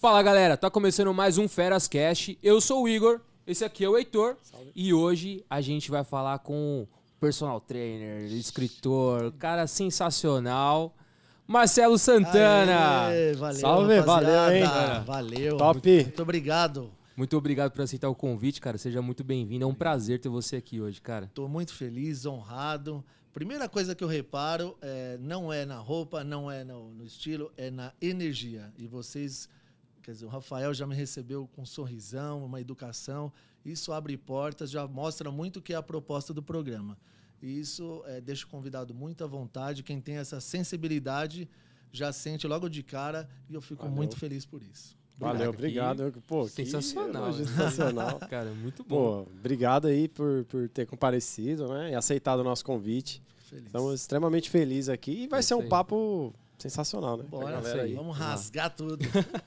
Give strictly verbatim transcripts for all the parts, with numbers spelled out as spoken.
Fala galera, tá começando mais um Feras Cast. Eu sou o Igor, esse aqui é o Heitor. Salve. E hoje a gente vai falar com personal trainer, escritor, cara sensacional, Marcelo Santana. Aê, valeu, salve, rapaziada. valeu, hein? Valeu. Top. Muito, muito obrigado. Muito obrigado por aceitar o convite, cara. Seja muito bem-vindo. É um prazer ter você aqui hoje, cara. Tô muito feliz, honrado. Primeira coisa que eu reparo é, não é na roupa, não é no, no estilo, é na energia. E vocês, quer dizer, o Rafael já me recebeu com um sorrisão, uma educação. Isso abre portas, já mostra muito o que é a proposta do programa. E isso é, deixa o convidado muito à vontade. Quem tem essa sensibilidade já sente logo de cara e eu fico Valeu. muito feliz por isso. Valeu, obrigado. Pô, sensacional. Que sensacional. Cara, muito bom. Pô, obrigado aí por, por ter comparecido, né? E aceitado o nosso convite. Feliz. Estamos extremamente felizes aqui e vai É ser um aí. papo sensacional, né? Bora, galera aí. vamos rasgar tudo.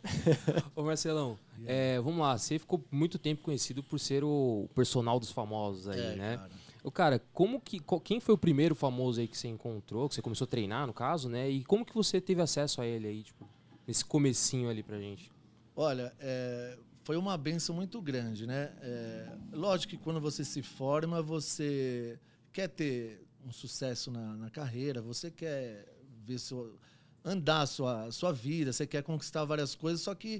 Ô Marcelão, é, vamos lá. Você ficou muito tempo conhecido por ser o personal dos famosos aí, É, né? cara. O cara, como que, quem foi o primeiro famoso aí que você encontrou, que você começou a treinar, no caso, né? E como que você teve acesso a ele aí, tipo, nesse comecinho ali pra gente? Olha, é, foi uma benção muito grande, né? É, lógico que quando você se forma, você quer ter um sucesso na, na carreira, você quer ver seu, andar a sua, sua vida, você quer conquistar várias coisas, só que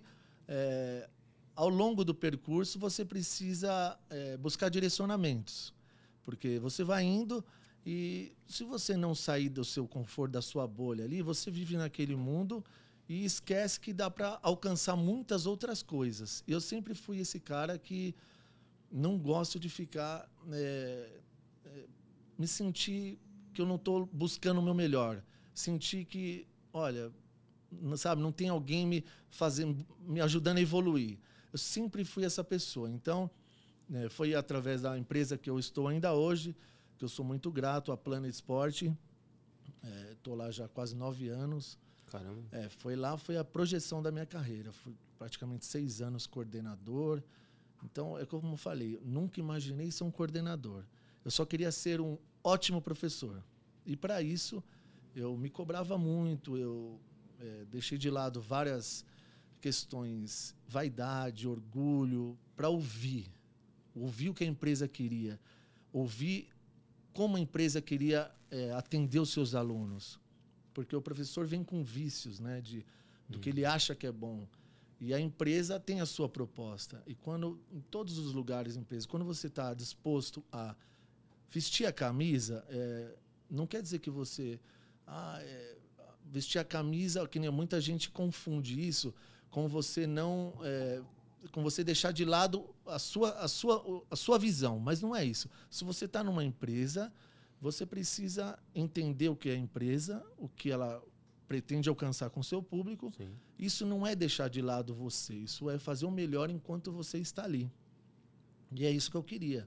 é, ao longo do percurso você precisa é, buscar direcionamentos, porque você vai indo e se você não sair do seu conforto, da sua bolha ali, você vive naquele mundo e esquece que dá para alcançar muitas outras coisas. Eu sempre fui esse cara que não gosto de ficar... É, é, me sentir que eu não estou buscando o meu melhor. Sentir que, olha, não, sabe, não tem alguém me, fazendo, me ajudando a evoluir. Eu sempre fui essa pessoa. Então, é, foi através da empresa que eu estou ainda hoje, que eu sou muito grato, a Planet Sport. Estou é, lá já há quase nove anos. Caramba. É, foi lá, foi a projeção da minha carreira. Fui praticamente seis anos coordenador. Então, é como eu falei, eu nunca imaginei ser um coordenador. Eu só queria ser um ótimo professor. E, para isso, eu me cobrava muito. Eu é, deixei de lado várias questões, vaidade, orgulho, para ouvir. Ouvir o que a empresa queria. Ouvir como a empresa queria é, atender os seus alunos. Porque o professor vem com vícios, né, de, do hum. que ele acha que é bom. E a empresa tem a sua proposta. E quando, em todos os lugares da empresa, quando você está disposto a vestir a camisa, é, não quer dizer que você... Ah, é, vestir a camisa, que nem muita gente confunde isso com você não... É, com você deixar de lado a sua, a, sua, a sua visão. Mas não é isso. Se você está numa empresa, você precisa entender o que é a empresa, o que ela pretende alcançar com o seu público. Sim. Isso não é deixar de lado você. Isso é fazer o melhor enquanto você está ali. E é isso que eu queria.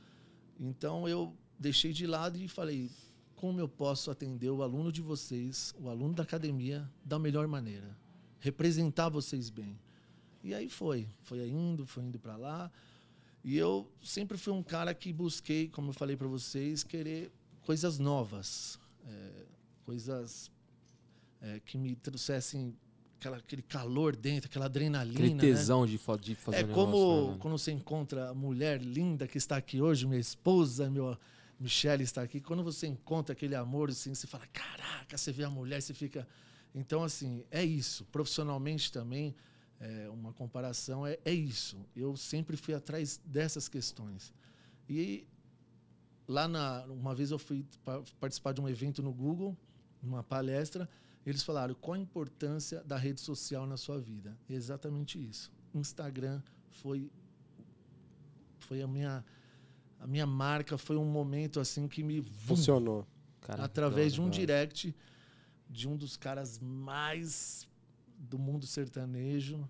Então, eu deixei de lado e falei, como eu posso atender o aluno de vocês, o aluno da academia, da melhor maneira? Representar vocês bem. E aí foi. Foi indo, foi indo para lá. E eu sempre fui um cara que busquei, como eu falei para vocês, querer coisas novas. É, coisas é, que me trouxessem aquela, aquele calor dentro, aquela adrenalina. Aquele tesão, né? de, de fazer É um como negócio, né? Quando você encontra a mulher linda que está aqui hoje, minha esposa, meu, Michele está aqui. Quando você encontra aquele amor, assim, você fala, caraca, você vê a mulher, você fica... Então, assim, é isso. Profissionalmente também, é, uma comparação, é, é isso. Eu sempre fui atrás dessas questões. E lá, na, uma vez eu fui participar de um evento no Google, numa palestra, eles falaram qual a importância da rede social na sua vida. É exatamente isso. Instagram foi, foi a, minha, a minha marca, foi um momento assim que me... Funcionou. Cara, através de um direct de um dos caras mais do mundo sertanejo.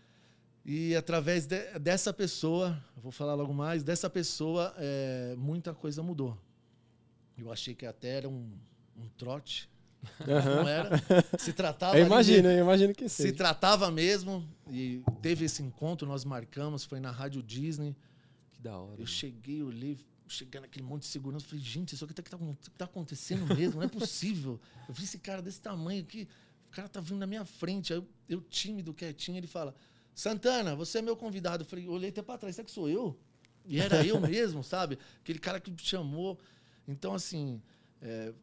E através de, dessa pessoa, eu vou falar logo mais, dessa pessoa, é, muita coisa mudou. Eu achei que até era um, um trote. Uhum. Não era. Se tratava... Eu imagino, ali, eu imagino que seja. Se tratava mesmo. E teve esse encontro, nós marcamos, foi na Rádio Disney. Que da hora. Eu cheguei, olhei, chegando naquele monte de segurança, falei, gente, isso aqui tá, tá, tá acontecendo mesmo, não é possível. Eu vi esse cara desse tamanho aqui. O cara tá vindo na minha frente. Aí eu, eu tímido, quietinho, ele fala, Santana, você é meu convidado. Eu falei, olhei até pra trás, será que sou eu? E era eu mesmo, sabe? Aquele cara que me chamou. Então, assim, é,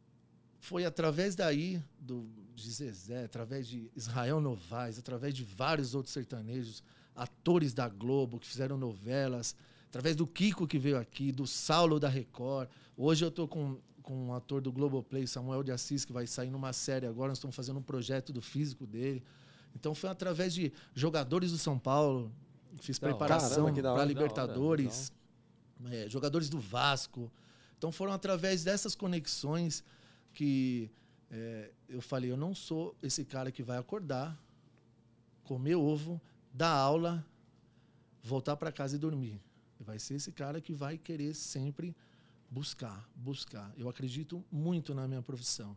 foi através daí, do, de Zezé, através de Israel Novaes, através de vários outros sertanejos, atores da Globo que fizeram novelas, através do Kiko que veio aqui, do Saulo da Record. Hoje eu tô com, com um ator do Globoplay, Samuel de Assis, que vai sair numa série agora. Nós estamos fazendo um projeto do físico dele. Então, foi através de jogadores do São Paulo. Fiz Da preparação para da Libertadores, hora, é, jogadores do Vasco. Então foram através dessas conexões que é, eu falei, eu não sou esse cara que vai acordar, comer ovo, dar aula, voltar para casa e dormir. Vai ser esse cara que vai querer sempre buscar, buscar. Eu acredito muito na minha profissão.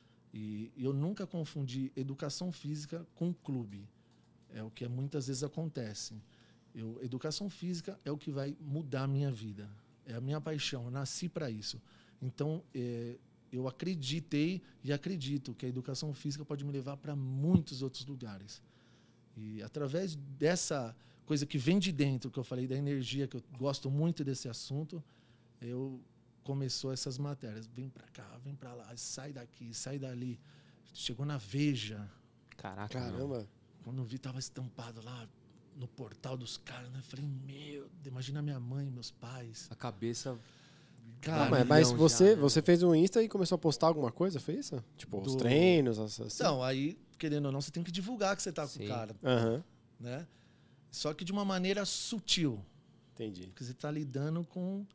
E eu nunca confundi educação física com clube. É o que muitas vezes acontece. Eu, educação física é o que vai mudar a minha vida. É a minha paixão. Eu nasci para isso. Então, é, eu acreditei e acredito que a educação física pode me levar para muitos outros lugares. E através dessa coisa que vem de dentro, que eu falei da energia, que eu gosto muito desse assunto, eu começou essas matérias. Vem para cá, vem para lá, sai daqui, sai dali. Chegou na Veja. Caraca, Caramba. Não. Quando eu vi, estava estampado lá no portal dos caras, né? Falei, meu, imagina minha mãe, meus pais. A cabeça... Cara, mas, mas você, já, né? Você fez um Insta e começou a postar alguma coisa, foi isso? Tipo, Do... os treinos, assim? Não, aí, querendo ou não, você tem que divulgar que você tá Sim. com o cara. Uhum. Né? Só que de uma maneira sutil. Entendi. Porque você tá lidando com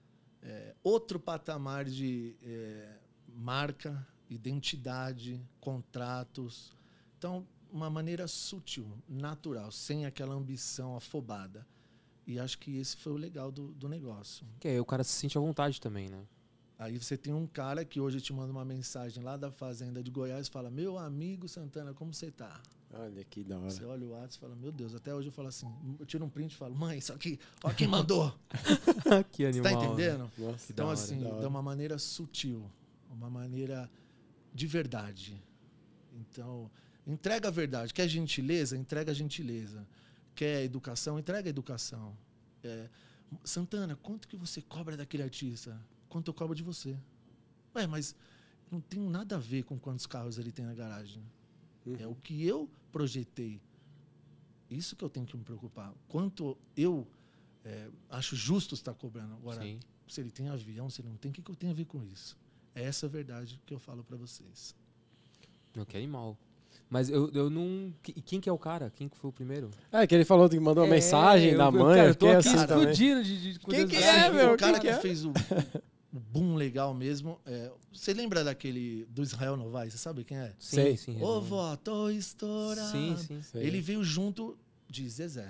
é, outro patamar de é, marca, identidade, contratos. Então, uma maneira sutil, natural, sem aquela ambição afobada. E acho que esse foi o legal do, do negócio. Que aí o cara se sente à vontade também, né? Aí você tem um cara que hoje te manda uma mensagem lá da fazenda de Goiás e fala, meu amigo Santana, como você tá? Olha que da hora. Você olha o WhatsApp e fala, meu Deus, até hoje eu falo assim, eu tiro um print e falo, mãe, isso aqui, ó quem mandou. Que animal. Você tá entendendo? Nossa, então, hora, assim, de uma maneira sutil, uma maneira de verdade. Então... Entrega a verdade. Quer gentileza? Entrega a gentileza. Quer educação? Entrega a educação. É, Santana, quanto que você cobra daquele artista? Quanto eu cobro de você? Ué, mas não tem nada a ver com quantos carros ele tem na garagem. Uhum. É o que eu projetei. Isso que eu tenho que me preocupar. Quanto eu é, acho justo estar cobrando. Agora, Sim. se ele tem avião, se ele não tem, o que, que eu tenho a ver com isso? É essa a verdade que eu falo para vocês. Não, que animal. Mas eu, eu não... E quem que é o cara? Quem que foi o primeiro? É, que ele falou que mandou uma é, mensagem eu, da mãe. Cara, eu tô aqui assim explodindo de, de Quem que é, meu? O cara que, que é? fez o, o boom legal mesmo... É, você lembra daquele... Do Israel Novaes? Você sabe quem é? Sim, sim. Ô, vó, tô estourado. Sim, sim. Sei. Ele veio junto de Zezé.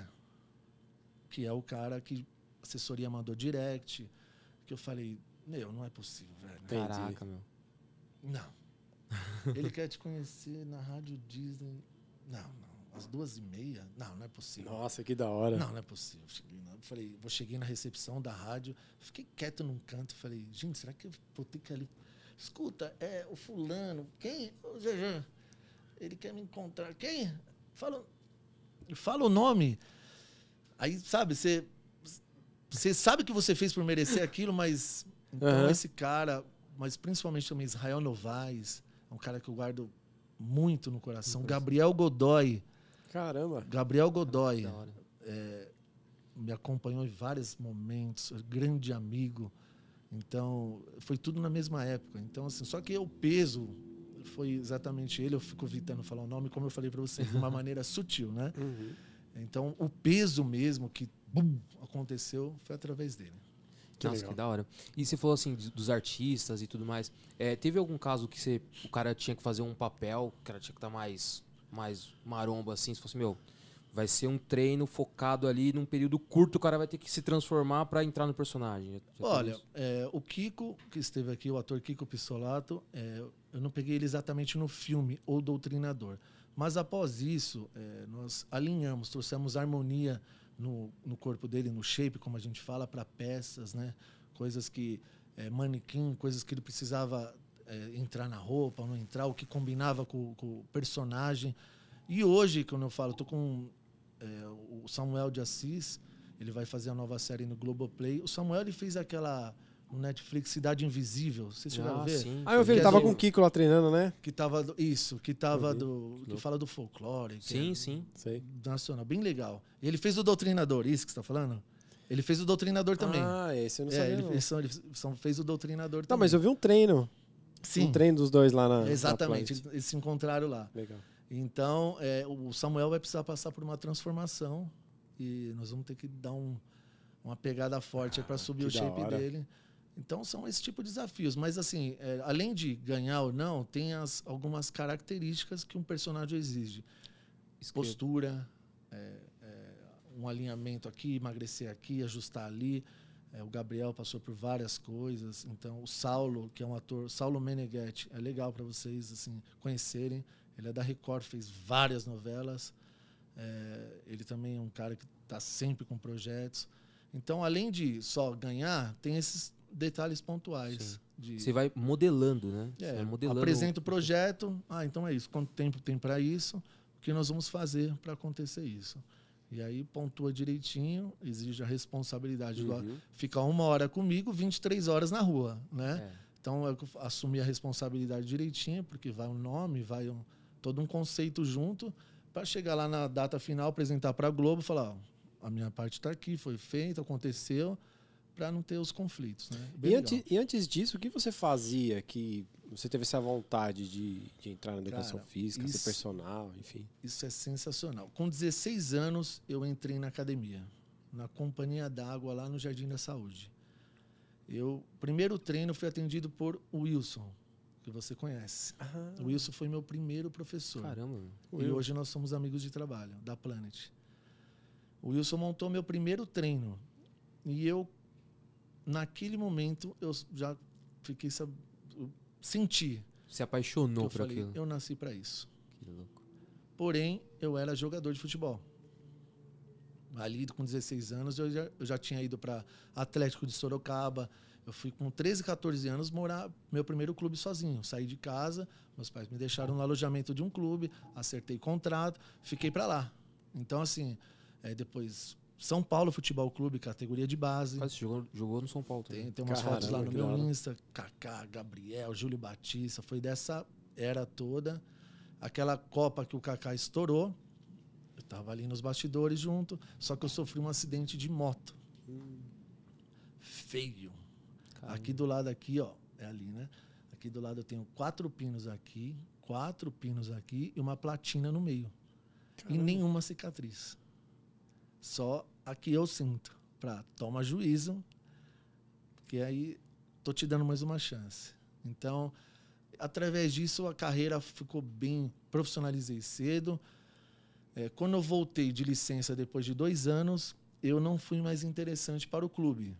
Que é o cara que a assessoria mandou direct. Que eu falei... Meu, não é possível, velho. Caraca, meu. Não. Ele quer te conhecer na Rádio Disney. Não, não. Às duas e meia? Não, não é possível. Nossa, que da hora. Não, não é possível. Cheguei na, falei, vou cheguei na recepção da rádio, fiquei quieto num canto, falei, gente, será que eu vou ter que ali... Escuta, é o fulano, quem? O Jean. Ele quer me encontrar. Quem? Fala, fala o nome. Aí, sabe, você... Você sabe que você fez por merecer aquilo, mas... Então, uhum. esse cara, mas principalmente também Israel Novaes, é um cara que eu guardo muito no coração. Gabriel Godoy. Caramba. Gabriel Godoy. É, me acompanhou em vários momentos. Grande amigo. Então, foi tudo na mesma época. Então, assim, só que o peso foi exatamente ele. Eu fico evitando falar o nome, como eu falei para vocês, de uma maneira sutil, né? Uhum. Então, o peso mesmo que bum, aconteceu foi através dele. Que Nossa, legal. Que da hora. E você falou assim, dos artistas e tudo mais. É, teve algum caso que você, o cara tinha que fazer um papel, o cara tinha que estar mais, mais maromba assim, se fosse, meu, vai ser um treino focado ali num período curto, o cara vai ter que se transformar para entrar no personagem. Já, já Olha, é, o Kiko, que esteve aqui, o ator Kiko Pissolato, é, eu não peguei ele exatamente no filme, ou Doutrinador. Mas após isso, é, nós alinhamos, trouxemos harmonia No, no corpo dele, no shape, como a gente fala, para peças, né? Coisas que... É, manequim, coisas que ele precisava é, entrar na roupa, não entrar, o que combinava com, com o personagem. E hoje, quando eu falo, tô com é, o Samuel de Assis, ele vai fazer a nova série no Globoplay. O Samuel, ele fez aquela no Netflix Cidade Invisível. Vocês chegaram ah, a ver? Sim, ah, eu vi, ele tava do, com o Kiko lá treinando, né? Que tava do, isso, que tava do que fala do folclore. Sim, é, sim. Sei. Nacional, bem legal. E ele fez o Doutrinador, isso que você tá falando? Ele fez o Doutrinador também. Ah, esse eu não é, sabia. ele, não. Fez, ele fez o Doutrinador Não, também. mas eu vi um treino. Sim. Um treino dos dois lá na. Exatamente, na eles, eles se encontraram lá. Legal. Então, é, o Samuel vai precisar passar por uma transformação e nós vamos ter que dar um, uma pegada forte ah, para subir o shape dele. Então, são esse tipo de desafios. Mas, assim, é, além de ganhar ou não, tem as, algumas características que um personagem exige. Isso Postura, é, é, um alinhamento aqui, emagrecer aqui, ajustar ali. É, o Gabriel passou por várias coisas. Então, o Saulo, que é um ator, Saulo Meneghetti, é legal para vocês assim, conhecerem. Ele é da Record, fez várias novelas. É, ele também é um cara que está sempre com projetos. Então, além de só ganhar, tem esses detalhes pontuais. De... Você vai modelando, né? É, vai modelando apresenta o projeto. Ah, então é isso. Quanto tempo tem para isso? O que nós vamos fazer para acontecer isso? E aí pontua direitinho, exige a responsabilidade. Uhum. Do, ficar uma hora comigo, vinte e três horas na rua, né? É. Então, eu assumir a responsabilidade direitinho, porque vai um nome, vai um, todo um conceito junto, para chegar lá na data final, apresentar para a Globo e falar, ó, a minha parte está aqui, foi feita, aconteceu, para não ter os conflitos, né? E antes, e antes disso, o que você fazia que você teve essa vontade de, de entrar na educação Cara, física, isso, ser personal, enfim? Isso é sensacional. Com dezesseis anos, eu entrei na academia, na Companhia d'Água, lá no Jardim da Saúde. Eu, primeiro treino, fui atendido por Wilson, que você conhece. Ah. O Wilson foi meu primeiro professor. Caramba. E Will. Hoje nós somos amigos de trabalho, da Planet. O Wilson montou meu primeiro treino. E eu, naquele momento, eu já fiquei... Eu senti. Se apaixonou por falei, aquilo. Eu nasci para isso. Que louco. Porém, eu era jogador de futebol. Ali, com dezesseis anos, eu já, eu já tinha ido para Atlético de Sorocaba. Eu fui com treze, quatorze anos morar meu primeiro clube sozinho. Saí de casa, meus pais me deixaram no alojamento de um clube, acertei contrato, fiquei para lá. Então, assim, é, depois... São Paulo Futebol Clube, categoria de base. Mas você jogou, jogou no São Paulo também. Tem, tem umas Caramba, fotos lá no meu claro. Insta. Kaká, Gabriel, Júlio Batista. Foi dessa era toda. Aquela Copa que o Kaká estourou. Eu estava ali nos bastidores junto. Só que eu sofri um acidente de moto. Hum. Feio. Caramba. Aqui do lado, aqui, ó. É ali, né? Aqui do lado eu tenho quatro pinos aqui, quatro pinos aqui e uma platina no meio. Caramba. E nenhuma cicatriz. Só aqui eu sinto. Pra toma juízo, porque aí tô te dando mais uma chance. Então, através disso, a carreira ficou bem... Profissionalizei cedo. É, quando eu voltei de licença depois de dois anos, eu não fui mais interessante para o clube.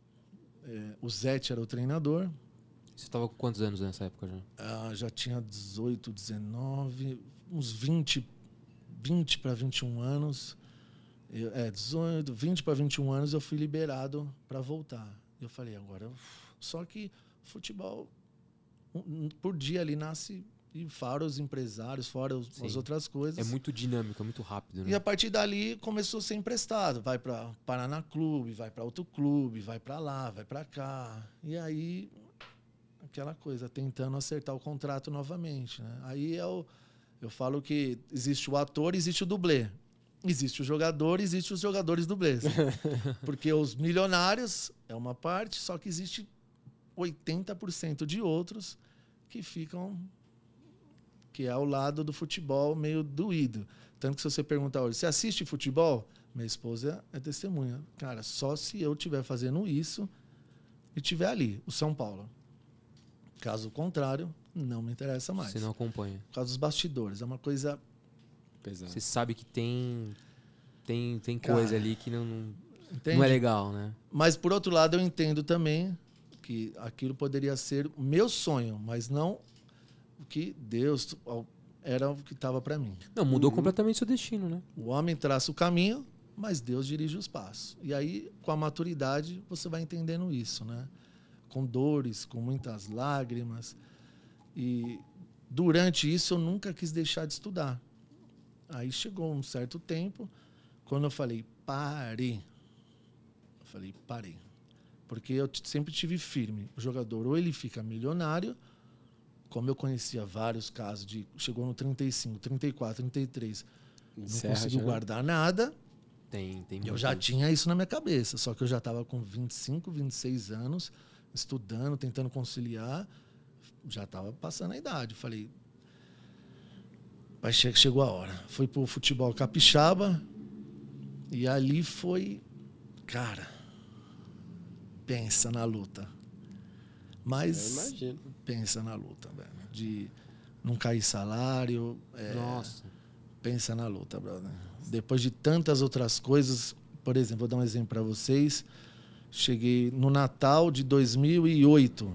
É, o Zete era o treinador. Você estava com quantos anos nessa época já? Ah, já tinha dezoito, dezenove, uns vinte, vinte para vinte e um anos. Eu, é, dezoito, vinte para vinte e um anos eu fui liberado para voltar. Eu falei, agora... Só que futebol, um, por dia ali nasce, e fora os empresários, fora os, as outras coisas. É muito dinâmico, é muito rápido, né? E a partir dali começou a ser emprestado. Vai para Paraná Clube, vai para outro clube, vai para lá, vai para cá. E aí, aquela coisa, tentando acertar o contrato novamente, né? Aí eu, eu falo que existe o ator, existe o dublê. Existe o jogador, existe os jogadores dublês. Porque os milionários é uma parte, só que existe oitenta por cento de outros que ficam... que é ao lado do futebol meio doído. Tanto que se você perguntar hoje, você assiste futebol? Minha esposa é testemunha. Cara, só se eu estiver fazendo isso e estiver ali, o São Paulo. Caso contrário, não me interessa mais. Você não acompanha. Por causa dos bastidores. É uma coisa... pesado. Você sabe que tem, tem, tem coisa Cara, ali que não, não, não é legal, né? Mas, por outro lado, eu entendo também que aquilo poderia ser o meu sonho, mas não o que Deus era o que estava para mim. Não, mudou uhum. completamente seu destino, né? O homem traça o caminho, mas Deus dirige os passos. E aí, com a maturidade, você vai entendendo isso, né? Com dores, com muitas lágrimas. E durante isso eu nunca quis deixar de estudar. Aí chegou um certo tempo, quando eu falei, parei. Eu falei, parei. Porque eu sempre tive firme. O jogador, ou ele fica milionário, como eu conhecia vários casos, de chegou no trinta e cinco, trinta e quatro, trinta e três, não Encerra, conseguiu já. guardar nada. Tem, tem Eu já tinha isso na minha cabeça, só que eu já estava com vinte e cinco, vinte e seis anos, estudando, tentando conciliar, já estava passando a idade. Falei, mas chegou a hora. Fui pro futebol capixaba e ali foi, cara, pensa na luta. Mas Eu imagino. pensa na luta, velho. De não cair salário. É, Nossa. pensa na luta, brother. Depois de tantas outras coisas, por exemplo, vou dar um exemplo para vocês. Cheguei no Natal de dois mil e oito.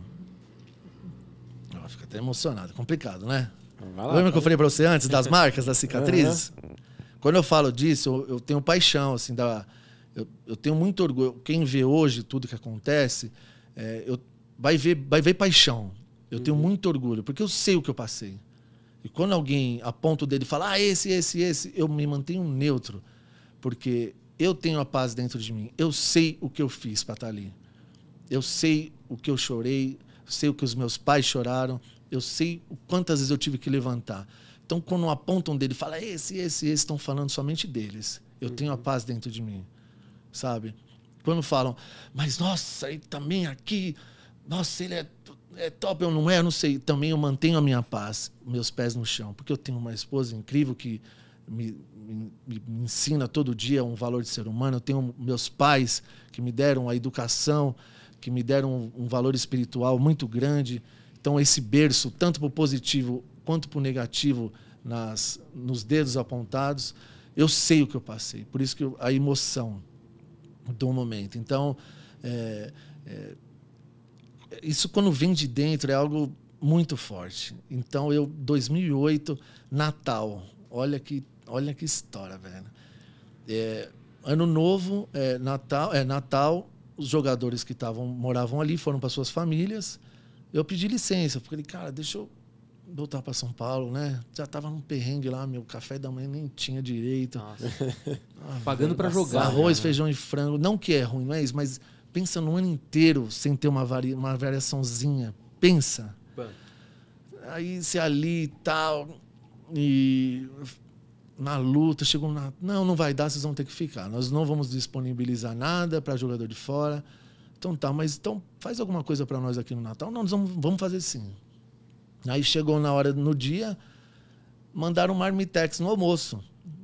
Oh, fica até emocionado, complicado, né? Vai lá, Lembra que eu vai. falei para você antes das marcas, das cicatrizes? Uhum. Quando eu falo disso, eu, eu tenho paixão, assim, da, eu, eu tenho muito orgulho. Quem vê hoje tudo que acontece, é, eu, vai, ver, vai ver paixão. Eu uhum. tenho muito orgulho, porque eu sei o que eu passei. E quando alguém aponta o dedo e fala, ah, esse, esse, esse, eu me mantenho neutro. Porque eu tenho a paz dentro de mim. Eu sei o que eu fiz para estar ali. Eu sei o que eu chorei, sei o que os meus pais choraram, eu sei quantas vezes eu tive que levantar. Então, quando apontam o dedo e falam, esse, esse, esse, estão falando somente deles. Eu uhum. tenho a paz dentro de mim, sabe? Quando falam, mas nossa, ele também aqui, nossa, ele é... é top ou não é, eu não sei. Também eu mantenho a minha paz, meus pés no chão. Porque eu tenho uma esposa incrível que me, me, me ensina todo dia um valor de ser humano. Eu tenho meus pais que me deram a educação, que me deram um, um valor espiritual muito grande. Então, esse berço, tanto para o positivo quanto para o negativo, nas, nos dedos apontados, eu sei o que eu passei. Por isso que eu, a emoção do momento. Então, é, é, isso quando vem de dentro é algo muito forte. Então, eu, dois mil e oito, Natal. Olha que, olha que história, velho. É, ano novo, é, Natal, é, Natal, os jogadores que tavam, moravam ali foram para suas famílias. Eu pedi licença. Falei, cara, deixa eu voltar para São Paulo, né? Já tava num perrengue lá, meu café da manhã nem tinha direito. Ah, pagando para jogar. Arroz, né? feijão e frango. Não que é ruim, não é isso, mas pensa no ano inteiro sem ter uma, vari... uma variaçãozinha. Pensa. Bom. Aí você ali e tal, e na luta, chegou na... Não, não vai dar, vocês vão ter que ficar. Nós não vamos disponibilizar nada para jogador de fora. Então tá, mas então faz alguma coisa para nós aqui no Natal. Não, nós vamos, vamos fazer sim. Aí chegou na hora, no dia, mandaram um marmitex no almoço.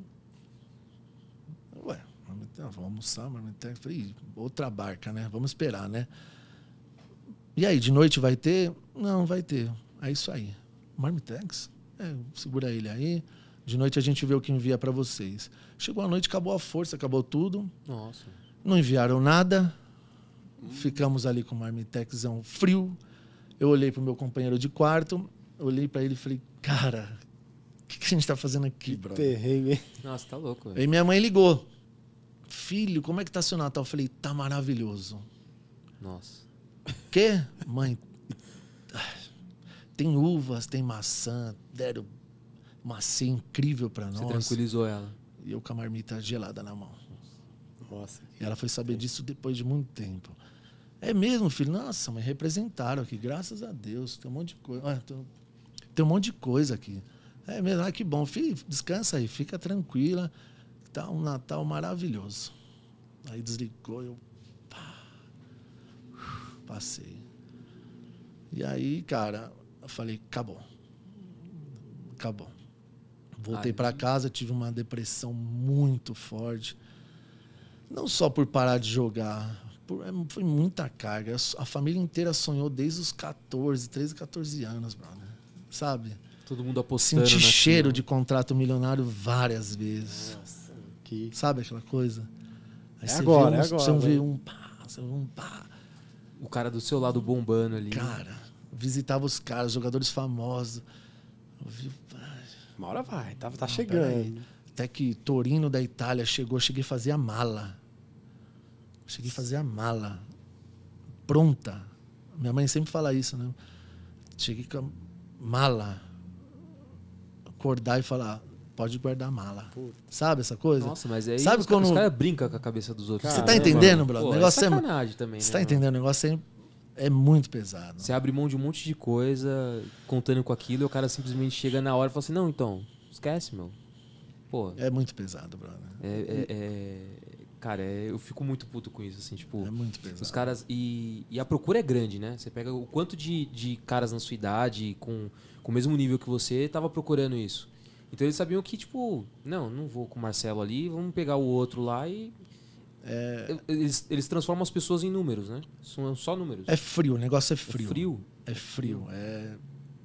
Ué, vamos almoçar, marmitex. Falei, outra barca, né? Vamos esperar, né? E aí, de noite vai ter? Não, vai ter. É isso aí. Marmitex? É, segura ele aí. De noite a gente vê o que envia para vocês. Chegou a noite, acabou a força, acabou tudo. Nossa. Não enviaram nada. Hum. Ficamos ali com o marmitexão frio. Eu olhei pro meu companheiro de quarto, olhei para ele e falei, cara, o que, que a gente tá fazendo aqui, brother? Perrengue. Nossa, tá louco. Aí minha mãe ligou. Filho, como é que tá seu Natal? Eu falei, tá maravilhoso. Nossa. Quê? Mãe, tem uvas, tem maçã, deram uma ceia incrível para nós. Você tranquilizou ela. E eu com a marmita gelada na mão. Nossa. E ela foi saber disso depois de muito tempo. É mesmo, filho? Nossa, mas representaram aqui, graças a Deus. Tem um monte de coisa. Ah, tem, tem um monte de coisa aqui. É mesmo, ah, que bom. Filho, descansa aí, fica tranquila. Tá um Natal maravilhoso. Aí desligou, eu pá, passei. E aí, cara, eu falei, acabou. Acabou. Voltei para casa, tive uma depressão muito forte. Não só por parar de jogar, por, foi muita carga. A família inteira sonhou desde os catorze, treze, catorze anos, brother. Sabe? Todo mundo apostando. Senti cheiro de contrato milionário várias vezes. Nossa, que... Sabe aquela coisa? Aí é você agora, vê um, é agora. Você vê um pá, você vê um pá. O cara do seu lado bombando ali. Cara, visitava os caras, jogadores famosos. Eu vi, uma hora vai, tá, tá não, chegando. Até que Torino da Itália chegou, cheguei a fazer a mala. Cheguei a fazer a mala. Pronta. Minha mãe sempre fala isso, né? Cheguei com a mala. Acordar e falar, pode guardar a mala. Puta. Sabe essa coisa? Nossa, mas aí Sabe os, quando... os caras brincam com a cabeça dos outros. Você tá entendendo, brother? Pô, o negócio é sacanagem é... também, Você né, tá mano? entendendo? O negócio é, é muito pesado. Você abre mão de um monte de coisa, contando com aquilo, e o cara simplesmente chega na hora e fala assim, não, então, esquece, meu. Pô. É muito pesado, brother. É, é, é... Cara, é... eu fico muito puto com isso, assim, tipo... É muito pesado. Os caras... E, e a procura é grande, né? Você pega o quanto de, de caras na sua idade, com, com o mesmo nível que você, tava procurando isso. Então eles sabiam que, tipo, não, não vou com o Marcelo ali, vamos pegar o outro lá e... É... Eles, eles transformam as pessoas em números, né? São só números. É frio, o negócio é frio. É frio? É frio, é...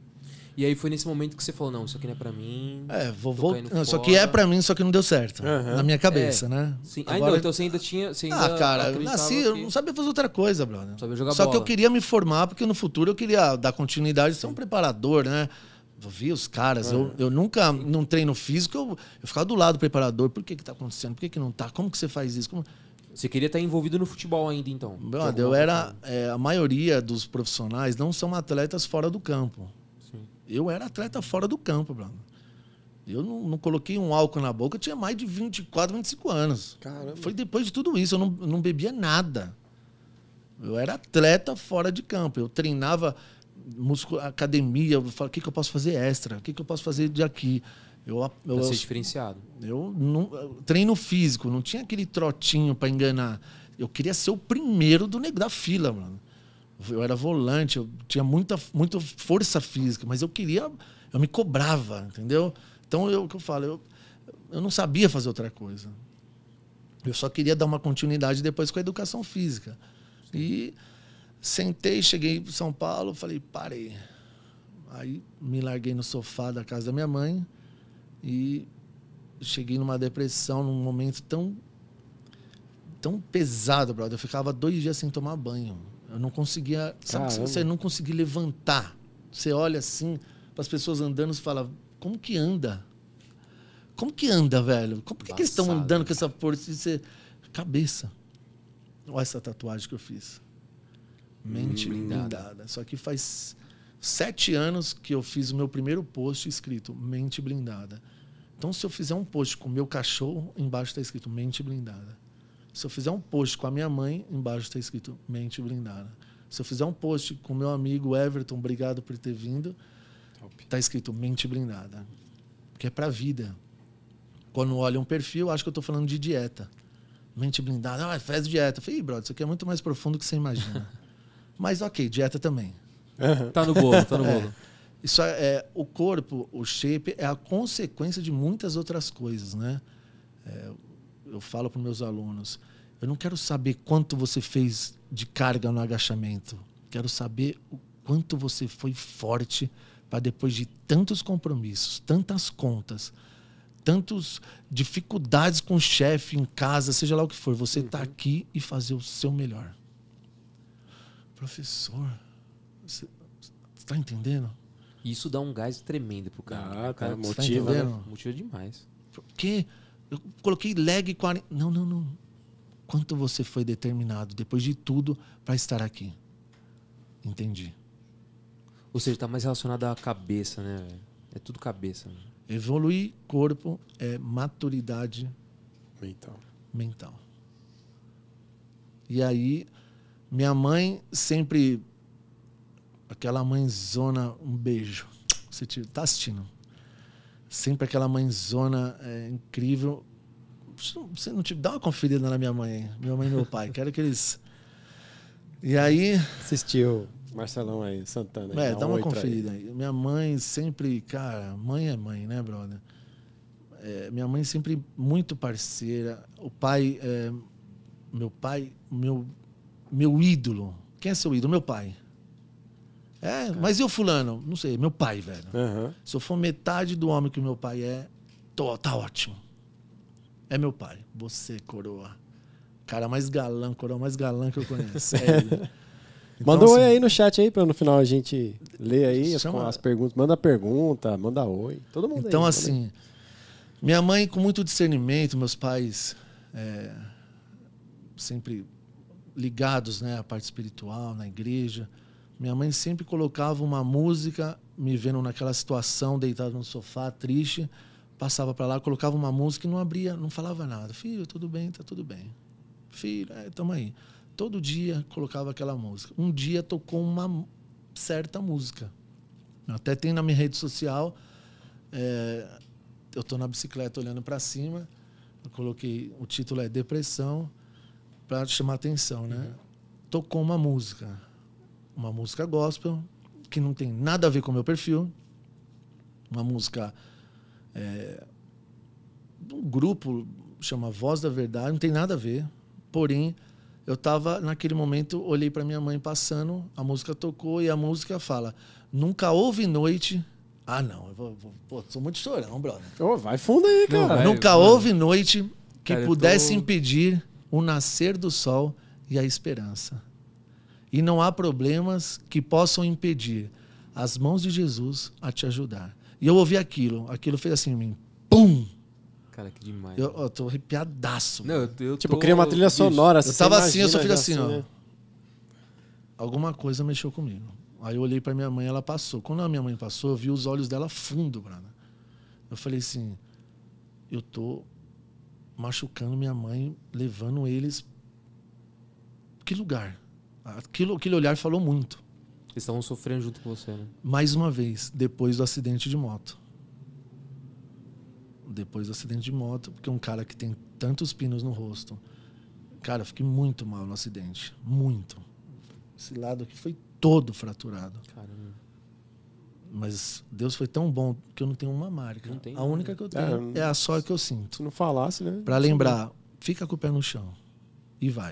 E aí foi nesse momento que você falou, não, isso aqui não é pra mim. É, vou voltar. Só fora. que é pra mim, só que não deu certo. Uhum. Na minha cabeça, é. né? Sim. Agora... Ah, então, então você ainda tinha... Você ainda ah, cara, eu acreditava nasci, que... eu não sabia fazer outra coisa, brother. Não sabia jogar só bola. que eu queria me formar, porque no futuro eu queria dar continuidade, ser um preparador, né? Eu vi os caras, uhum. eu, eu nunca, num treino físico, eu, eu ficava do lado do preparador. Por que que tá acontecendo? Por que que não tá? Como que você faz isso? Como... Você queria estar envolvido no futebol ainda, então? Brother, eu era... É, a maioria dos profissionais não são atletas fora do campo. Sim. Eu era atleta fora do campo, brother. Eu não, não coloquei um álcool na boca, eu tinha mais de vinte e quatro, vinte e cinco anos. Caramba. Foi depois de tudo isso, eu não, não bebia nada. Eu era atleta fora de campo. Eu treinava muscul... academia, eu falava, o que, que eu posso fazer extra? O que, que eu posso fazer de aqui? Eu, eu, pra ser eu, diferenciado. Eu, não, eu treino físico, não tinha aquele trotinho para enganar. Eu queria ser o primeiro do, da fila, mano. Eu era volante, eu tinha muita, muita força física, mas eu queria, eu me cobrava, entendeu? Então, eu, o que eu falo, eu, eu não sabia fazer outra coisa. Eu só queria dar uma continuidade depois com a educação física. Sim. E sentei, cheguei em São Paulo, falei, parei. Aí me larguei no sofá da casa da minha mãe e cheguei numa depressão, num momento tão, tão pesado, brother. Eu ficava dois dias sem tomar banho. Eu não conseguia... Sabe, você não conseguia levantar. Você olha assim, para as pessoas andando, você fala, como que anda? Como que anda, velho? Como, por que, que eles estão andando com essa força? Você... Cabeça. Olha essa tatuagem que eu fiz. Mente hum, blindada. blindada. Só que faz sete anos que eu fiz o meu primeiro post escrito mente blindada. Então, se eu fizer um post com o meu cachorro, embaixo está escrito mente blindada. Se eu fizer um post com a minha mãe, embaixo está escrito mente blindada. Se eu fizer um post com o meu amigo Everton, obrigado por ter vindo, está escrito mente blindada. Porque é para a vida. Quando olha um perfil, acho que eu estou falando de dieta. Mente blindada, ah, faz dieta. Eu falei, brother, isso aqui é muito mais profundo do que você imagina. Mas ok, dieta também. Uhum. Tá no bolo, tá no bolo. É, isso é, é, o corpo, o shape, é a consequência de muitas outras coisas, né? É, eu falo para os meus alunos, eu não quero saber quanto você fez de carga no agachamento. Quero saber o quanto você foi forte para depois de tantos compromissos, tantas contas, tantas dificuldades com o chefe em casa, seja lá o que for, você estar uhum. tá aqui e fazer o seu melhor. Professor, você está entendendo? Isso dá um gás tremendo pro cara. Ah, tá, cara motiva, tá né? Motiva demais. Por quê? Eu coloquei leg quarenta... Não, não, não. Quanto você foi determinado, depois de tudo, para estar aqui? Entendi. Ou seja, tá mais relacionado à cabeça, né? É tudo cabeça. Né? Evoluir corpo é maturidade mental. mental. E aí, minha mãe sempre... Aquela mãezona, um beijo. Você tá assistindo? Sempre aquela mãezona é, incrível. Você não te dá uma conferida na minha mãe, minha mãe e meu pai. Quero que eles... E aí... Assistiu Marcelão aí, Santana. Aí, é, dá, dá uma conferida aí. aí. Minha mãe sempre... Cara, mãe é mãe, né, brother? É, minha mãe sempre muito parceira. O pai... É, meu pai... Meu, meu ídolo. Quem é seu ídolo? Meu pai. É, cara. Mas e o fulano? Não sei, meu pai, velho. Uhum. Se eu for metade do homem que o meu pai é, tô, tá ótimo. É meu pai. Você, coroa. Cara mais galã, coroa mais galã que eu conheço. É ele. Então, manda um assim, oi aí no chat aí, pra no final a gente ler aí chama... as, as perguntas. Manda pergunta, manda oi. Todo mundo Então, aí, assim, aí. Minha mãe com muito discernimento, meus pais é, sempre ligados, né, à parte espiritual, na igreja. Minha mãe sempre colocava uma música me vendo naquela situação, deitado no sofá, triste, passava para lá, colocava uma música e não abria, não falava nada. Filho, tudo bem, tá tudo bem. Filho, é, tamo aí. Todo dia colocava aquela música. Um dia tocou uma certa música. Até tem na minha rede social, é, eu tô na bicicleta olhando para cima, eu coloquei, o título é Depressão, para chamar atenção, né? Uhum. Tocou uma música, uma música gospel, que não tem nada a ver com o meu perfil, uma música, é, um grupo chama Voz da Verdade, não tem nada a ver, porém, eu estava, naquele momento, olhei para minha mãe passando, a música tocou e a música fala, nunca houve noite... Ah, não, eu vou, vou, pô, sou muito chorão, brother. Oh, vai fundo aí, cara. Não, vai, nunca mano. houve noite que cara, pudesse tô... impedir o nascer do sol e a esperança. E não há problemas que possam impedir as mãos de Jesus a te ajudar. E eu ouvi aquilo, aquilo fez assim em mim, pum! Cara, que demais. Eu, eu tô arrepiadaço. Não, eu, eu tipo, tô... cria uma trilha sonora. Eu tava assim, eu só fiz assim, assim, ó. Né? Alguma coisa mexeu comigo. Aí eu olhei pra minha mãe, ela passou. Quando a minha mãe passou, eu vi os olhos dela fundo, brother. Eu falei assim, eu tô machucando minha mãe, levando eles... Que lugar? Aquilo, aquele olhar falou muito. Eles estavam sofrendo junto com você, né? Mais uma vez, depois do acidente de moto. Depois do acidente de moto, porque um cara que tem tantos pinos no rosto. Cara, eu fiquei muito mal no acidente. Muito. Esse lado aqui foi todo fraturado. Caramba. Mas Deus foi tão bom que eu não tenho uma marca. Não tem a nada. única que eu tenho é, é a só que eu sinto. Se não falasse, né? Pra lembrar, fica com o pé no chão e vai.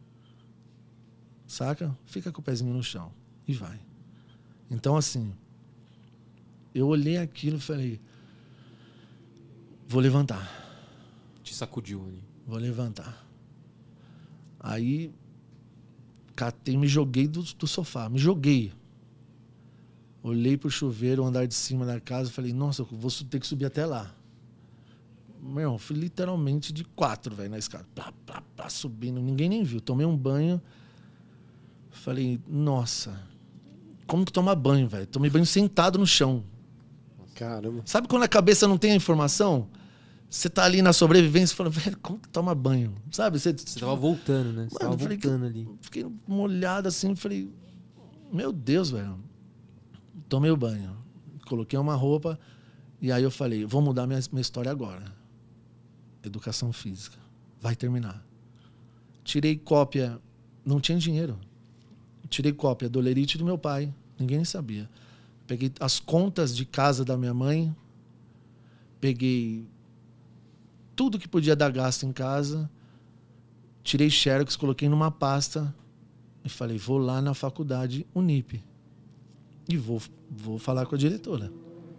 Saca? Fica com o pezinho no chão e vai. Então, assim, eu olhei aquilo e falei, vou levantar. Te sacudiu ali. Vou levantar. Aí, catei, me joguei do, do sofá, me joguei. Olhei pro chuveiro, o andar de cima da casa, falei, nossa, eu vou ter que subir até lá. Meu irmão, fui literalmente de quatro, velho, na escada. Plá, plá, plá, subindo, ninguém nem viu. Tomei um banho. Falei, nossa, como que toma banho, velho? Tomei banho sentado no chão. Caramba. Sabe quando a cabeça não tem a informação? Você tá ali na sobrevivência e fala, velho, como que toma banho? Sabe? Você, Você tava voltando, né? Você Mano, tava falei, voltando ali. Fiquei molhado assim, falei, meu Deus, velho. Tomei o banho, coloquei uma roupa e aí eu falei, vou mudar minha, minha história agora. Educação física. Vai terminar. Tirei cópia, não tinha dinheiro. Tirei cópia do olerite do meu pai, ninguém nem sabia. Peguei as contas de casa da minha mãe, peguei tudo que podia dar gasto em casa, tirei xerox, coloquei numa pasta e falei, vou lá na faculdade Unip e vou, vou falar com a diretora.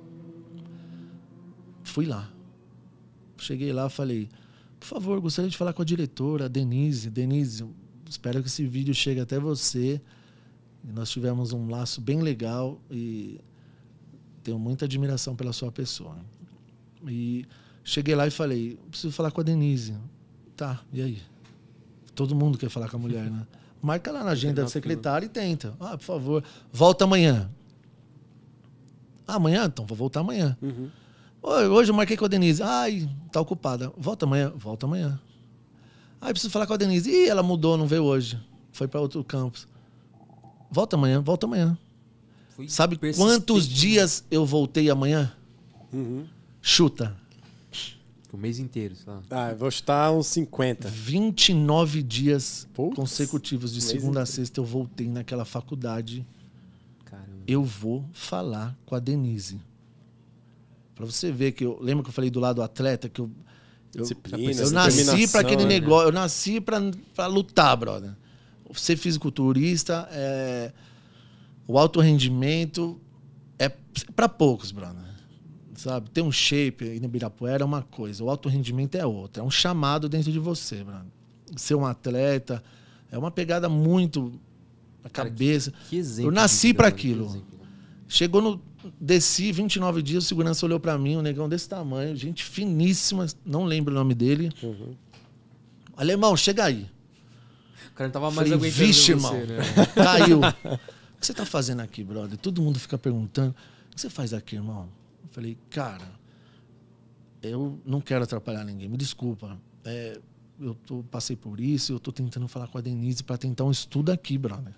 Fui lá. Cheguei lá, falei, por favor, gostaria de falar com a diretora, a Denise. Denise, espero que esse vídeo chegue até você. E nós tivemos um laço bem legal e tenho muita admiração pela sua pessoa. E cheguei lá e falei, preciso falar com a Denise. Tá, e aí? Todo mundo quer falar com a mulher, né? Marca lá na agenda da secretária e tenta. Ah, por favor, volta amanhã. Ah, amanhã? Então vou voltar amanhã. Uhum. Hoje eu marquei com a Denise. Ai, tá ocupada. Volta amanhã. Volta amanhã. Ai, preciso falar com a Denise. Ih, ela mudou, não veio hoje. Foi para outro campus. Volta amanhã, volta amanhã. Foi Sabe quantos dias eu voltei amanhã? Uhum. Chuta. O mês inteiro, sei lá. Ah, eu vou chutar uns cinquenta. vinte e nove dias Putz, consecutivos, de segunda a sexta, eu voltei naquela faculdade. Caramba. Eu vou falar com a Denise. Pra você ver que eu... Lembra que eu falei do lado atleta? Que eu, eu, Disciplina, eu nasci pra aquele né? negócio. Eu nasci pra, pra lutar, brother. Ser fisiculturista, é, o alto rendimento é pra poucos, brother. Sabe? Ter um shape aí no Ibirapuera é uma coisa, o alto rendimento é outra. É um chamado dentro de você, brother. Ser um atleta é uma pegada muito na Cara, cabeça. Que, que exemplo. Eu nasci de vida, pra mano, aquilo. que exemplo. Chegou no... Desci, vinte e nove dias, o segurança olhou pra mim, um negão desse tamanho, gente finíssima, não lembro o nome dele. Uhum. Alemão, chega aí. O cara não tava mais Falei, aguentando vixe, você, irmão. né? Caiu. O que você tá fazendo aqui, brother? Todo mundo fica perguntando. que você faz aqui, irmão? Eu falei, cara, eu não quero atrapalhar ninguém, me desculpa. É, eu tô, passei por isso, eu tô tentando falar com a Denise para tentar um estudo aqui, brother.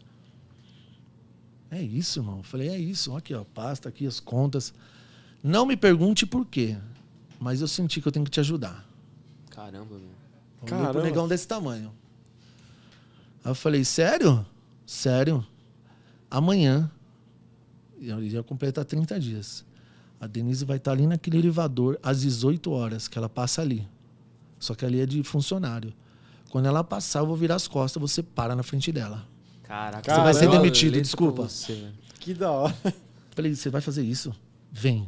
É isso, irmão. Eu falei, é isso. Aqui, ó, pasta aqui, as contas. Não me pergunte por quê, mas eu senti que eu tenho que te ajudar. Caramba, meu. Olhei pro negão desse tamanho. Aí eu falei, sério? Sério? Amanhã, eu ia completar trinta dias. A Denise vai estar ali naquele elevador às dezoito horas, que ela passa ali. Só que ali é de funcionário. Quando ela passar, eu vou virar as costas, você para na frente dela. Caraca, você vai ser demitido, letra desculpa. Você, que da hora. Falei, você vai fazer isso? Vem.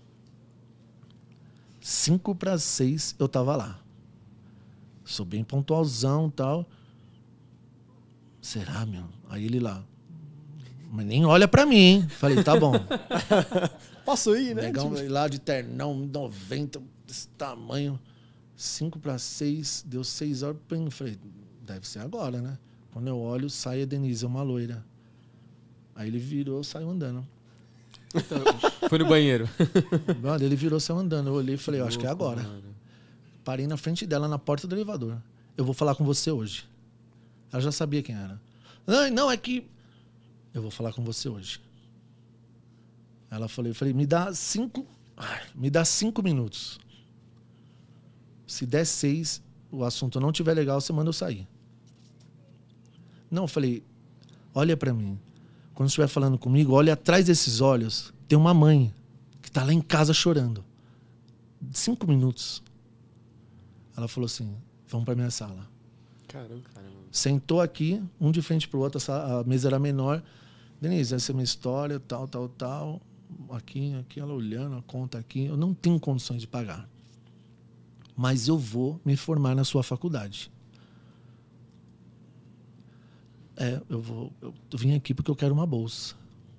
Cinco para seis eu tava lá. Sou bem pontualzão e tal. Será, meu? Aí ele lá. Mas nem olha pra mim, hein? Falei, tá bom. Posso ir, né? Negão lá de ternão, noventa, desse tamanho. Cinco para seis, deu seis horas. Falei, deve ser agora, né? Quando eu olho, sai a Denise, é uma loira. Aí ele virou, saiu andando. Foi no banheiro. Mano, ele virou, saiu andando. Eu olhei e falei, eu acho que é agora. Parei na frente dela, na porta do elevador. Eu vou falar com você hoje. Ela já sabia quem era. Não, não, é que... Eu vou falar com você hoje. Ela falou, eu falei, me dá cinco... Me dá cinco minutos. Se der seis, o assunto não estiver legal, você manda eu sair. Não, eu falei, olha pra mim. Quando estiver falando comigo, olha atrás desses olhos. Tem uma mãe que tá lá em casa chorando. Cinco minutos. Ela falou assim, vamos pra minha sala. Caramba, caramba. Sentou aqui, um de frente pro outro, a mesa era menor. Denise, essa é a minha história, tal, tal, tal. Aqui, aqui, ela olhando, a conta aqui. Eu não tenho condições de pagar. Mas eu vou me formar na sua faculdade. É, eu vou. Eu vim aqui porque eu quero uma bolsa.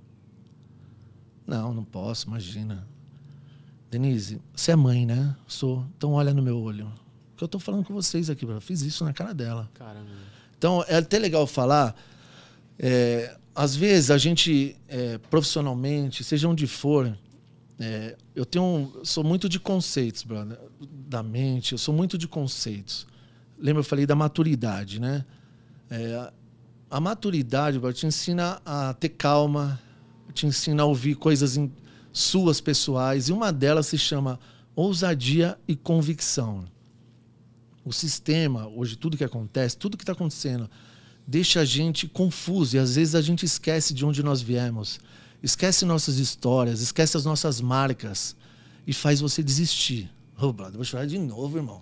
Não, não posso, imagina. Denise, você é mãe, né? Sou. Então olha no meu olho. Que eu tô falando com vocês aqui, eu fiz isso na cara dela. Caramba. Então é até legal falar. É, às vezes a gente, é, profissionalmente, seja onde for, é, eu tenho, eu sou muito de conceitos, brother, da mente. Eu sou muito de conceitos. Lembra, eu falei da maturidade, né? É, a maturidade, brother, te ensina a ter calma, te ensina a ouvir coisas em suas pessoais, e uma delas se chama ousadia e convicção. O sistema, hoje, tudo que acontece, tudo que está acontecendo, deixa a gente confuso e às vezes a gente esquece de onde nós viemos, esquece nossas histórias, esquece as nossas marcas e faz você desistir. Ô, oh, brother, vou chorar de novo, irmão.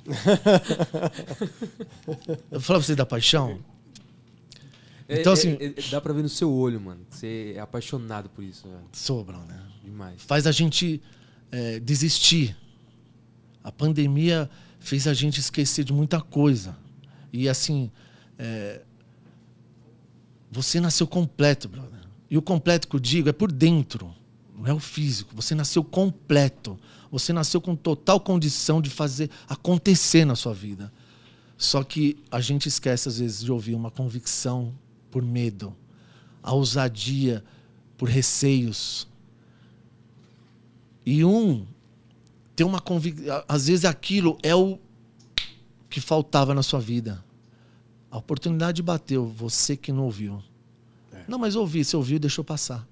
Eu falo pra você da paixão. Então, assim, é, é, dá pra ver no seu olho, mano. Você é apaixonado por isso. Velho. Sou, brother. Demais. Faz a gente é, desistir. A pandemia fez a gente esquecer de muita coisa. E assim, é, você nasceu completo, brother. E o completo que eu digo é por dentro, não é o físico. Você nasceu completo. Você nasceu com total condição de fazer acontecer na sua vida. Só que a gente esquece, às vezes, de ouvir uma convicção por medo, a ousadia por receios. E um tem uma convicção. Às vezes aquilo é o que faltava na sua vida. A oportunidade bateu, você que não ouviu. É. Não, mas ouvi, você ouviu e deixou passar.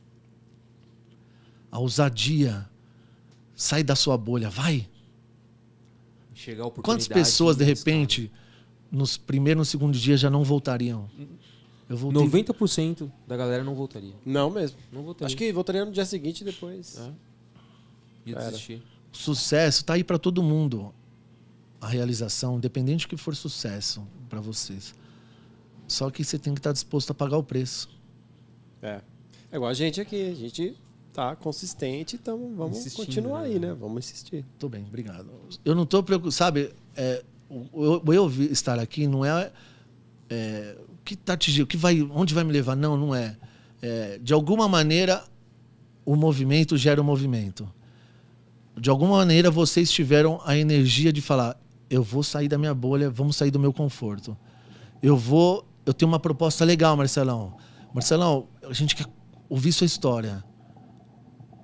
A ousadia, sai da sua bolha, vai. Chegar a oportunidade. Quantas pessoas, de repente, nos primeiros e segundo dias já não voltariam? Eu voltei... noventa por cento da galera não voltaria. Não mesmo. Não voltaria. Acho que voltaria no dia seguinte e depois. É. Ia desistir. O sucesso está aí para todo mundo. A realização, independente do que for sucesso para vocês. Só que você tem que estar disposto a pagar o preço. É. É igual a gente aqui. A gente tá consistente, então vamos Insistindo, continuar né? aí, né? Vamos insistir. Tô bem, obrigado. Eu não estou preocupado. Sabe, é, o, o eu estar aqui não é... é que tá atingindo, que vai, onde vai me levar? Não, não é. é. De alguma maneira, o movimento gera o movimento. De alguma maneira, vocês tiveram a energia de falar, eu vou sair da minha bolha, vamos sair do meu conforto. Eu vou, eu tenho uma proposta legal, Marcelão. Marcelão, a gente quer ouvir sua história.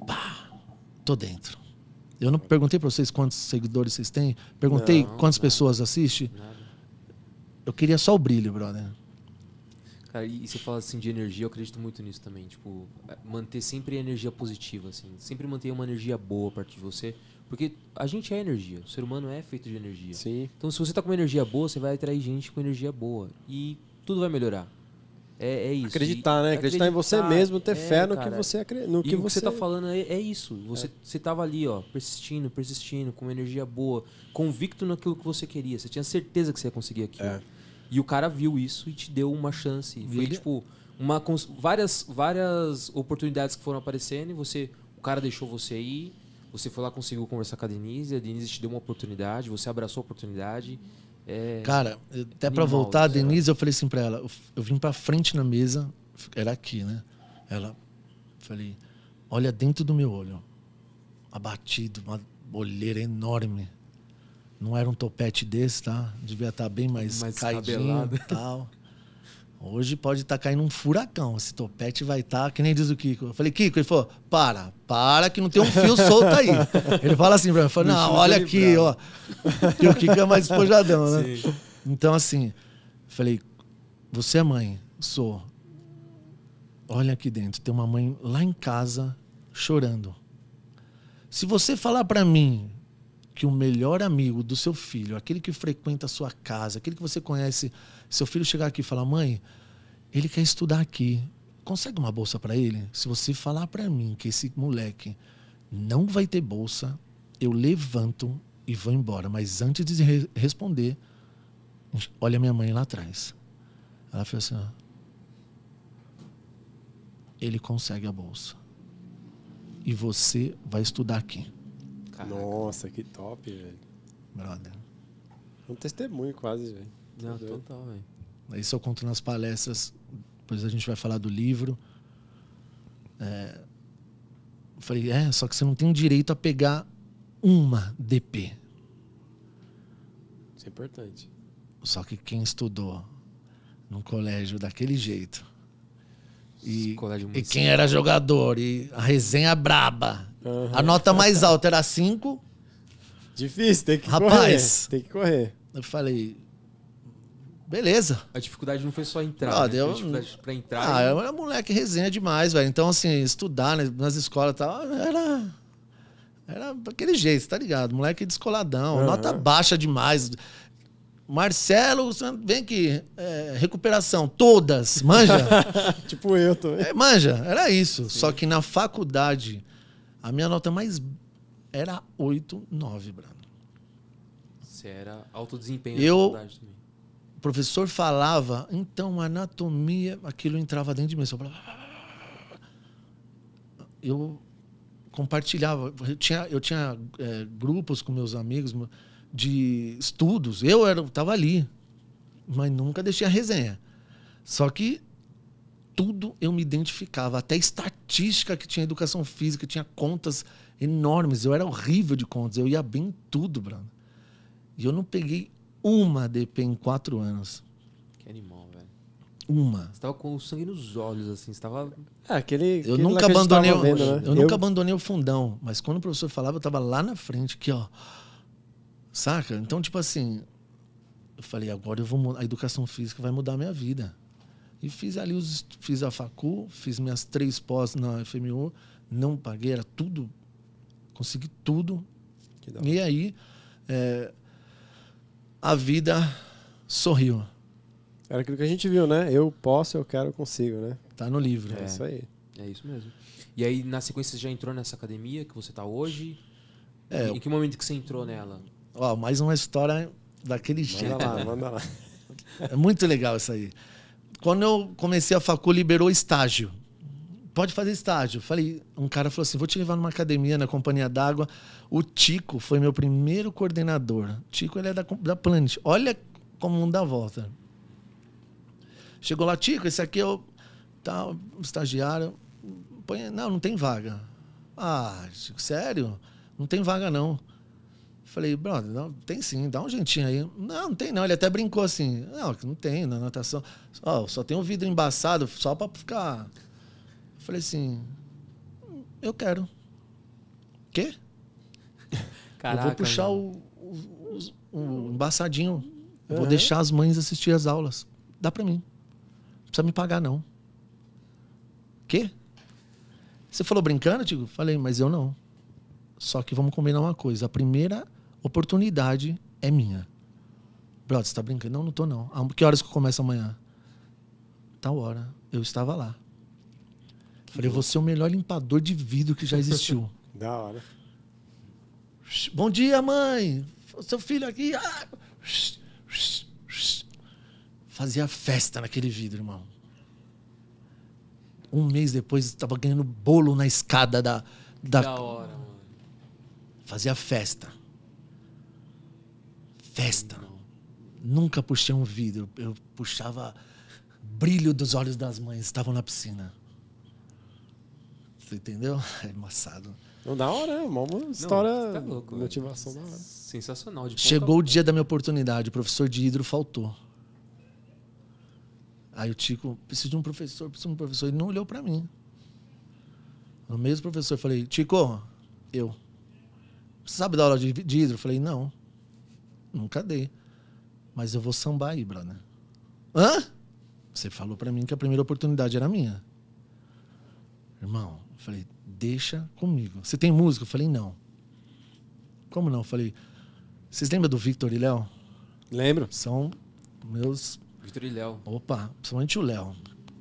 pá, tô dentro. Eu não perguntei para vocês quantos seguidores vocês têm. Perguntei não, quantas nada, pessoas assistem. Nada. Eu queria só o brilho, brother. Cara, e você fala assim de energia, eu acredito muito nisso também. Tipo, manter sempre a energia positiva, assim. Sempre manter uma energia boa a partir de você. Porque a gente é energia. O ser humano é feito de energia. Sim. Então, se você tá com uma energia boa, você vai atrair gente com energia boa. E tudo vai melhorar. É, é isso. Acreditar, e, né? Acreditar, acreditar em você mesmo, ter é, fé no cara, que você acredita. No e que o que você tá falando é, é isso. Você, é. você tava ali, ó, persistindo, persistindo, com uma energia boa, convicto naquilo que você queria. Você tinha certeza que você ia conseguir aquilo. É. E o cara viu isso e te deu uma chance. Foi Ele... tipo, uma, várias, várias oportunidades que foram aparecendo e você, o cara deixou você ir, você foi lá, conseguiu conversar com a Denise, a Denise te deu uma oportunidade, você abraçou a oportunidade. É cara, até para voltar, a Denise, eu falei assim para ela, eu, eu vim para frente na mesa, era aqui, né? Ela, falei, olha dentro do meu olho, abatido, uma olheira enorme. Não era um topete desse, tá? Devia estar bem mais, mais caidinho e tal. Hoje pode estar caindo um furacão. Esse topete vai estar, que nem diz o Kiko. Eu falei, Kiko, ele falou, para, para que não tem um fio solto aí. Ele fala assim pra mim, eu falei, não, olha aqui, ó. Que o Kiko é mais despojadão, né? Sim. Então, assim, falei, você é mãe? Sou. Olha aqui dentro, tem uma mãe lá em casa chorando. Se você falar pra mim que o melhor amigo do seu filho, aquele que frequenta a sua casa, aquele que você conhece, seu filho chegar aqui e falar, mãe, ele quer estudar aqui, consegue uma bolsa para ele? Se você falar para mim que esse moleque não vai ter bolsa, eu levanto e vou embora. Mas antes de re responder, olha a minha mãe lá atrás. Ela fez assim, ó, ele consegue a bolsa. E você vai estudar aqui. Caraca. Nossa, que top, velho. Brother. Um testemunho quase, velho. Não, total, velho. Isso eu conto nas palestras. Depois a gente vai falar do livro. É, eu falei, é, só que você não tem direito a pegar uma D P. Isso é importante. Só que quem estudou num colégio daquele jeito e, e quem era jogador e a resenha braba, uhum. A nota mais alta era cinco. Difícil, tem que Rapaz, correr. Tem que correr. Eu falei, beleza. A dificuldade não foi só entrar, ah, né? deu... A dificuldade pra entrar. Ah, e... eu era moleque resenha demais, velho. Então, assim, estudar né, nas escolas e tal, era... Era daquele jeito, tá ligado? Moleque descoladão, uhum. Nota baixa demais. Marcelo, vem aqui, é, recuperação, todas, manja? Tipo eu também. É, manja, era isso. Sim. Só que na faculdade, a minha nota mais era oito, nove, Brano. Você era alto desempenho eu, na faculdade também. O professor falava, então, anatomia, aquilo entrava dentro de mim. Só... Eu compartilhava, eu tinha, eu tinha é, grupos com meus amigos de estudos, eu era, tava ali, mas nunca deixei a resenha. Só que tudo eu me identificava, até estatística que tinha educação física, tinha contas enormes, eu era horrível de contas, eu ia bem em tudo, Bruno. E eu não peguei uma D P em quatro anos. Que animal, velho. Uma. Você tava com o sangue nos olhos, assim, você tava... É, aquele, eu aquele nunca abandonei o, vendo, né? eu, eu nunca abandonei o fundão, mas quando o professor falava, eu tava lá na frente, aqui, ó. Saca? Então, tipo assim, eu falei, agora eu vou, a educação física vai mudar a minha vida. E fiz ali, os, fiz a facu, fiz minhas três pós na F M U, não paguei, era tudo, consegui tudo. E aí, é, a vida sorriu. Era aquilo que a gente viu, né? Eu posso, eu quero, eu consigo, né? Tá no livro. É, é isso aí. É isso mesmo. E aí, na sequência, você já entrou nessa academia que você tá hoje? É, em que momento que você entrou nela? Ó, mais uma história daquele manda jeito. Manda lá, manda lá. É muito legal isso aí. Quando eu comecei a facu, liberou estágio. Pode fazer estágio. Falei, um cara falou assim, vou te levar numa academia na Companhia d'Água. O Tico foi meu primeiro coordenador. O Tico, ele é da, da Planet. Olha como não dá volta. Chegou lá, Tico, esse aqui é o tá, estagiário. Põe, não, não tem vaga. Ah, Tico, sério? Não tem vaga, não. Falei, brother, não, tem sim, dá um jeitinho aí. Não, não tem não. Ele até brincou assim. Não, não tem na natação. Ó, só tem um vidro embaçado, só pra ficar... Falei assim, eu quero. Quê? Caraca, eu vou puxar mano. o, o, o embaçadinho. Eu Uhum. vou deixar as mães assistir as aulas. Dá pra mim. Não precisa me pagar, não. Quê? Você falou brincando, Tigo? Falei, mas eu não. Só que vamos combinar uma coisa. A primeira oportunidade é minha. Brother, você tá brincando? Não, não tô não. Ah, que horas que eu começo amanhã? Tal hora. Eu estava lá. Falei, vou ser o melhor limpador de vidro que já existiu. Da hora. Bom dia, mãe. Seu filho aqui. Ah. Fazia festa naquele vidro, irmão. Um mês depois, estava ganhando bolo na escada da... Da, da hora, mano. Fazia festa. Festa. Nunca puxei um vidro. Eu puxava brilho dos olhos das mães. Estavam na piscina. Você entendeu? É embaçado. Não, da hora, é uma história, Não, tá louco, motivação velho. da hora. Sensacional. De Chegou o ponta a dia da minha oportunidade. O professor de hidro faltou. Aí o Tico, preciso de um professor, preciso de um professor. Ele não olhou pra mim. No mesmo professor, eu falei, Tico, eu. Você sabe dar aula de, de hidro? Eu falei, não. Nunca dei. Mas eu vou sambar aí, brother. Hã? Você falou pra mim que a primeira oportunidade era minha. Irmão, eu falei, deixa comigo. Você tem música? Eu falei, não. Como não? Eu falei, vocês lembram do Victor e Léo? Lembro. São meus... Vitor e Léo. Opa, principalmente o Léo.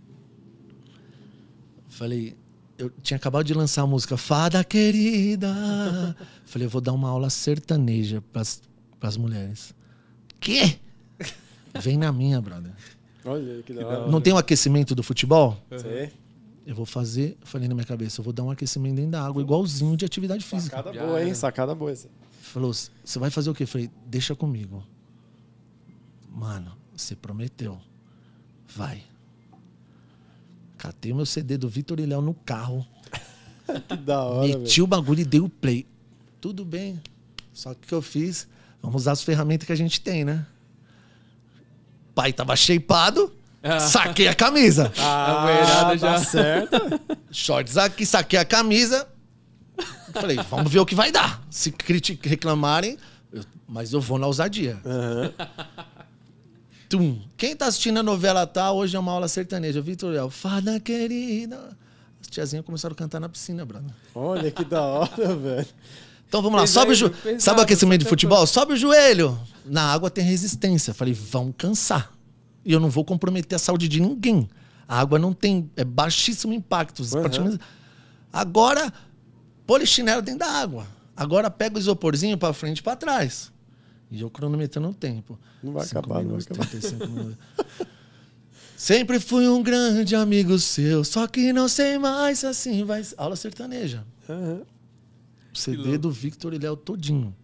Falei, eu tinha acabado de lançar a música Fada Querida. Falei, eu vou dar uma aula sertaneja pras, pras mulheres. Quê? Vem na minha, brother. Olha que da Que hora. da hora. Não tem um aquecimento do futebol? Você? Eu vou fazer, falei na minha cabeça, eu vou dar um aquecimento dentro da água, igualzinho de atividade física. Sacada Já boa, hein? era. Sacada boa essa. Falou, você vai fazer o quê? Falei, deixa comigo. Mano, você prometeu. Vai. Catei o meu C D do Vitor e Léo no carro. Que da hora, velho. Meti o bagulho e dei o play. Tudo bem. Só que o que eu fiz? Vamos usar as ferramentas que a gente tem, né? Pai tava shapeado, Ah. saquei a camisa. A mulherada já- tá certo. Shorts aqui, saquei a camisa. Falei, vamos ver o que vai dar. Se criti- reclamarem, eu- mas eu vou na ousadia. Aham. Tum. Quem tá assistindo a novela tá, hoje é uma aula sertaneja. Vitor Léo, Fada Querida. As tiazinhas começaram a cantar na piscina, brother. Olha que da hora, velho. Então vamos lá, Pesado, sobe o joelho. pesado, Sabe o aquecimento de tá futebol? Sobe o joelho. Na água tem resistência. Falei, vão cansar. E eu não vou comprometer a saúde de ninguém. A água não tem, é baixíssimo impacto. Uhum. Praticamente- Agora, polichinelo dentro da água. Agora pega o isoporzinho pra frente e pra trás. E eu cronometrando o tempo. Não vai Cinco acabar, não vai minutos, acabar. trinta e cinco minutos. Sempre fui um grande amigo seu, só que não sei mais se assim vai... Aula sertaneja. Aham. C D louco. do Victor e Léo todinho.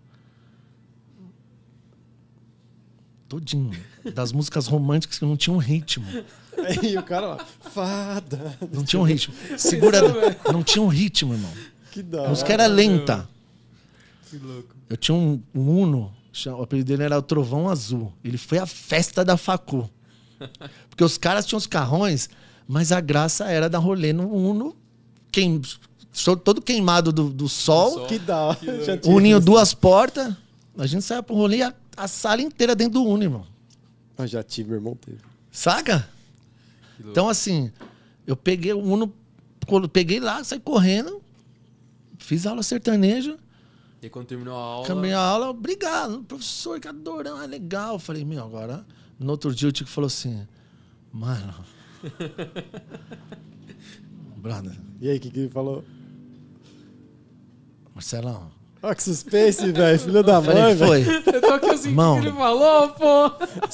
Todinho. Das músicas românticas que não tinham ritmo. Aí o cara lá, fada. Não tinham ritmo. Segura. Não tinha um ritmo, irmão. Que da A hora. música era lenta. Que louco. Eu tinha um, um Uno, chama- o apelido dele era o Trovão Azul. Ele foi a festa da Facu. Porque os caras tinham os carrões, mas a graça era dar rolê no Uno, queim, todo queimado do, do sol. sol. Que da hora. Que louco. Já tinha Uninho, visto. duas portas. A gente saia pro rolê e a, a sala inteira dentro do Uno, irmão. Eu já tive, meu irmão teve. Saca? Que louco. Então, assim, eu peguei o Uno, colo- peguei lá, saí correndo, fiz aula sertaneja, E aí, quando terminou a aula... acabei a aula, obrigado, professor, que adorão, é legal. Eu falei, meu, agora... No outro dia o Tico falou assim, mano... Brother, E aí, o que, que ele falou? Marcelão, Ó, que suspense, velho. Filho da eu falei, mãe, velho. foi, Eu tô aqui assim, o que Mão. que ele falou, pô?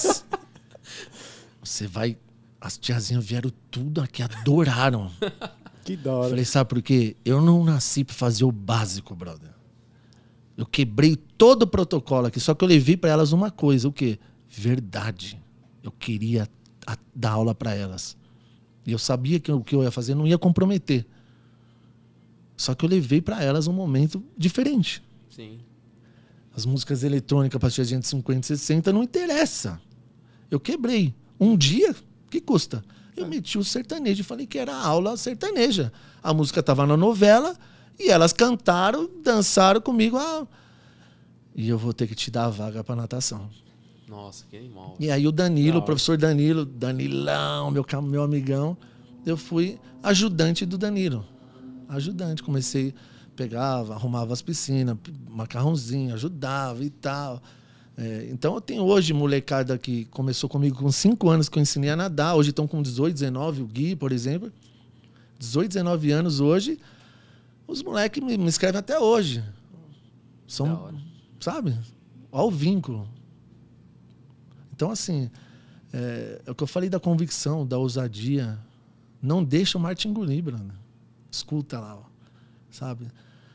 você vai... As tiazinhas vieram tudo aqui, adoraram. Que da Eu hora. falei, sabe por quê? Eu não nasci pra fazer o básico, brother. Eu quebrei todo o protocolo aqui, só que eu levei pra elas uma coisa, o quê? Verdade. Eu queria a- dar aula pra elas. E eu sabia que o que eu ia fazer não ia comprometer. Só que eu levei pra elas um momento diferente. Sim. As músicas eletrônicas pra tiazinha de cinquenta, sessenta não interessa. Eu quebrei. Um dia, o que custa? Eu meti o sertanejo e falei que era aula sertaneja. A música tava na novela, E elas cantaram, dançaram comigo. Ah, e eu vou ter que te dar a vaga para natação. Nossa, que animal. E aí o Danilo, o professor Danilo, Danilão, meu, meu amigão, eu fui ajudante do Danilo. Ajudante. Comecei, pegava, arrumava as piscinas, macarrãozinho, ajudava e tal. É, então eu tenho hoje molecada que começou comigo com cinco anos que eu ensinei a nadar. Hoje estão com dezoito, dezenove, o Gui, por exemplo. dezoito, dezenove anos hoje. Os moleques me, me escrevem até hoje. São, sabe? Olha o vínculo. Então, assim, é, é o que eu falei da convicção, da ousadia. Não deixa o Marte engolir, Bruno. Escuta lá, ó, sabe?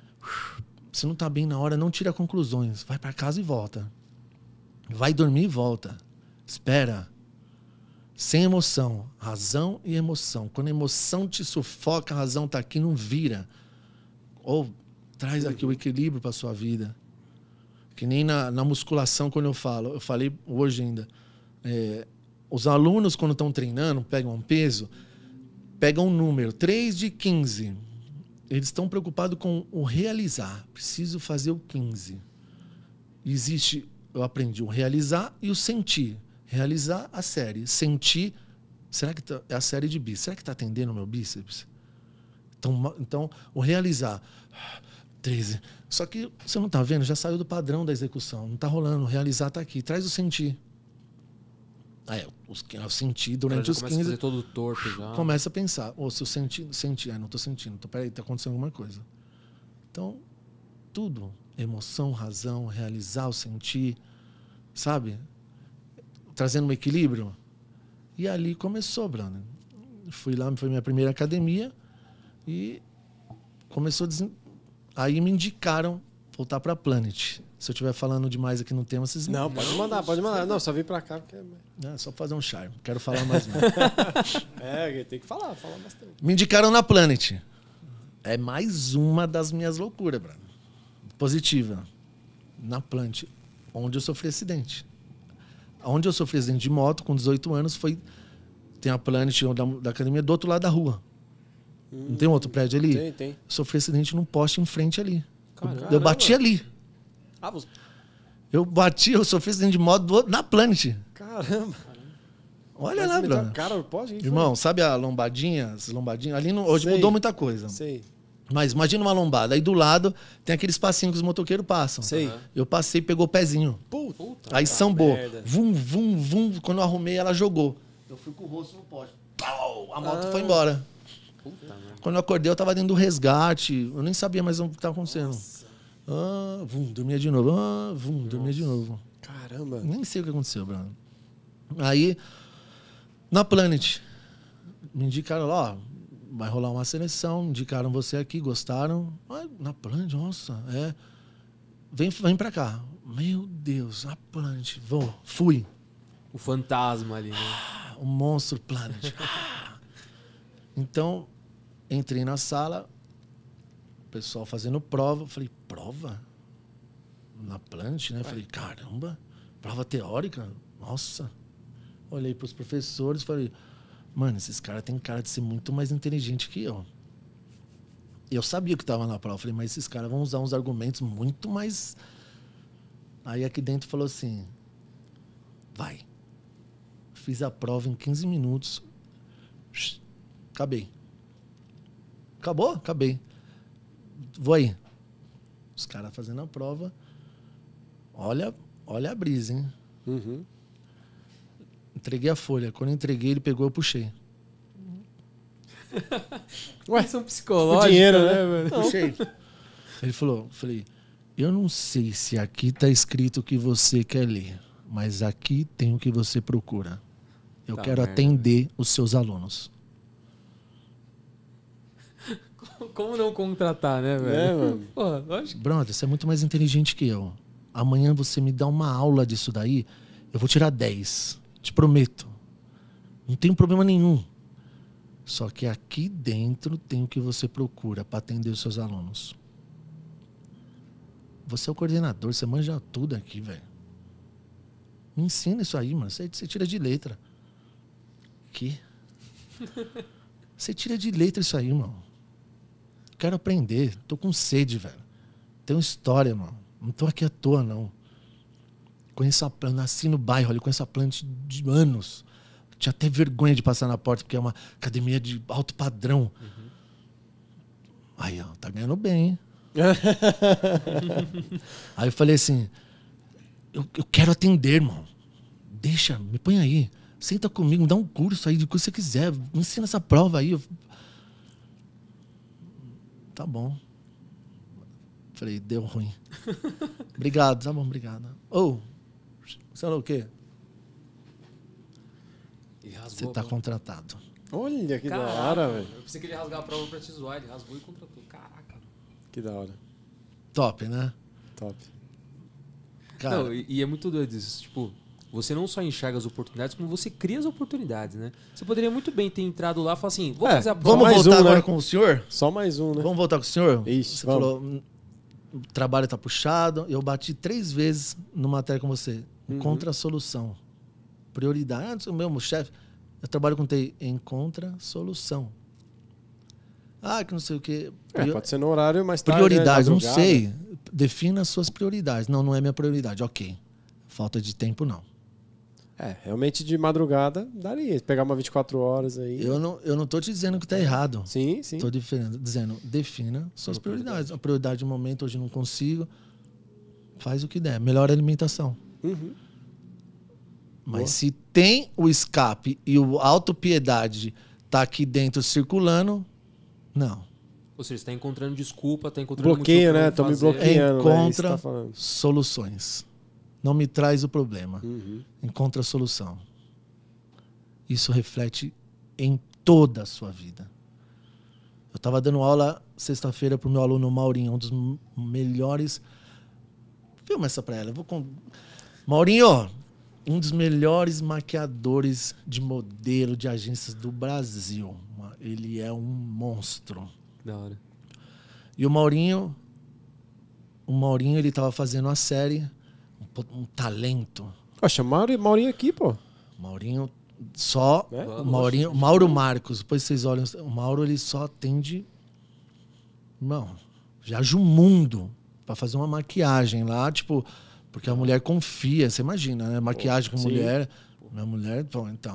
Se não tá bem na hora, não tira conclusões. Vai para casa e volta. Vai dormir e volta. Espera. Sem emoção. Razão e emoção. Quando a emoção te sufoca, a razão tá aqui, não vira. Ou traz aqui o equilíbrio para sua vida. Que nem na, na musculação, quando eu falo, eu falei hoje ainda, é, os alunos, quando estão treinando, pegam um peso, pegam um número, três de quinze. Eles estão preocupados com o realizar. Preciso fazer o quinze. Existe, eu aprendi o realizar e o sentir. Realizar a série. Sentir, será que tá, é a série de bíceps? Será que está atendendo o meu bíceps? Então, então, o realizar, treze. Só que você não está vendo, já saiu do padrão da execução. Não está rolando. O realizar está aqui. Traz o sentir. Aí, o sentir durante os quinze. Começa a fazer todo torto já. Começa a pensar. Ou oh, se eu sentir, sentir. Ah, não estou sentindo. Então, peraí, está acontecendo alguma coisa. Então, tudo. Emoção, razão, realizar, o sentir. Sabe? Trazendo um equilíbrio. E ali começou, Bruno. Fui lá, foi minha primeira academia. E começou a desen... Aí me indicaram voltar para a Planet. Se eu estiver falando demais aqui no tema, vocês... Não, não, pode mandar, pode mandar. Não, só vim para cá. Porque... É só fazer um charme. Quero falar mais não. É, tem que falar, falar bastante. Me indicaram na Planet. É mais uma das minhas loucuras, Bruno. Positiva. Na Planet, onde eu sofri acidente. Onde eu sofri acidente de moto, com dezoito anos, foi... Tem a Planet da, da academia do outro lado da rua. Hum, não tem um outro prédio ali? Tem, tem. Sofri acidente num poste em frente ali. Caramba. Eu bati ali. Ah, você... Eu bati, eu sofri acidente de moto do, na Planet. Caramba. Olha lá, Bruno. Cara, pode ir. Irmão, sabe a lombadinha? As lombadinhas? Ali no, hoje Sei. mudou muita coisa. Sei. Mas imagina uma lombada. Aí do lado tem aquele espacinho que os motoqueiros passam. Sei. Uhum. Eu passei, pegou o pezinho. Puta. Aí sambou. Vum, vum, vum. Quando eu arrumei, ela jogou. Eu fui com o rosto no poste. Pau! A moto ah. foi embora. Puta, Quando eu acordei, eu tava dentro do resgate. Eu nem sabia mais o que estava acontecendo. Ah, vum, dormia de novo. Ah, vum, Nossa. dormia de novo. Caramba. Nem sei o que aconteceu, Bruno. Aí, na Planet, me indicaram lá, ó, vai rolar uma seleção, indicaram você aqui, gostaram. Ah, na Planet, nossa, é. Vem, vem pra cá. Meu Deus, a Planet. Vou, fui. O fantasma ali, né? Ah, o monstro Planet. Então, entrei na sala, o pessoal fazendo prova. Falei, prova? Na Planet, né? Falei, caramba, prova teórica? Nossa. Olhei para os professores e falei, mano, esses caras têm cara de ser muito mais inteligente que eu. Eu sabia que estava na prova. Falei, mas esses caras vão usar uns argumentos muito mais... Aí aqui dentro falou assim, vai. Fiz a prova em quinze minutos. Acabei. Acabou? Acabei. Vou aí. Os caras fazendo a prova. Olha, olha a brisa, hein? Uhum. Entreguei a folha. Quando eu entreguei, ele pegou, eu puxei. Ué, são psicológicos, dinheiro, né, né, mano? Puxei. Ele falou, falei, eu não sei se aqui está escrito o que você quer ler, mas aqui tem o que você procura. Eu tá quero merda. atender os seus alunos. Como não contratar, né, velho? É, mano. Porra, lógico. Brother, você é muito mais inteligente que eu. Amanhã você me dá uma aula disso daí, eu vou tirar dez. Te prometo. Não tem problema nenhum. Só que aqui dentro tem o que você procura para atender os seus alunos. Você é o coordenador, você manja tudo aqui, velho. Me ensina isso aí, mano. Você, você tira de letra. Que? Você tira de letra isso aí, mano. quero aprender. Tô com sede, velho. Tenho história, mano. Não tô aqui à toa, não. Conheço a planta, nasci no bairro, eu conheço a planta de anos. Tinha até vergonha de passar na porta, porque é uma academia de alto padrão. Uhum. Aí, ó, tá ganhando bem, hein? Aí eu falei assim, eu, eu quero atender, irmão. Deixa, me põe aí. Senta comigo, me dá um curso aí de que você quiser. Me ensina essa prova aí. Eu... Tá bom. Falei, deu ruim. Obrigado, tá bom, obrigado. Ô, oh, você falou o quê? Você tá contratado. Olha, que Caraca, da hora, velho. Eu pensei que ele ia rasgar a prova pra te zoar. Ele rasgou e contratou. Caraca. Que da hora. Top, né? Top. Cara, não, e, e é muito doido isso. Tipo, você não só enxerga as oportunidades, como você cria as oportunidades, né? Você poderia muito bem ter entrado lá e falar assim, vou é, fazer a prova. Vamos voltar um, agora né? com o senhor? Só mais um, né? Vamos voltar com o senhor? Ixi, você vamos. falou, o trabalho tá puxado. Eu bati três vezes no matéria com você. Encontra uhum. a solução. Prioridade. Ah, o meu chefe... Eu trabalho com T I. Encontra solução. Ah, que não sei o quê. Prior... É, pode ser no horário mais tarde. Prioridades, né? Não sei. Defina as suas prioridades. Não, não é minha prioridade. Ok. Falta de tempo, não. É, realmente de madrugada daria. Pegar uma vinte e quatro horas aí. Eu não, eu não tô te dizendo que tá errado. Sim, sim. Tô dizendo, defina suas prioridades. A prioridade de momento, hoje não consigo. Faz o que der. Melhor alimentação. Uhum. Mas Boa. Se tem o escape e o autopiedade tá aqui dentro circulando, não. Ou seja, você está encontrando desculpa, está encontrando bloqueio, né? Tô me bloqueando. Encontra né? Tá soluções. Não me traz o problema. Uhum. Encontra a solução. Isso reflete em toda a sua vida. Eu estava dando aula sexta-feira para o meu aluno Maurinho, um dos melhores... Filma essa para ela. Eu vou com... Maurinho, um dos melhores maquiadores de modelo de agências do Brasil. Ele é um monstro. Da hora. E o Maurinho, o Maurinho, ele estava fazendo uma série, um, um talento. Poxa, Maurinho aqui, pô. Maurinho só, é? o Maurinho, Mauro Marcos, depois vocês olham, o Mauro ele só atende, não, viaja o mundo para fazer uma maquiagem lá, tipo, porque a mulher confia, você imagina, né? Maquiagem com Sim. mulher, minha mulher, bom, então.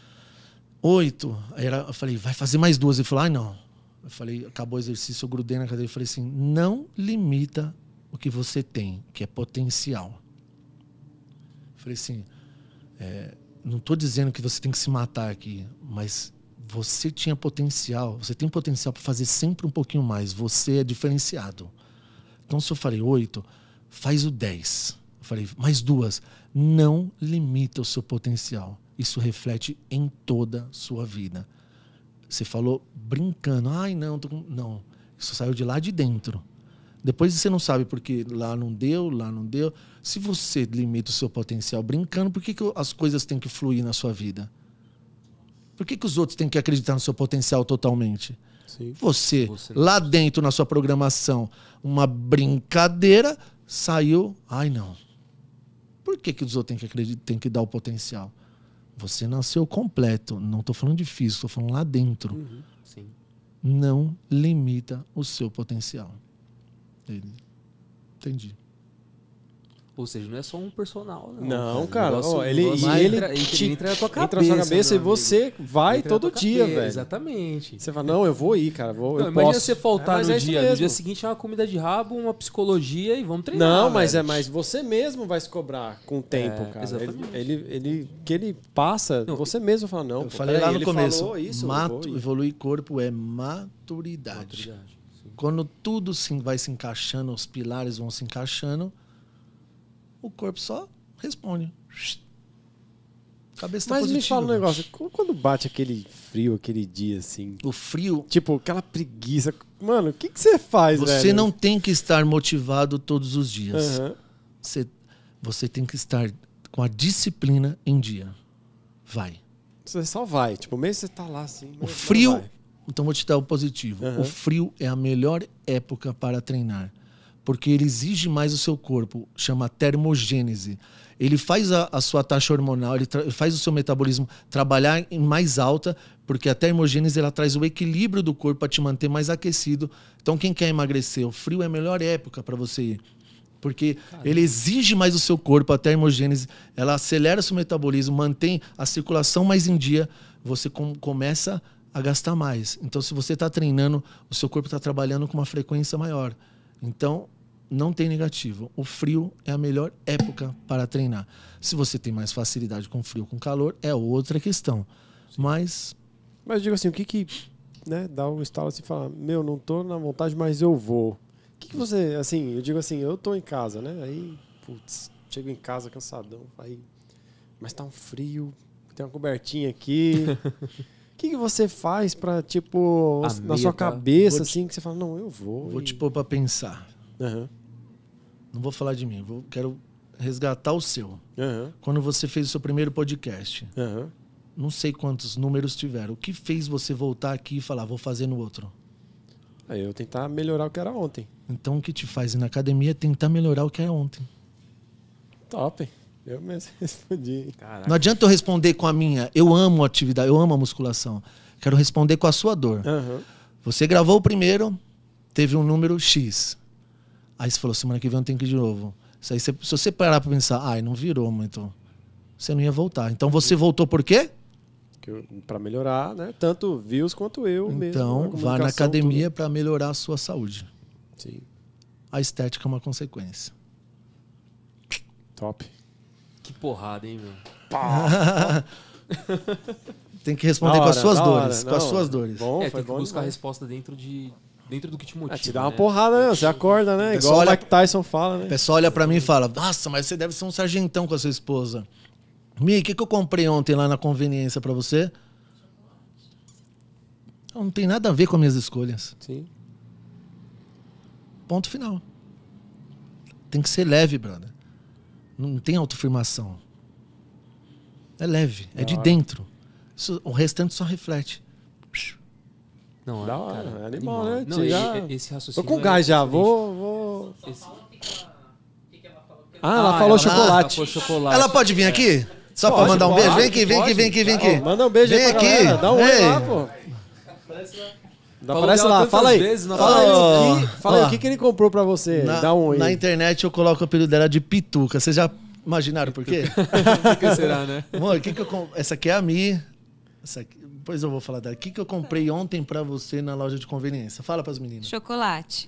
Oito, aí era, eu falei, vai fazer mais duas. Ele falou, ai não. Eu falei, acabou o exercício, eu grudei na cadeira e falei assim, não limita o que você tem, que é potencial. Eu falei assim, é, não estou dizendo que você tem que se matar aqui, mas você tinha potencial, você tem potencial para fazer sempre um pouquinho mais, você é diferenciado. Então, se eu falei oito, faz o dez. Eu falei, mais duas. Não limita o seu potencial. Isso reflete em toda a sua vida. Você falou brincando. Ai, não, tô com... não. Isso saiu de lá de dentro. Depois você não sabe porque lá não deu, lá não deu. Se você limita o seu potencial brincando, por que, que as coisas têm que fluir na sua vida? Por que, que os outros têm que acreditar no seu potencial totalmente? Sim. Você, você, lá dentro na sua programação, uma brincadeira, saiu. Ai, não. Por que, que os outros têm que acreditar, têm que dar o potencial? Você nasceu completo. Não estou falando de físico, estou falando lá dentro. Uhum, sim. Não limita o seu potencial. Entendi. Ou seja, não é só um personal, não. Não, cara. cara. Negócio, ó, ele, negócio e ele entra, te, entra na tua cabeça. Entra na sua cabeça e você vai entra todo dia, cabeça, velho. Exatamente. Você fala, não, eu vou ir, cara. Vou, não, eu imagina posso. você faltar é, no é dia. No dia seguinte é uma comida de rabo, uma psicologia e vamos treinar. Não, mas velho. é mais você mesmo vai se cobrar com o tempo, É, cara. exatamente. Ele, ele, ele, que ele passa, Não, você mesmo fala, não. Eu pô, falei peraí, lá no ele começo. falou isso, Mato, eu vou ir. evoluir corpo é maturidade. Maturidade, sim. Quando tudo se vai se encaixando, os pilares vão se encaixando, o corpo só responde. Cabeça tá Mas positiva. me fala um negócio, quando bate aquele frio, aquele dia assim, O frio, tipo, aquela preguiça, mano, o que, que você faz, você velho? não tem que estar motivado todos os dias. Aham. Você, você tem que estar com a disciplina em dia. Vai. Você só vai, tipo, mesmo você tá lá assim. O mas frio, vai. então vou te dar o positivo. Uhum. O frio é a melhor época para treinar. porque ele exige mais o seu corpo, chama termogênese. Ele faz a, a sua taxa hormonal, ele faz o seu metabolismo trabalhar em mais alta, porque a termogênese ela traz o equilíbrio do corpo para te manter mais aquecido. Então, quem quer emagrecer, o frio é a melhor época para você ir. Porque Caramba. ele exige mais o seu corpo, a termogênese, ela acelera o seu metabolismo, mantém a circulação mais em dia, você com, começa a gastar mais. Então, se você está treinando, o seu corpo está trabalhando com uma frequência maior. Então, não tem negativo. O frio é a melhor época para treinar. Se você tem mais facilidade com frio, com calor, é outra questão. Mas... Mas eu digo assim, o que que... Né, dá um estalo assim e fala, meu, não tô na vontade, mas eu vou. O que que você... Assim, eu digo assim, eu tô em casa, né? Aí, putz, chego em casa cansadão. Aí, mas tá um frio, tem uma cobertinha aqui... O que, que você faz pra, tipo, a na meta. sua cabeça, te, assim, que você fala, não, eu vou. Vou e... te pôr pra pensar. Uhum. Não vou falar de mim, vou, quero resgatar o seu. Uhum. Quando você fez o seu primeiro podcast, uhum. não sei quantos números tiveram. O que fez você voltar aqui e falar, vou fazer no outro? Aí eu tentar melhorar o que era ontem. Então, o que te faz ir na academia é tentar melhorar o que era ontem. Top. Eu mesmo respondi. Caraca. Não adianta eu responder com a minha. Eu amo a atividade, eu amo a musculação. Quero responder com a sua dor. Uhum. Você gravou o primeiro, teve um número X. Aí você falou, semana que vem eu tenho que ir de novo. Isso aí, se você parar pra pensar, ai, não virou muito, você não ia voltar. Então você voltou por quê? Para melhorar, né? Tanto views quanto eu então, mesmo. Então, vá na academia para melhorar a sua saúde. Sim. A estética é uma consequência. Top. Que porrada, hein, meu? Tem que responder hora, com as suas dores. Hora, com as suas dores. Bom, é, tem que buscar demais. a resposta dentro, de, dentro do que te motiva. É, te dá uma né? porrada, né? Você acorda, né? Igual olha, o Mike Tyson fala, né? O pessoal olha pra mim e fala, nossa, mas você deve ser um sargentão com a sua esposa. Mi, o que, que eu comprei ontem lá na conveniência pra você? Não tem nada a ver com as minhas escolhas. Sim. Ponto final. Tem que ser leve, brother. Não tem autoafirmação. É leve, é de dentro. Isso, o restante só reflete. Não, da hora, é animal, né? Não, já... esse raciocínio. Tô com gás já, vou. vou... Esse... Ah, ela ah, falou ela, chocolate. Ela, chocolate. Ela pode vir aqui? Só pode, pra mandar um beijo? Vem aqui, vem aqui, vem aqui, vem aqui. Oh, manda um beijo vem aí pra aqui. galera. Dá um oi lá, pô. Dá, aparece lá, fala aí. Vezes, fala aí, oh, que, fala aí, o que, que ele comprou pra você? Na, Dá um oi. Na internet eu coloco o apelido dela de Pituca. Vocês já imaginaram por quê? Por que será, né? Amor, que que eu, essa aqui é a Mi. Essa aqui, depois eu vou falar dela. O que, que eu comprei ontem pra você na loja de conveniência? Fala pras meninas. Chocolate.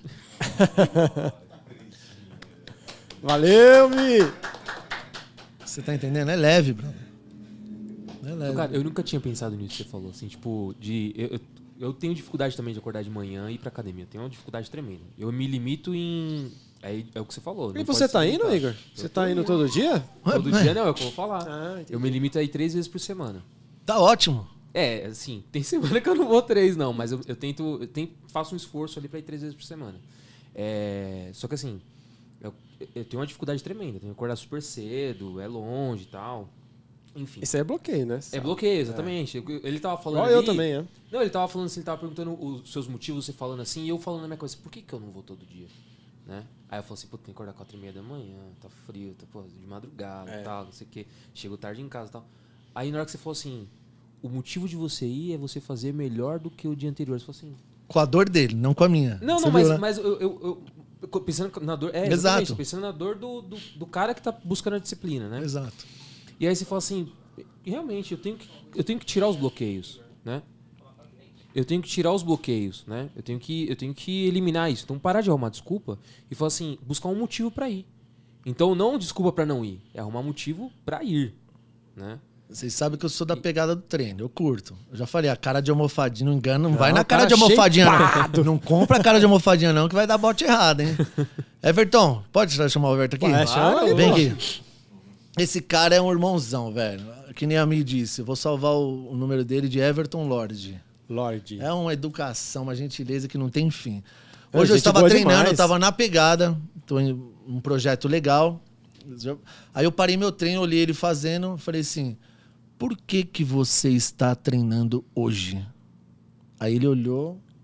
Valeu, Mi! Você tá entendendo? É leve, brother. É leve. Cara, eu nunca tinha pensado nisso que você falou. Assim, tipo, de... Eu, eu, eu tenho dificuldade também de acordar de manhã e ir pra academia. Eu tenho uma dificuldade tremenda. Eu me limito em... É, é o que você falou. E você tá indo, Igor? Você tá indo todo dia? Todo Ué, dia não, é o que eu vou falar. Ah, eu me limito a ir três vezes por semana. Tá ótimo. É, assim, tem semana que eu não vou três, não. Mas eu, eu tento... Eu tento, faço um esforço ali pra ir três vezes por semana. É, só que assim... Eu, eu tenho uma dificuldade tremenda. Eu tenho que acordar super cedo, é longe e tal. Enfim. Isso aí é bloqueio, né? É bloqueio, exatamente. É. Ele tava falando Igual ali, eu também, é. Não, ele tava falando assim, ele tava perguntando os seus motivos, você falando assim, e eu falando na minha cabeça, por que que eu não vou todo dia? Né? Aí eu falei assim, pô, tem que acordar quatro e meia da manhã, tá frio, tá pô, de madrugada e é. tal, não sei o quê. Chego tarde em casa e tal. Aí na hora que você falou assim, o motivo de você ir é você fazer melhor do que o dia anterior. Você falou assim... Com a dor dele, não com a minha. Não, você não, viu, mas, né? mas eu... eu, eu pensando na dor... É, exato. Pensando na dor do, do, do cara que tá buscando a disciplina, né? Exato. E aí você fala assim... Realmente, eu tenho que, eu tenho que tirar os bloqueios, né? Eu tenho que tirar os bloqueios, né? Eu tenho que, eu tenho que eliminar isso. Então, parar de arrumar desculpa e falar assim, buscar um motivo pra ir. Então, não desculpa pra não ir, é arrumar motivo pra ir, né? Vocês sabem que eu sou da pegada do treino, eu curto. Eu já falei, a cara de almofadinha, não engana, não, não vai na cara, cara de almofadinha não. Não compra a cara de almofadinha não, que vai dar bote errado, hein? Everton, pode chamar o Everton aqui? Vai, chama aí, vem aqui. Esse cara é um irmãozão, velho. Que nem a Mi disse. Eu vou salvar o, o número dele de Everton Lorde. Lorde. É uma educação, uma gentileza que não tem fim. Hoje eu estava treinando, demais. eu estava na pegada. Tô em um projeto legal. Aí eu parei meu treino, olhei ele fazendo. Falei assim, por que que você está treinando hoje? Aí ele olhou.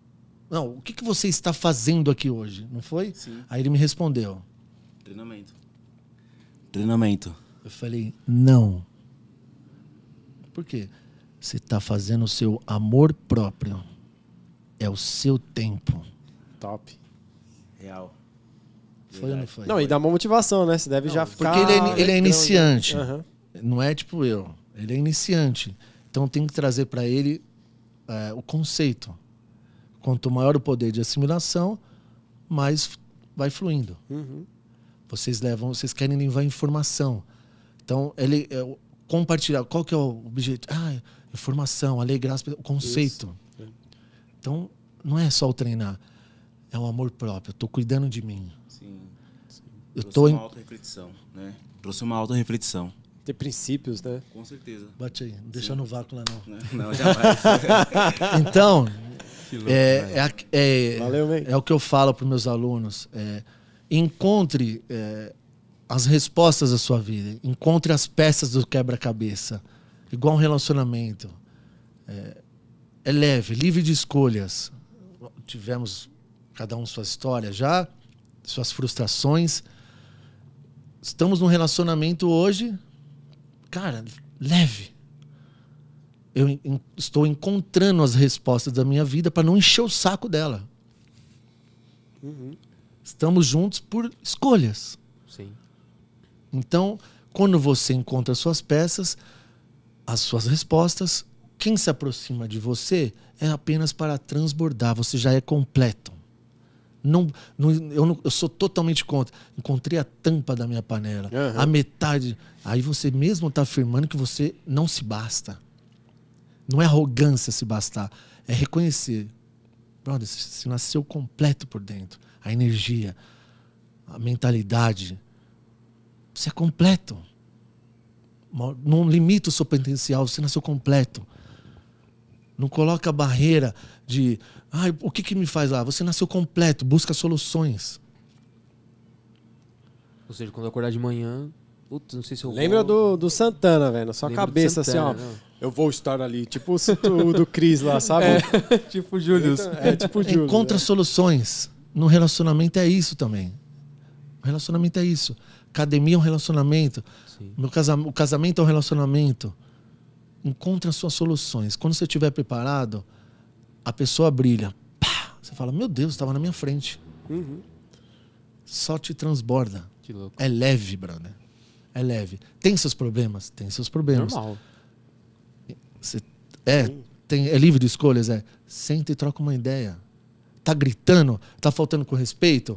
Não, o que, que você está fazendo aqui hoje? Não foi? Sim. Aí ele me respondeu. Treinamento. Treinamento. Eu falei, não. Por quê? Você está fazendo o seu amor próprio. É o seu tempo. Top. Real. Foi ou não foi? Não, e dá uma motivação, né? Você deve Não, já ficar... porque ele é, ele é iniciante. Uhum. Não é tipo eu. Ele é iniciante. Então tem que trazer para ele é, o conceito. Quanto maior o poder de assimilação, mais vai fluindo. Uhum. Vocês levam, vocês querem levar informação. Então, ele é, compartilhar. Qual que é o objetivo? Ah, informação, alegrar as pessoas, o conceito. Isso. Então, não é só o treinar. É o amor próprio. Eu estou cuidando de mim. Sim. Eu Trouxe tô uma em... autorreflexão, né? Trouxe uma autorreflexão. Ter princípios, né? Com certeza. Bate aí, não deixa no vácuo lá não. Não, jamais. Então, louco, é, é, a- é, Valeu, man. é o que eu falo para os meus alunos. É, encontre é, as respostas da sua vida. Encontre as peças do quebra-cabeça. Igual um relacionamento. É, é leve, livre de escolhas. Tivemos cada um sua história já, suas frustrações. Estamos num relacionamento hoje, cara, leve. Eu en- estou encontrando as respostas da minha vida para não encher o saco dela. Uhum. Estamos juntos por escolhas. Sim. Então, quando você encontra as suas peças, as suas respostas, quem se aproxima de você é apenas para transbordar. Você já é completo. Não, não, eu, não- eu sou totalmente contra. Encontrei a tampa da minha panela, Uhum. a metade. Aí você mesmo está afirmando que você não se basta. Não é arrogância se bastar. É reconhecer. Brother, você nasceu completo por dentro. A energia, a mentalidade. Você é completo. Não limita o seu potencial. Você nasceu completo. Não coloca barreira de... Ah, o que, que me faz lá? Você nasceu completo. Busca soluções. Ou seja, quando eu acordar de manhã, putz, não sei se eu Lembra vou... do, do Santana, velho? Na sua Lembro do cabeça, Santana, assim, ó. né? Eu vou estar ali. Tipo o do Cris lá, sabe? É, tipo o Július. É tipo o Júlio. Encontra né? soluções. No relacionamento é isso também. O relacionamento é isso. Academia é um relacionamento. Sim. Meu casa- o casamento é um relacionamento. Encontra suas soluções. Quando você estiver preparado, a pessoa brilha. Pá! Você fala, meu Deus, estava na minha frente. Uhum. Só te transborda. Que louco. É leve, brother. É leve. Tem seus problemas? Tem seus problemas. Normal. Você é, tem, é livre de escolhas? É. Senta e troca uma ideia. Tá gritando? Tá faltando com respeito?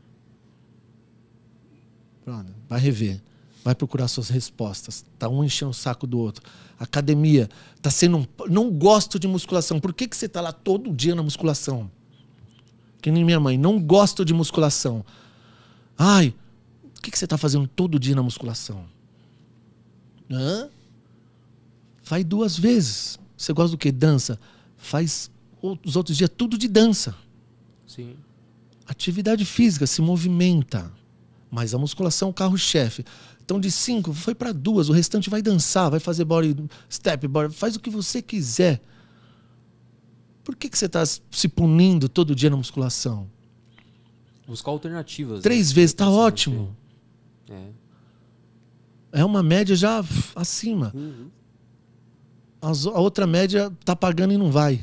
Brother, vai rever. Vai procurar suas respostas. Tá um enchendo o saco do outro. Academia. Tá sendo um... Não gosto de musculação. Por que, que você tá lá todo dia na musculação? Que nem minha mãe. Não gosto de musculação. Ai, o que, que você tá fazendo todo dia na musculação? Hã? Faz duas vezes. Você gosta do que? Dança. Faz os outros dias tudo de dança. Sim. Atividade física, se movimenta. Mas a musculação é o carro-chefe. Então, de cinco, foi para duas. O restante vai dançar, vai fazer body step, body, faz o que você quiser. Por que, que você está se punindo todo dia na musculação? Buscar alternativas. Três né? vezes, tá Pra se ótimo. manter. É. É uma média já uf, acima. Uhum. As- a outra média tá pagando e não vai.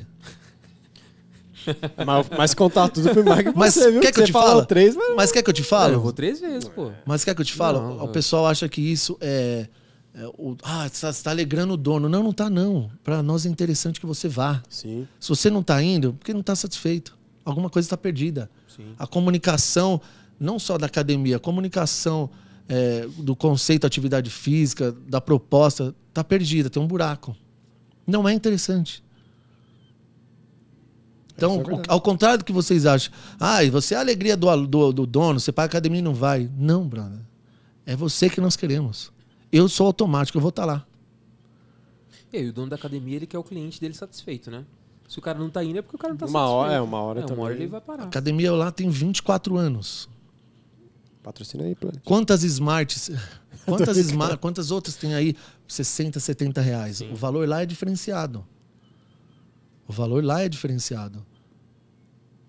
Mas, mas contar tudo foi mais que Mas você, viu? quer que eu você te falou fale? três, mas... Mas quer que eu te Ah, fale? eu vou três vezes, pô. Mas quer que eu te falo? Não, o eu- pessoal acha que isso é... é o, ah, você está alegrando o dono. Não, não tá não. Para nós é interessante que você vá. Sim. Se você não está indo, porque não está satisfeito. Alguma coisa está perdida. Sim. A comunicação, não só da academia, a comunicação é, do conceito atividade física, da proposta, está perdida, tem um buraco. Não é interessante. Então, Isso é verdade. ao contrário do que vocês acham, ah, você é a alegria do, alu- do, do dono, você paga a academia e não vai. Não, brother. É você que nós queremos. Eu sou automático, eu vou estar lá. E aí, o dono da academia, ele quer o cliente dele satisfeito, né? Se o cara não tá indo, é porque o cara não tá Uma satisfeito. hora- é, uma hora é, uma também. hora ele vai parar. A academia lá tem vinte e quatro anos. Patrocina aí, Planet. Quantas smarts, quantas, smart, quantas outras tem aí? sessenta, setenta reais. Sim. O valor lá é diferenciado. O valor lá é diferenciado.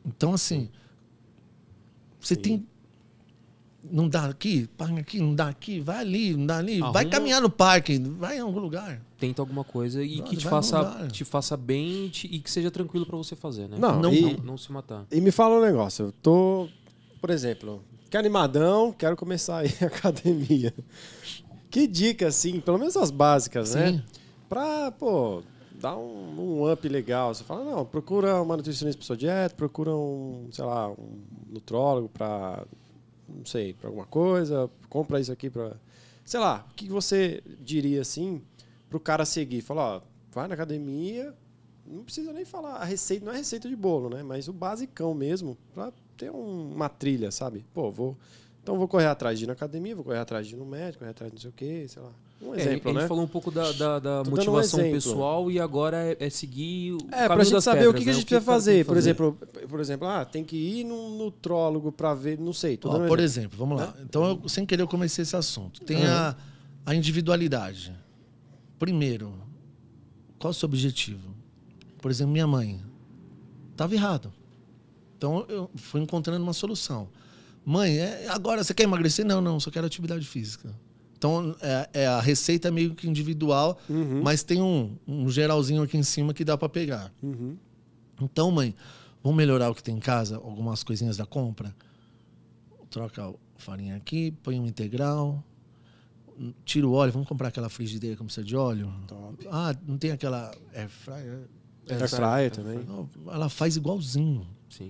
Então, assim, você Sim. tem... Não dá aqui, paga aqui, não dá aqui, vai ali, não dá ali. Arruma- Vai caminhar no parque, vai em algum lugar. Tenta alguma coisa e Brother, que te vai faça, mudar. te faça bem e, te- e que seja tranquilo pra você fazer, né? Não, não, e- não, não se matar. E me fala um negócio, eu tô, por exemplo, que animadão, quero começar a ir à academia. Que dica, assim, pelo menos as básicas, Sim. né? Pra, pô, dar um, um up legal. Você fala, não, procura uma nutricionista pra sua dieta, procura um, sei lá, um nutrólogo pra, não sei, pra alguma coisa, compra isso aqui pra... Sei lá, o que você diria, assim, pro cara seguir? Fala, ó, vai na academia, não precisa nem falar, a receita não é receita de bolo, né? Mas o basicão mesmo, pra ter um- uma trilha, sabe? Pô, vou... Então vou correr atrás de ir na academia, vou correr atrás de ir no médico, correr atrás de não sei o quê, sei lá. Um É, exemplo, a gente né? falou um pouco da, da, da Tô dando um motivação exemplo. pessoal e agora é, é seguir o É, caminho pra gente das saber pedras, o que, que né? a gente o precisa o cara tem fazer. que Por exemplo, por exemplo, ah, tem que ir num nutrólogo pra ver, não sei. Tô Ó, dando um por exemplo. exemplo, vamos lá. Então, eu, sem querer, eu comecei esse assunto. Tem a, a individualidade. Primeiro, qual é o seu objetivo? Por exemplo, minha mãe estava errado. Então, eu fui encontrando uma solução. Mãe, é, agora você quer emagrecer? Não, não, só quero atividade física. Então, é, é a receita meio que individual, Uhum. mas tem um, um geralzinho aqui em cima que dá para pegar. Uhum. Então, mãe, vamos melhorar o que tem em casa? Algumas coisinhas da compra? Troca a farinha aqui, põe um integral, tira o óleo, vamos comprar aquela frigideira que não precisa de óleo? Top. Ah, não tem aquela air fryer? Air fryer também. Não, ela faz igualzinho. Sim.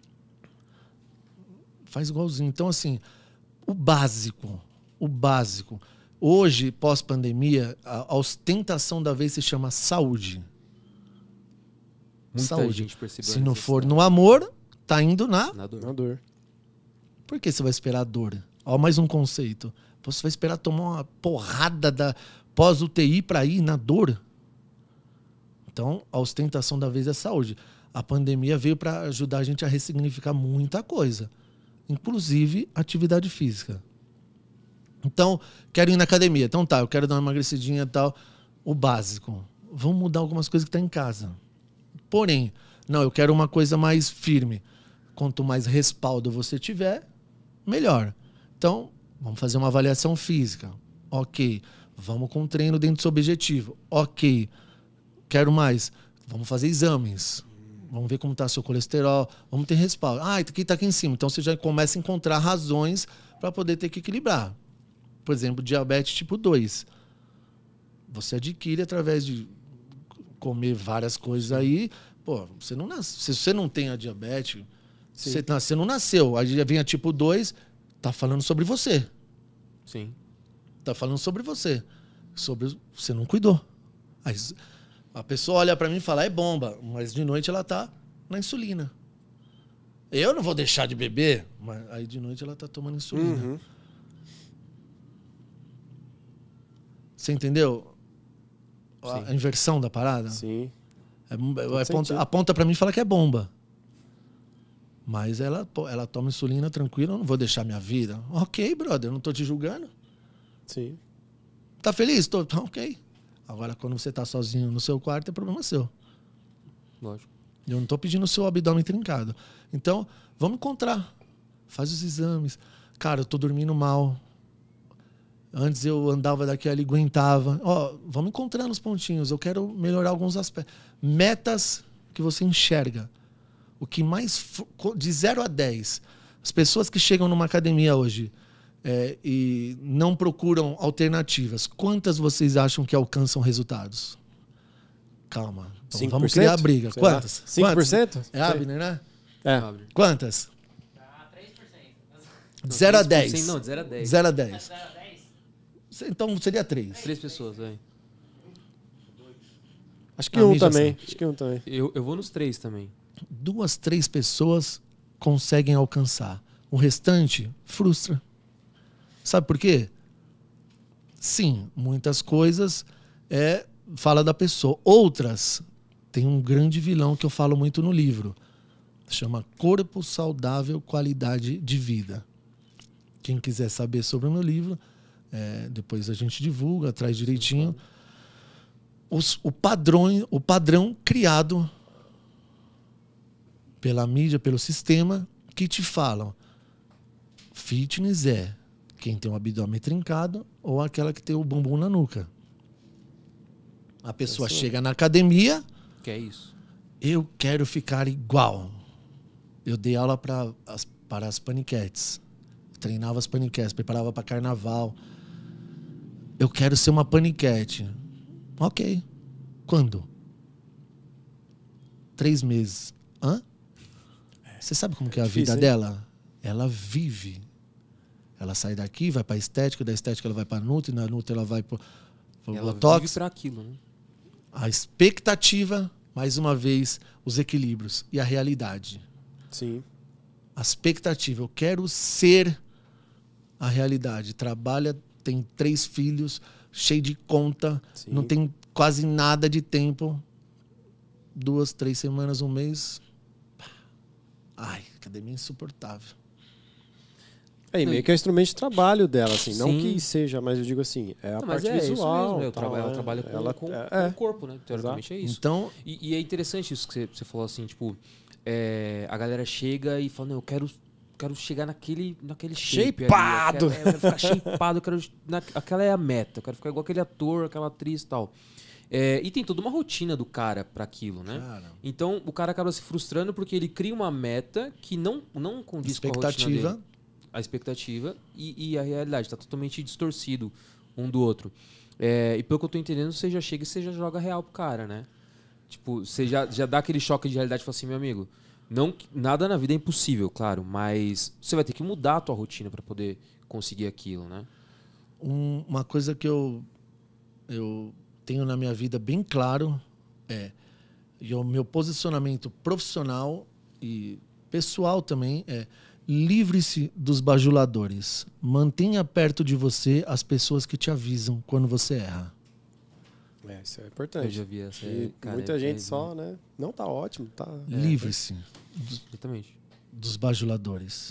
Faz igualzinho. Então, assim, o básico, o básico. Hoje, pós-pandemia, a, a ostentação da vez se chama saúde. Muita saúde. gente percebeu Se a não for necessidade. no amor, tá indo na... Na dor. Na dor. Por que você vai esperar a dor? Ó, mais um conceito. Você vai esperar tomar uma porrada da pós-U T I para ir na dor? Então, a ostentação da vez é saúde. A pandemia veio para ajudar a gente a ressignificar muita coisa, inclusive atividade física. Então, quero ir na academia. Então tá, eu quero dar uma emagrecidinha e tal. O básico. Vamos mudar algumas coisas que tá em casa. Porém, não, eu quero uma coisa mais firme. Quanto mais respaldo você tiver, melhor. Então, vamos fazer uma avaliação física. Ok. Vamos com um treino dentro do seu objetivo. Ok. Quero mais. Vamos fazer exames. Vamos ver como está seu colesterol. Vamos ter respaldo. Ah, aqui está aqui em cima. Então, você já começa a encontrar razões para poder ter que equilibrar. Por exemplo, diabetes tipo dois. Você adquire através de comer várias coisas aí. Pô, você não nasce. Se você não tem a diabetes, Sim. você, nasce, você não nasceu. Aí vem a tipo dois, tá falando sobre você. Sim. Tá falando sobre você. Sobre você não cuidou. Aí a pessoa olha para mim e fala, é bomba. Mas de noite ela tá na insulina. Eu não vou deixar de beber, mas aí de noite ela tá tomando insulina. Uhum. Você entendeu? A, a inversão da parada? Sim. É, é, sentido. aponta, aponta para mim e fala que é bomba. Mas ela, pô, ela toma insulina tranquila, eu não vou deixar minha vida. Ok, brother, eu não tô te julgando. Sim. Tá feliz? Tô. Tá, ok. Agora, quando você tá sozinho no seu quarto, é problema seu. Lógico. Eu não tô pedindo o seu abdômen trincado. Então, vamos encontrar. Faz os exames. Cara, eu tô dormindo mal. Antes eu andava daqui ali, aguentava. Ó, vamos encontrando os pontinhos. Eu quero melhorar alguns aspectos. Metas que você enxerga. O que mais... De zero a dez. As pessoas que chegam numa academia hoje é, e não procuram alternativas, quantas vocês acham que alcançam resultados? Calma. Então, cinco por vamos cento? criar a briga. Sei lá. Quantas? cinco por cento? Quantas? É Abner, né? É. Abre. Quantas? três por cento. De zero a três por cento, dez. Não, de zero a dez. zero a dez. zero a dez? Então seria três. Três pessoas, velho. Acho que A um mídia também. sabe. Acho que um também. Eu, eu vou nos três também. Duas, três pessoas conseguem alcançar. O restante frustra. Sabe por quê? Sim, muitas coisas é fala da pessoa. Outras tem um grande vilão que eu falo muito no livro. Chama Corpo Saudável, Qualidade de Vida. Quem quiser saber sobre o meu livro, é, depois a gente divulga, traz direitinho. Os, o, padrão, o padrão criado pela mídia, pelo sistema, que te falam: fitness é quem tem o abdômen trincado ou aquela que tem o bumbum na nuca. A pessoa Isso. chega na academia, Que é isso. eu quero ficar igual. Eu dei aula para as, para as paniquetes. Treinava as paniquetes, preparava para carnaval. Eu quero ser uma paniquete. Ok. Quando? Três meses. Hã? Você sabe como que é a difícil, vida hein? dela? Ela vive. Ela sai daqui, vai para estética, da estética ela vai para Nutri, na Nutri ela vai para o Ela Botox. vive pra aquilo, né? A expectativa, mais uma vez, os equilíbrios e a realidade. Sim. A expectativa, eu quero ser a realidade. Trabalha, tem três filhos, cheio de conta, Sim. não tem quase nada de tempo. Duas, três semanas, um mês. Ai, academia é insuportável. É, e meio que é o instrumento de trabalho dela, assim. Não Sim. que seja, mas eu digo assim, é a Não, mas parte é isso visual. mesmo. Eu tal, traba- ela né? trabalha com, Ela- com- é, com é. o corpo, né? Teoricamente é isso. Então, E, e é interessante isso que você, você falou assim, tipo, é, a galera chega e fala, não, eu quero, quero chegar naquele, naquele shape ali, Shapeado! eu quero, é, eu quero ficar shapeado, eu quero, na, aquela é a meta, eu quero ficar igual aquele ator, aquela atriz e tal. É, e tem toda uma rotina do cara pra aquilo, né? cara, Então o cara acaba se frustrando porque ele cria uma meta que não, não condiz com a rotina expectativa. dele. A expectativa e, e a realidade. Tá totalmente distorcido um do outro. É, e pelo que eu tô entendendo, você já chega e você já joga real pro cara, né? Tipo, você já, já dá aquele choque de realidade e fala assim, meu amigo, não, nada na vida é impossível, claro, mas você vai ter que mudar a tua rotina pra poder conseguir aquilo, né? Um- uma coisa que eu, eu tenho na minha vida bem claro é e o meu posicionamento profissional e pessoal também é: livre-se dos bajuladores. Mantenha perto de você as pessoas que te avisam quando você erra. É, isso é Eu importante. já vi essa. E cara, muita é- gente é- só, né? Não, tá ótimo, tá. Livre-se Exatamente. dos bajuladores.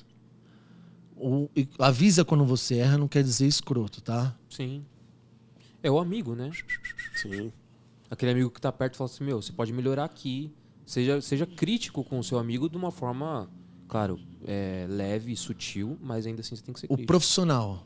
O, e avisa quando você erra não quer dizer escroto, tá? Sim. É o amigo, né? Sim. Aquele amigo que tá perto e fala assim, meu, você pode melhorar aqui. Seja, seja crítico com o seu amigo de uma forma, claro, é, leve e sutil, mas ainda assim você tem que ser O crítico. profissional.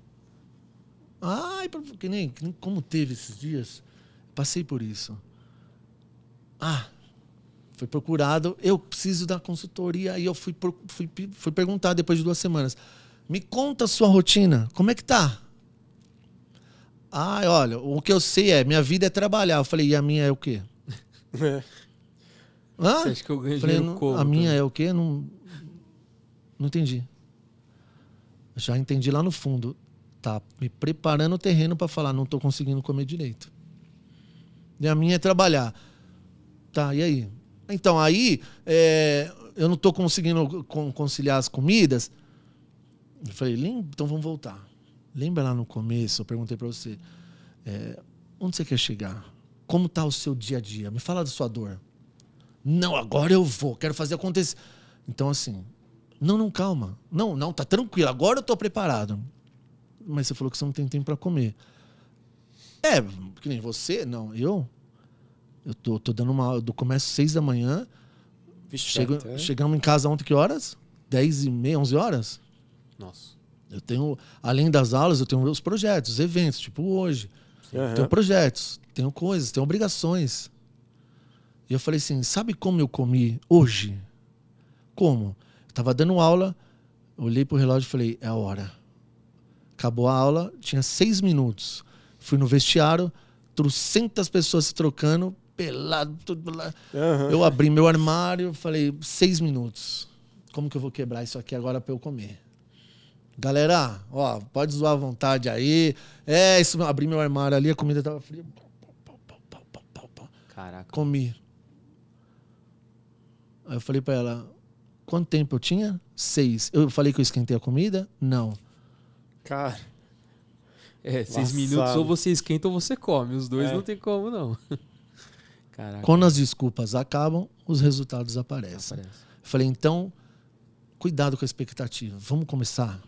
Ai, que nem, que nem como teve esses dias. Passei por isso. Ah, foi procurado. Eu preciso da consultoria. Aí eu fui, pro- fui, fui perguntar depois de duas semanas. Me conta a sua rotina. Como é que tá? Ah, olha, o que eu sei é, minha vida é trabalhar. Eu falei, e a minha é o quê? É. Hã? Você acha que eu ganho Falei, dinheiro não- como? a minha também? é o quê? Não, não entendi. Já entendi lá no fundo. Tá me preparando o terreno para falar, não tô conseguindo comer direito. E a minha é trabalhar. Tá, e aí? Então, aí é, eu não tô conseguindo con- conciliar as comidas. Eu falei, "Lem- então vamos voltar. Lembra lá no começo, eu perguntei para você, é, onde você quer chegar? Como tá o seu dia a dia? Me fala da sua dor. Não, agora eu vou, quero fazer acontecer. Então, assim, não, não, calma. Não, não, tá tranquilo, agora eu tô preparado. Mas você falou que você não tem tempo para comer. É, que nem você, não, eu. Eu tô, tô dando uma aula, eu começo seis da manhã, Vixe, chego, até- chegamos em casa ontem que horas? Dez e meia, onze horas? Nossa. Eu tenho, além das aulas, eu tenho meus projetos, eventos, tipo hoje. Aham. Tenho projetos, tenho coisas, tenho obrigações. E eu falei assim, sabe como eu comi hoje? Como? Eu tava dando aula, olhei pro relógio e falei, é a hora. Acabou a aula, tinha seis minutos. Fui no vestiário, trocentas pessoas se trocando, pelado, tudo lá. Aham. Eu abri meu armário, falei, seis minutos. Como que eu vou quebrar isso aqui agora pra eu comer? Galera, ó, pode zoar à vontade aí. É, isso, abri meu armário ali, a comida tava fria. Pau, pau, pau, pau, pau, pau. Caraca. Comi. Aí eu falei pra ela, quanto tempo eu tinha? Seis. Eu falei que eu esquentei a comida? Não. Cara, É, seis Laçado. minutos ou você esquenta ou você come. Os dois É. não tem como, não. Caraca. Quando as desculpas acabam, os resultados aparecem. Aparece. Eu falei, então, cuidado com a expectativa. Vamos começar?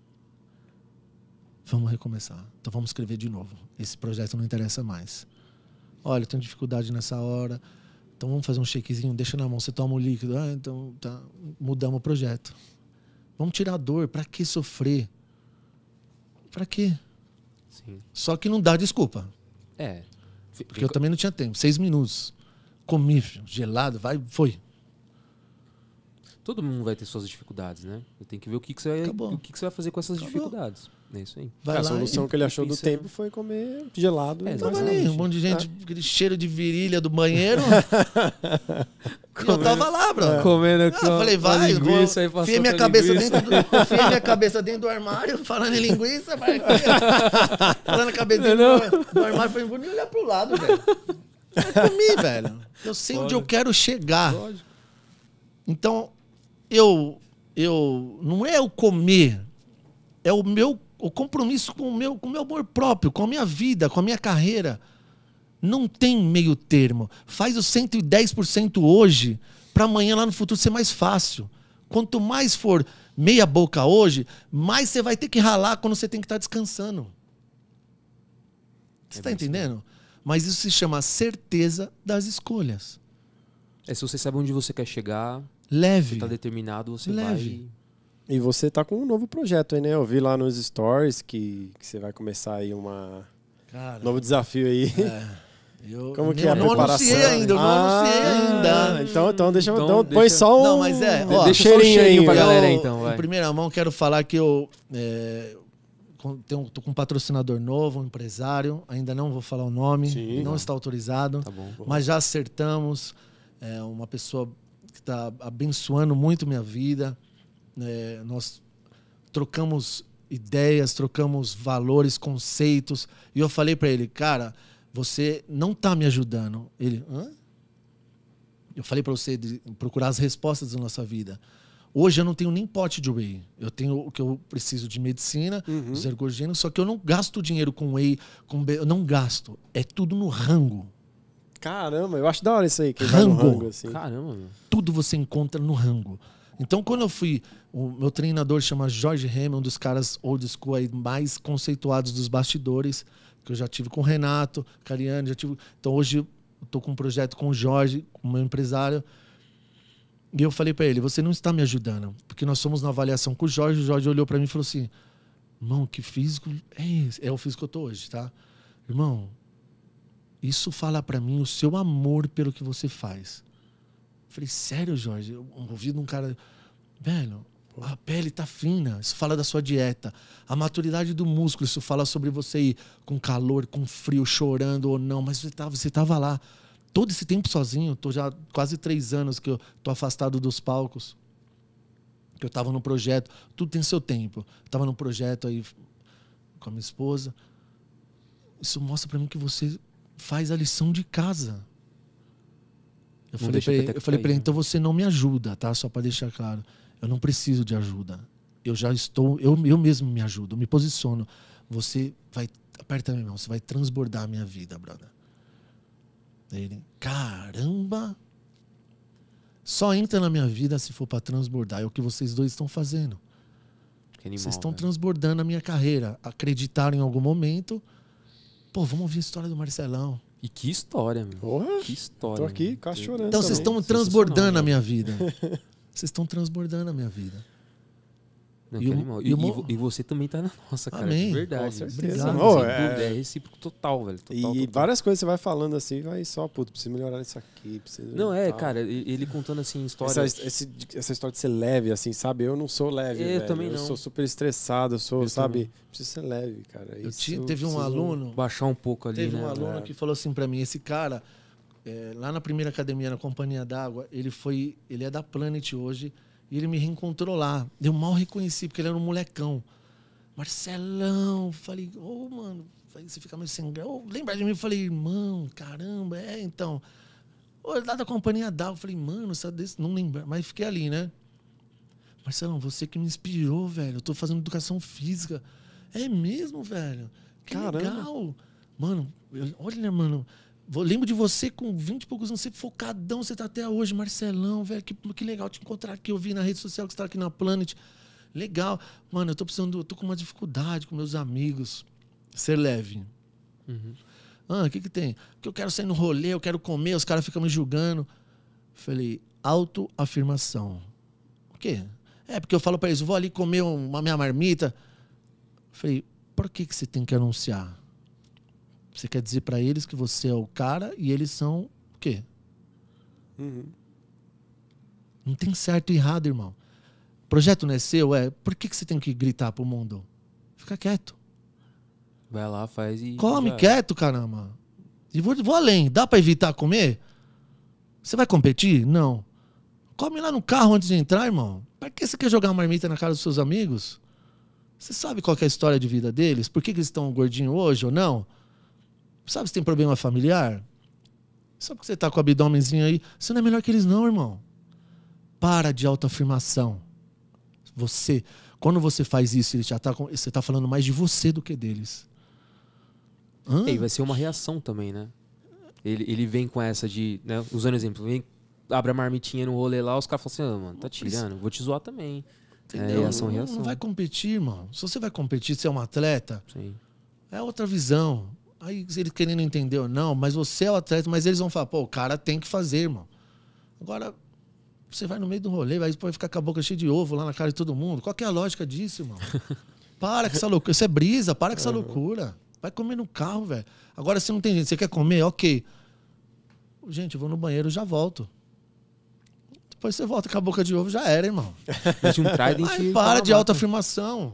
Vamos recomeçar. Então vamos escrever de novo. Esse projeto não interessa mais. Olha, eu tenho dificuldade nessa hora. Então então vamos fazer um shakezinho, deixa na mão, você toma o líquido. Ah, então tá, mudamos o projeto. Vamos tirar a dor, pra que sofrer? Pra quê? Sim. Só que não dá desculpa. É. Porque eu também não tinha tempo. Seis minutos. Comi, filho, gelado, vai, foi. Todo mundo vai ter suas dificuldades, né? Tem que ver o que, que, você, vai, Acabou. o que, que você vai fazer com essas Acabou. dificuldades. É isso aí. Vai a lá solução e... que ele achou do pensa- tempo foi comer gelado. É, e Tava mais ali, nada. um monte de gente, É. aquele cheiro de virilha do banheiro. E eu tava lá, bro. Comendo Ah, aqui, eu falei, vai, linguiça, linguiça, aí passou enfiei minha com a cabeça linguiça. dentro do, enfiei minha cabeça dentro do armário, falando em linguiça, vai aqui. Falando a cabeça dentro do, do armário, falei, vou nem olhar pro lado, velho. Eu comi, velho. Eu sei onde eu quero chegar. Lógico. Então, eu, eu não é o comer, é o meu o compromisso com o meu, com o meu amor próprio, com a minha vida, com a minha carreira. Não tem meio termo. Faz os cento e dez por cento hoje, para amanhã lá no futuro ser mais fácil. Quanto mais for meia boca hoje, mais você vai ter que ralar quando você tem que estar descansando. Você está entendendo? Mas isso se chama certeza das escolhas. É, se você sabe onde você quer chegar, Leve. você tá determinado, você Leve. vai... E você tá com um novo projeto aí, né? Eu vi lá nos stories que, que você vai começar aí uma Cara, novo desafio aí. é, eu Como que eu é a não preparação? anunciei ainda, eu não Ah, anunciei ainda. Então, então deixa, Então, então, põe deixa- só um Não, mas é, ó, deixa só o cheirinho cheirinho aí. pra ó. galera, Eu, então, vai. Em primeira mão, quero falar que eu é, com- tenho, tô com um patrocinador novo, um empresário. Ainda não vou falar o nome, Sim. não está autorizado. Tá bom. Mas já acertamos. É uma pessoa que está abençoando muito minha vida. É, nós trocamos ideias, trocamos valores, conceitos. E eu falei para ele, cara, você não está me ajudando. Ele, hã? Eu falei para você de procurar as respostas da nossa vida. Hoje eu não tenho nem pote de whey. Eu tenho o que eu preciso de medicina, Uhum. os ergogênios, só que eu não gasto dinheiro com whey, com be... eu não gasto. É tudo no rango. Caramba, eu acho da hora isso aí. Que vai no Rango. rango, assim. Caramba, meu. Tudo você encontra no rango. Então, quando eu fui... O meu treinador chama Jorge Hamel, um dos caras old school aí mais conceituados dos bastidores, que eu já tive com o Renato, Cariani, já tive... Então, hoje eu tô com um projeto com o Jorge, com o meu empresário. E eu falei para ele, você não está me ajudando. Porque nós fomos na avaliação com o Jorge, o Jorge olhou para mim e falou assim, irmão, que físico é esse? É o físico que eu tô hoje, tá? Irmão, isso fala para mim o seu amor pelo que você faz. Falei, sério, Jorge? Eu ouvi de um cara... Velho, a pele tá fina. Isso fala da sua dieta. A maturidade do músculo, isso fala sobre você ir com calor, com frio, chorando ou não. Mas você tava, você tava lá. Todo esse tempo sozinho. Tô já quase três anos que eu tô afastado dos palcos. Que eu tava no projeto. Tudo tem seu tempo. Eu tava no projeto aí com a minha esposa. Isso mostra pra mim que você faz a lição de casa. Eu Não falei, deixa pra a ele, peteca eu falei pra ele, cair, né? então você não me ajuda, tá? Só pra deixar claro. Eu não preciso de ajuda. Eu já estou, eu, eu mesmo me ajudo, eu me posiciono. Você vai, aperta a minha mão, você vai transbordar a minha vida, brother. Ele, caramba! Só entra na minha vida se for pra transbordar. É o que vocês dois estão fazendo. Que animal, Vocês estão velho. transbordando a minha carreira. Acreditaram em algum momento. Pô, vamos ouvir a história do Marcelão. E que história, meu. Porra, Que história. tô aqui, meu. quase chorando. Então vocês também. estão transbordando sensacional, a minha vida. Vocês estão transbordando a minha vida. Não, E que o- animal. e E, o e mo- vo- e você também tá na nossa, cara. Amém. De verdade. Com certeza. Obrigado. Ô, Sem é- dúvida, é recíproco total, velho. Total, E total. várias coisas você vai falando assim, vai só, putz, preciso melhorar isso aqui. Preciso Não, é, tal. cara, e- ele contando assim história. Essa, esse- essa história de ser leve, assim, sabe? Eu não sou leve, Eu velho. também Eu não. sou super estressado, eu sou, Eu sabe? também. Preciso ser leve, cara. Eu Isso tinha, teve um preciso- aluno, Baixar um pouco ali, teve né? um aluno É. que falou assim pra mim, esse cara, é, lá na primeira academia, na Companhia d'Água, ele foi, ele é da Planet hoje, e ele me reencontrou lá. Eu mal reconheci, porque ele era um molecão. Marcelão, falei, ô, mano, falei, você fica meio sem graça. Ô, lembra de mim? Eu falei, irmão, caramba, é, então. Ô, lá da Companhia d'Água, eu falei, mano, sabe desse? Não lembro, mas fiquei ali, né? Marcelão, você que me inspirou, velho. Eu tô fazendo educação física. É mesmo, velho? Que Caramba. legal. Mano, eu- olha, mano. vou- Lembro de você com vinte e poucos anos, você focadão, você tá até hoje, Marcelão, velho. Que, que legal te encontrar aqui. Eu vi na rede social que você tá aqui na Planet. Legal. Mano, eu tô precisando, eu tô com uma dificuldade com meus amigos. Ser leve. Uhum. Ah, o que que tem? Porque eu quero sair no rolê, eu quero comer, os caras ficam me julgando. Falei, autoafirmação. O quê? É, porque eu falo pra eles, vou ali comer uma minha marmita. Falei, por que que você tem que anunciar? Você quer dizer pra eles que você é o cara e eles são o quê? Uhum. Não tem certo e errado, irmão. O projeto não é seu, é. Por que que você tem que gritar pro mundo? Fica quieto. Vai lá, faz e... Come já. quieto, caramba. E vou, vou além. Dá pra evitar comer? Você vai competir? Não. Come lá no carro antes de entrar, irmão. Pra que você quer jogar uma marmita na cara dos seus amigos? Você sabe qual que é a história de vida deles? Por que que eles estão gordinhos hoje ou não? Sabe se tem problema familiar? Sabe que você tá com o abdômenzinho aí? Você não é melhor que eles não, irmão. Para de autoafirmação. Você, quando você faz isso, ele já tá com, você tá falando mais de você do que deles. Hã? E vai ser uma reação também, né? Ele, ele vem com essa de, né, usando exemplo, vem, abre a marmitinha no rolê lá, os caras falam assim, ah, mano, tá tirando, vou te zoar também. Entendeu? É reação, não, reação. não vai competir, irmão. Se você vai competir, você é um atleta, Sim. é outra visão. Aí eles querendo entender ou não, mas você é o atleta, mas eles vão falar, pô, o cara tem que fazer, irmão. Agora, você vai no meio do rolê, vai depois ficar com a boca cheia de ovo lá na cara de todo mundo. Qual que é a lógica disso, irmão? Para com essa loucura. Isso é brisa, para com essa loucura. Vai comer no carro, velho. Agora, se não tem gente, você quer comer? Ok. Gente, eu vou no banheiro, já volto. Depois você volta com a boca de ovo, já era, irmão. Mete um trident Aí e para tá na de mata. autoafirmação.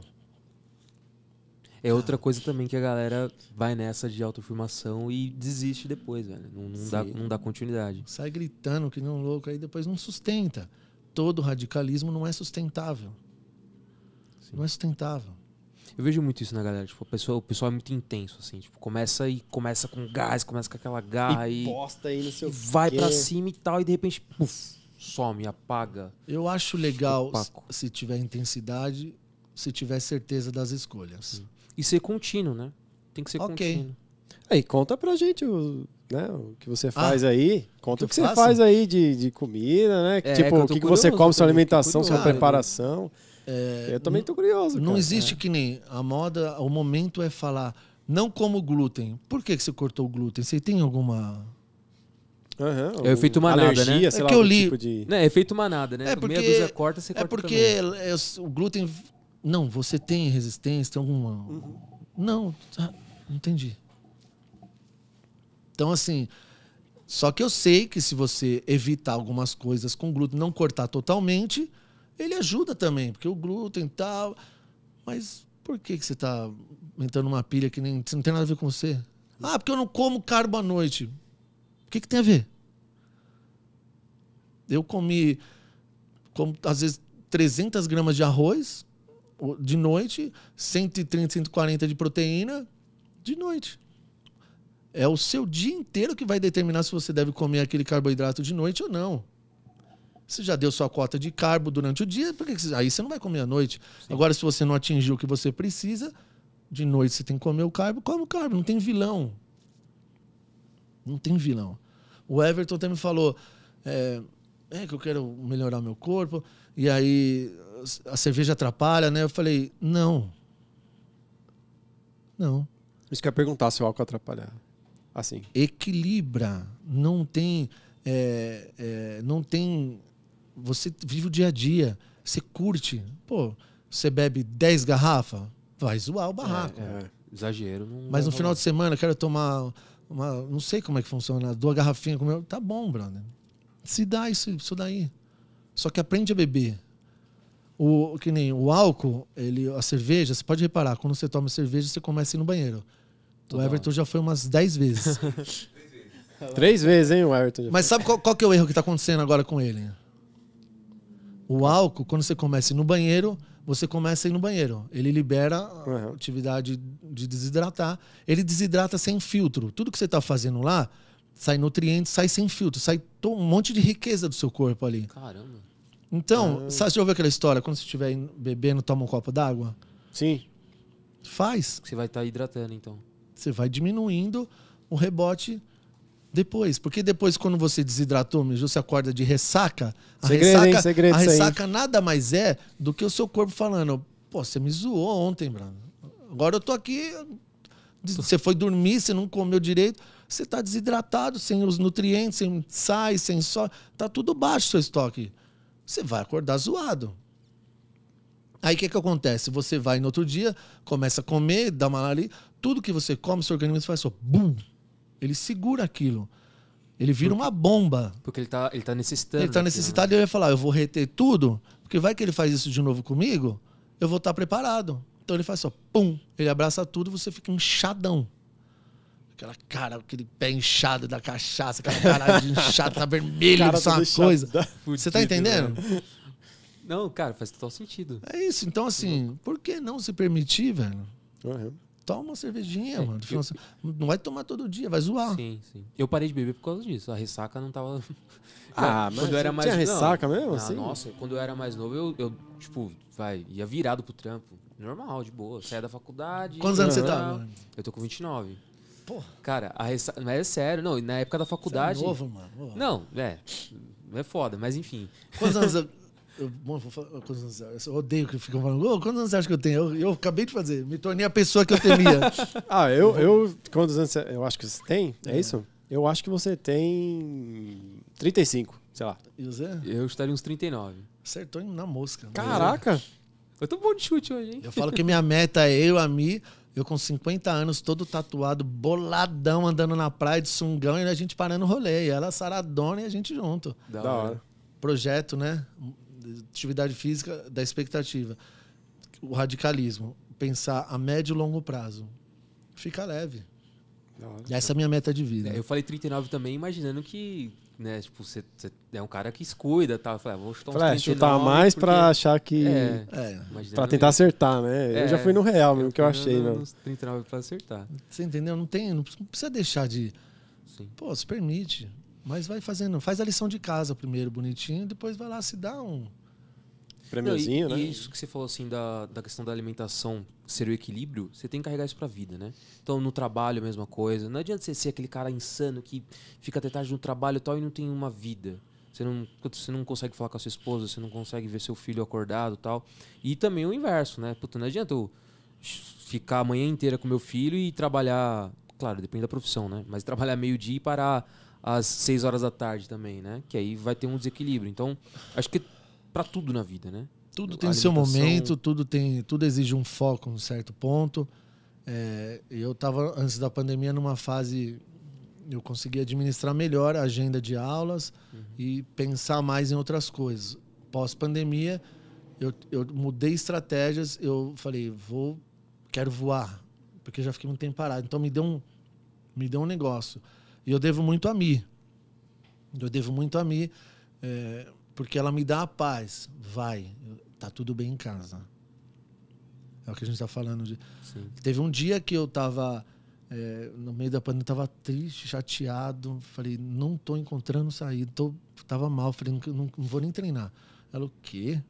É outra coisa também que a galera vai nessa de autoafirmação e desiste depois, velho. Não, não, dá, não dá continuidade. Sai gritando que nem um louco, aí depois não sustenta. Todo radicalismo não é sustentável. Sim. Não é sustentável. Eu vejo muito isso na galera. Tipo, a pessoa, o pessoal é muito intenso, assim. Tipo, começa e começa com gás, começa com aquela garra e, E posta aí no seu e vai quê. pra cima e tal. E de repente, puf, some, apaga. Eu acho legal Opaco. se tiver intensidade, se tiver certeza das escolhas. E ser contínuo, né? Tem que ser Ok. contínuo. Aí, conta pra gente o, né, o que você faz Ah, aí. Conta que o que eu você faço? faz aí de, de comida, né? É, tipo, que eu o tô que, que você curioso come, sua também, fiquei alimentação, sua curioso. preparação. É, Eu também tô curioso, Não cara. existe que nem a moda, o momento é falar não como glúten. Por que que você cortou o glúten? Você tem alguma... Aham, É o efeito manada, alergia, né? sei É lá, que eu algum li- tipo de... Não, é efeito manada, né? É porque- Meia dúzia corta, você É corta porque também. é- o glúten... Não, você tem resistência, tem alguma... Uhum. Não, ah, não entendi. Então, assim... Só que eu sei que se você evitar algumas coisas com glúten, não cortar totalmente, ele ajuda também. Porque o glúten e tal... Mas por que que você tá aumentando uma pilha que nem... Não tem nada a ver com você? Ah, porque eu não como carbo à noite. O que que tem a ver? Eu comi, como, às vezes, trezentas gramas de arroz de noite, cento e trinta, cento e quarenta de proteína de noite. É o seu dia inteiro que vai determinar se você deve comer aquele carboidrato de noite ou não. Você já deu sua cota de carbo durante o dia, por que que você- aí você não vai comer à noite. Sim. Agora, se você não atingiu o que você precisa, de noite você tem que comer o carbo, come o carbo, não tem vilão. Não tem vilão. O Everton até me falou, é, é que eu quero melhorar meu corpo, e aí a cerveja atrapalha, né? Eu falei, não. Não. Isso que eu ia perguntar se o álcool atrapalhar. Assim. Equilibra. Não tem... é, é, não tem... Você vive o dia a dia. Você curte. Pô, você bebe dez garrafas, vai zoar o barraco. É. Exagero. Não Mas vai no final rolar. de semana, eu quero tomar uma... Não sei como é que funciona. Duas garrafinhas com meu... Tá bom, brother. Se dá isso, isso daí. Só que aprende a beber. O, que nem o álcool, ele, a cerveja, você pode reparar, quando você toma cerveja, você começa a ir no banheiro. Toda O Everton já foi umas dez vezes. Três vezes, hein, o Everton? Mas sabe qual, qual que é o erro que está acontecendo agora com ele? O álcool, quando você começa a ir no banheiro, você começa a ir no banheiro. Ele libera a Uhum. atividade de desidratar. Ele desidrata sem filtro. Tudo que você está fazendo lá, sai nutrientes, sai sem filtro. Sai to- um monte de riqueza do seu corpo ali. Caramba. Então, Ah. sabe, já ouviu aquela história? Quando você estiver bebendo, toma um copo d'água? Sim. Faz. Você vai estar hidratando, então. Você vai diminuindo o rebote depois. Porque depois, quando você desidratou, mijou, você acorda de ressaca. A Segredo, ressaca, hein? Segredo a isso aí. ressaca nada mais é do que o seu corpo falando: pô, você me zoou ontem, Bruno. Agora eu tô aqui Você foi dormir, você não comeu direito, você está desidratado, sem os nutrientes, sem sais, sem só. Tá tudo baixo o seu estoque. Você vai acordar zoado. Aí o que, que acontece? Você vai no outro dia, começa a comer, dá uma ali, tudo que você come, seu organismo faz só bum. Ele segura aquilo. Ele vira Porque, uma bomba. Porque ele tá, ele tá necessitando. Ele tá necessitado e ele vai falar, eu vou reter tudo, porque vai que ele faz isso de novo comigo, eu vou estar preparado. Então ele faz só, pum, ele abraça tudo e você fica inchadão. Aquela cara, aquele pé inchado da cachaça, aquela cara de inchado, tá vermelho, Cara isso é uma todo coisa. inchado. Você tá entendendo? Não, cara, faz total sentido. É isso. Então, assim, por que não se permitir, velho? Uhum. Toma uma cervejinha, É, mano. eu- Não vai tomar todo dia, vai zoar. Sim, sim. Eu parei de beber por causa disso. A ressaca não tava. Ah, Já, mas quando eu era você mais tinha não. ressaca mesmo, Ah, assim? Nossa, quando eu era mais novo, eu, eu, tipo, vai, ia virado pro trampo. Normal, de boa. Saia da faculdade. Quantos anos você ia- tá, mano? Eu tô com vinte e nove. Porra, Cara, a ressaca. Mas é sério, não. e Na época da você é faculdade. novo, mano. Porra. Não, é. É foda, mas enfim. Quantos anos eu... eu bom, vou falar, quantos anos eu eu odeio que ficam falando, "Ô, quantos anos você acha que eu tenho? Eu, eu acabei de fazer, me tornei a pessoa que eu temia. Ah, eu, eu. Quantos anos você- eu acho que você tem? É, isso? Eu acho que você tem trinta e cinco, sei lá. E você? Eu estaria uns trinta e nove. Acertou na mosca. Caraca! Eu tô bom de chute hoje, hein? Eu falo que minha meta é eu, a mim, eu com cinquenta anos, todo tatuado, boladão, andando na praia de sungão e a gente parando o rolê. E ela saradona e a gente junto. Da, Da hora. Projeto, né? Atividade física da expectativa. O radicalismo. Pensar a médio e longo prazo. Fica leve. Da hora. Essa é a minha meta de vida. É, eu falei trinta e nove também, imaginando que, né, tipo, você, você é um cara que se cuida e tal. Eu falei, ah, vou chutar uns Falei, é, trinta e chutar nove mais porque- pra achar que. É, É. imaginando Pra tentar isso. acertar, né? É, eu já fui no real mesmo, que eu fui achei, no- não. nos trinta e nove pra acertar. Você entendeu? Não tem, não precisa deixar de. Sim. Pô, se permite. Mas vai fazendo. Faz a lição de casa primeiro, bonitinho, depois vai lá se dá um. Prêmiozinho, Não, e, né? E isso que você falou assim da, da questão da alimentação ser o equilíbrio, você tem que carregar isso pra vida, né? Então no trabalho a mesma coisa. Não adianta você ser aquele cara insano que fica até tarde no trabalho e tal e não tem uma vida. Você não, você não consegue falar com a sua esposa, você não consegue ver seu filho acordado e tal. E também o inverso, né? Puta, não adianta eu ficar a manhã inteira com meu filho e trabalhar. Claro, depende da profissão, né? Mas trabalhar meio-dia e parar às seis horas da tarde também, né? Que aí vai ter um desequilíbrio. Então, acho que pra tudo na vida, né? Tudo A tem seu alimentação- momento, tudo, tem, tudo exige um foco em um certo ponto. É, eu estava, antes da pandemia, numa fase. Eu consegui administrar melhor a agenda de aulas e pensar mais em outras coisas. Pós-pandemia, eu, eu mudei estratégias. Eu falei, vou, quero voar, porque já fiquei muito tempo parado. Então, me deu um, me deu um negócio. E eu devo muito a mim. Eu devo muito a mim. É, porque ela me dá a paz. Vai, tá tudo bem em casa. É o que a gente tá falando. De... Sim. Teve um dia que eu tava é, no meio da pandemia, tava triste, chateado. Falei, não tô encontrando saída. Tô, tava mal. Falei, não, não, não vou nem treinar. Ela, o quê?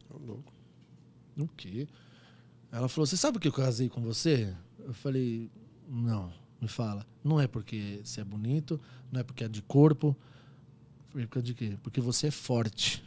O quê? Ela falou, você sabe por que eu casei com você? Eu falei, não, me fala. Não é porque você é bonito, não é porque é de corpo. Por causa de quê? Porque você é forte.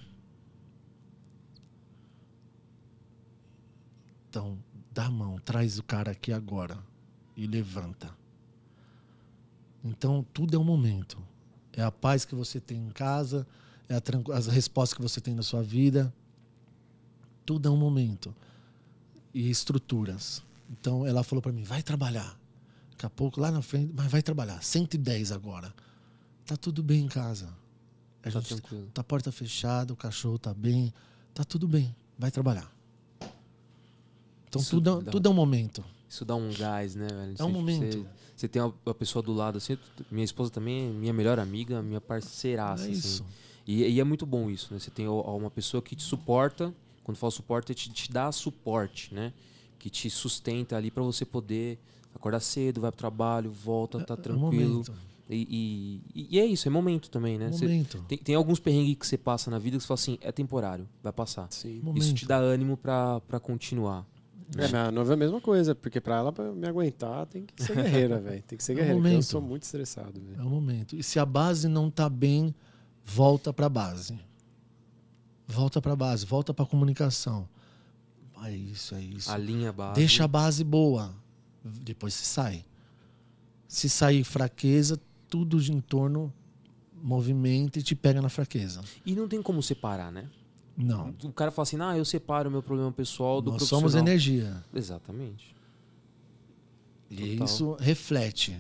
Então, dá a mão, traz o cara aqui agora e levanta. Então, tudo é um momento. É a paz que você tem em casa, é a tranqu... as respostas que você tem na sua vida. Tudo é um momento. E estruturas. Então, ela falou para mim, vai trabalhar. Daqui a pouco, lá na frente, mas vai trabalhar. cento e dez agora. Tá tudo bem em casa. A Tá gente tranquilo. tá a porta fechada, o cachorro tá bem. Tá tudo bem. Vai trabalhar. Então, Isso tudo, é- dá- tudo é um momento. Isso dá um gás, né, velho? É um Você- momento. Você, você tem uma, uma pessoa do lado, assim. Minha esposa também é minha melhor amiga, minha parceiraça, É assim. isso. E, e é muito bom isso, né? Você tem o- uma pessoa que te suporta. Quando fala suporte, é te, te dá suporte, né? Que te sustenta ali pra você poder acordar cedo, vai pro trabalho, volta, tá É um tranquilo. momento. E, e, e é isso, é momento também, né? Você- Momento. tem, tem alguns perrengues que você passa na vida que você fala assim, é temporário, vai passar. Sim. Momento. Isso te dá ânimo pra, pra continuar. É, minha noiva é a mesma coisa, porque pra ela pra me aguentar tem que ser guerreira, velho. Tem que ser É um guerreira, porque eu momento. sou muito estressado, velho. É o momento. E se a base não tá bem, volta pra base. Volta pra base, volta pra comunicação. É isso, é isso. A linha base. Deixa a base boa. Depois você sai. Se sair fraqueza, tudo de em torno movimenta e te pega na fraqueza. E não tem como separar, né? Não. O cara fala assim, ah, eu separo o meu problema pessoal do Nós profissional. somos energia. Exatamente. E Total. isso reflete.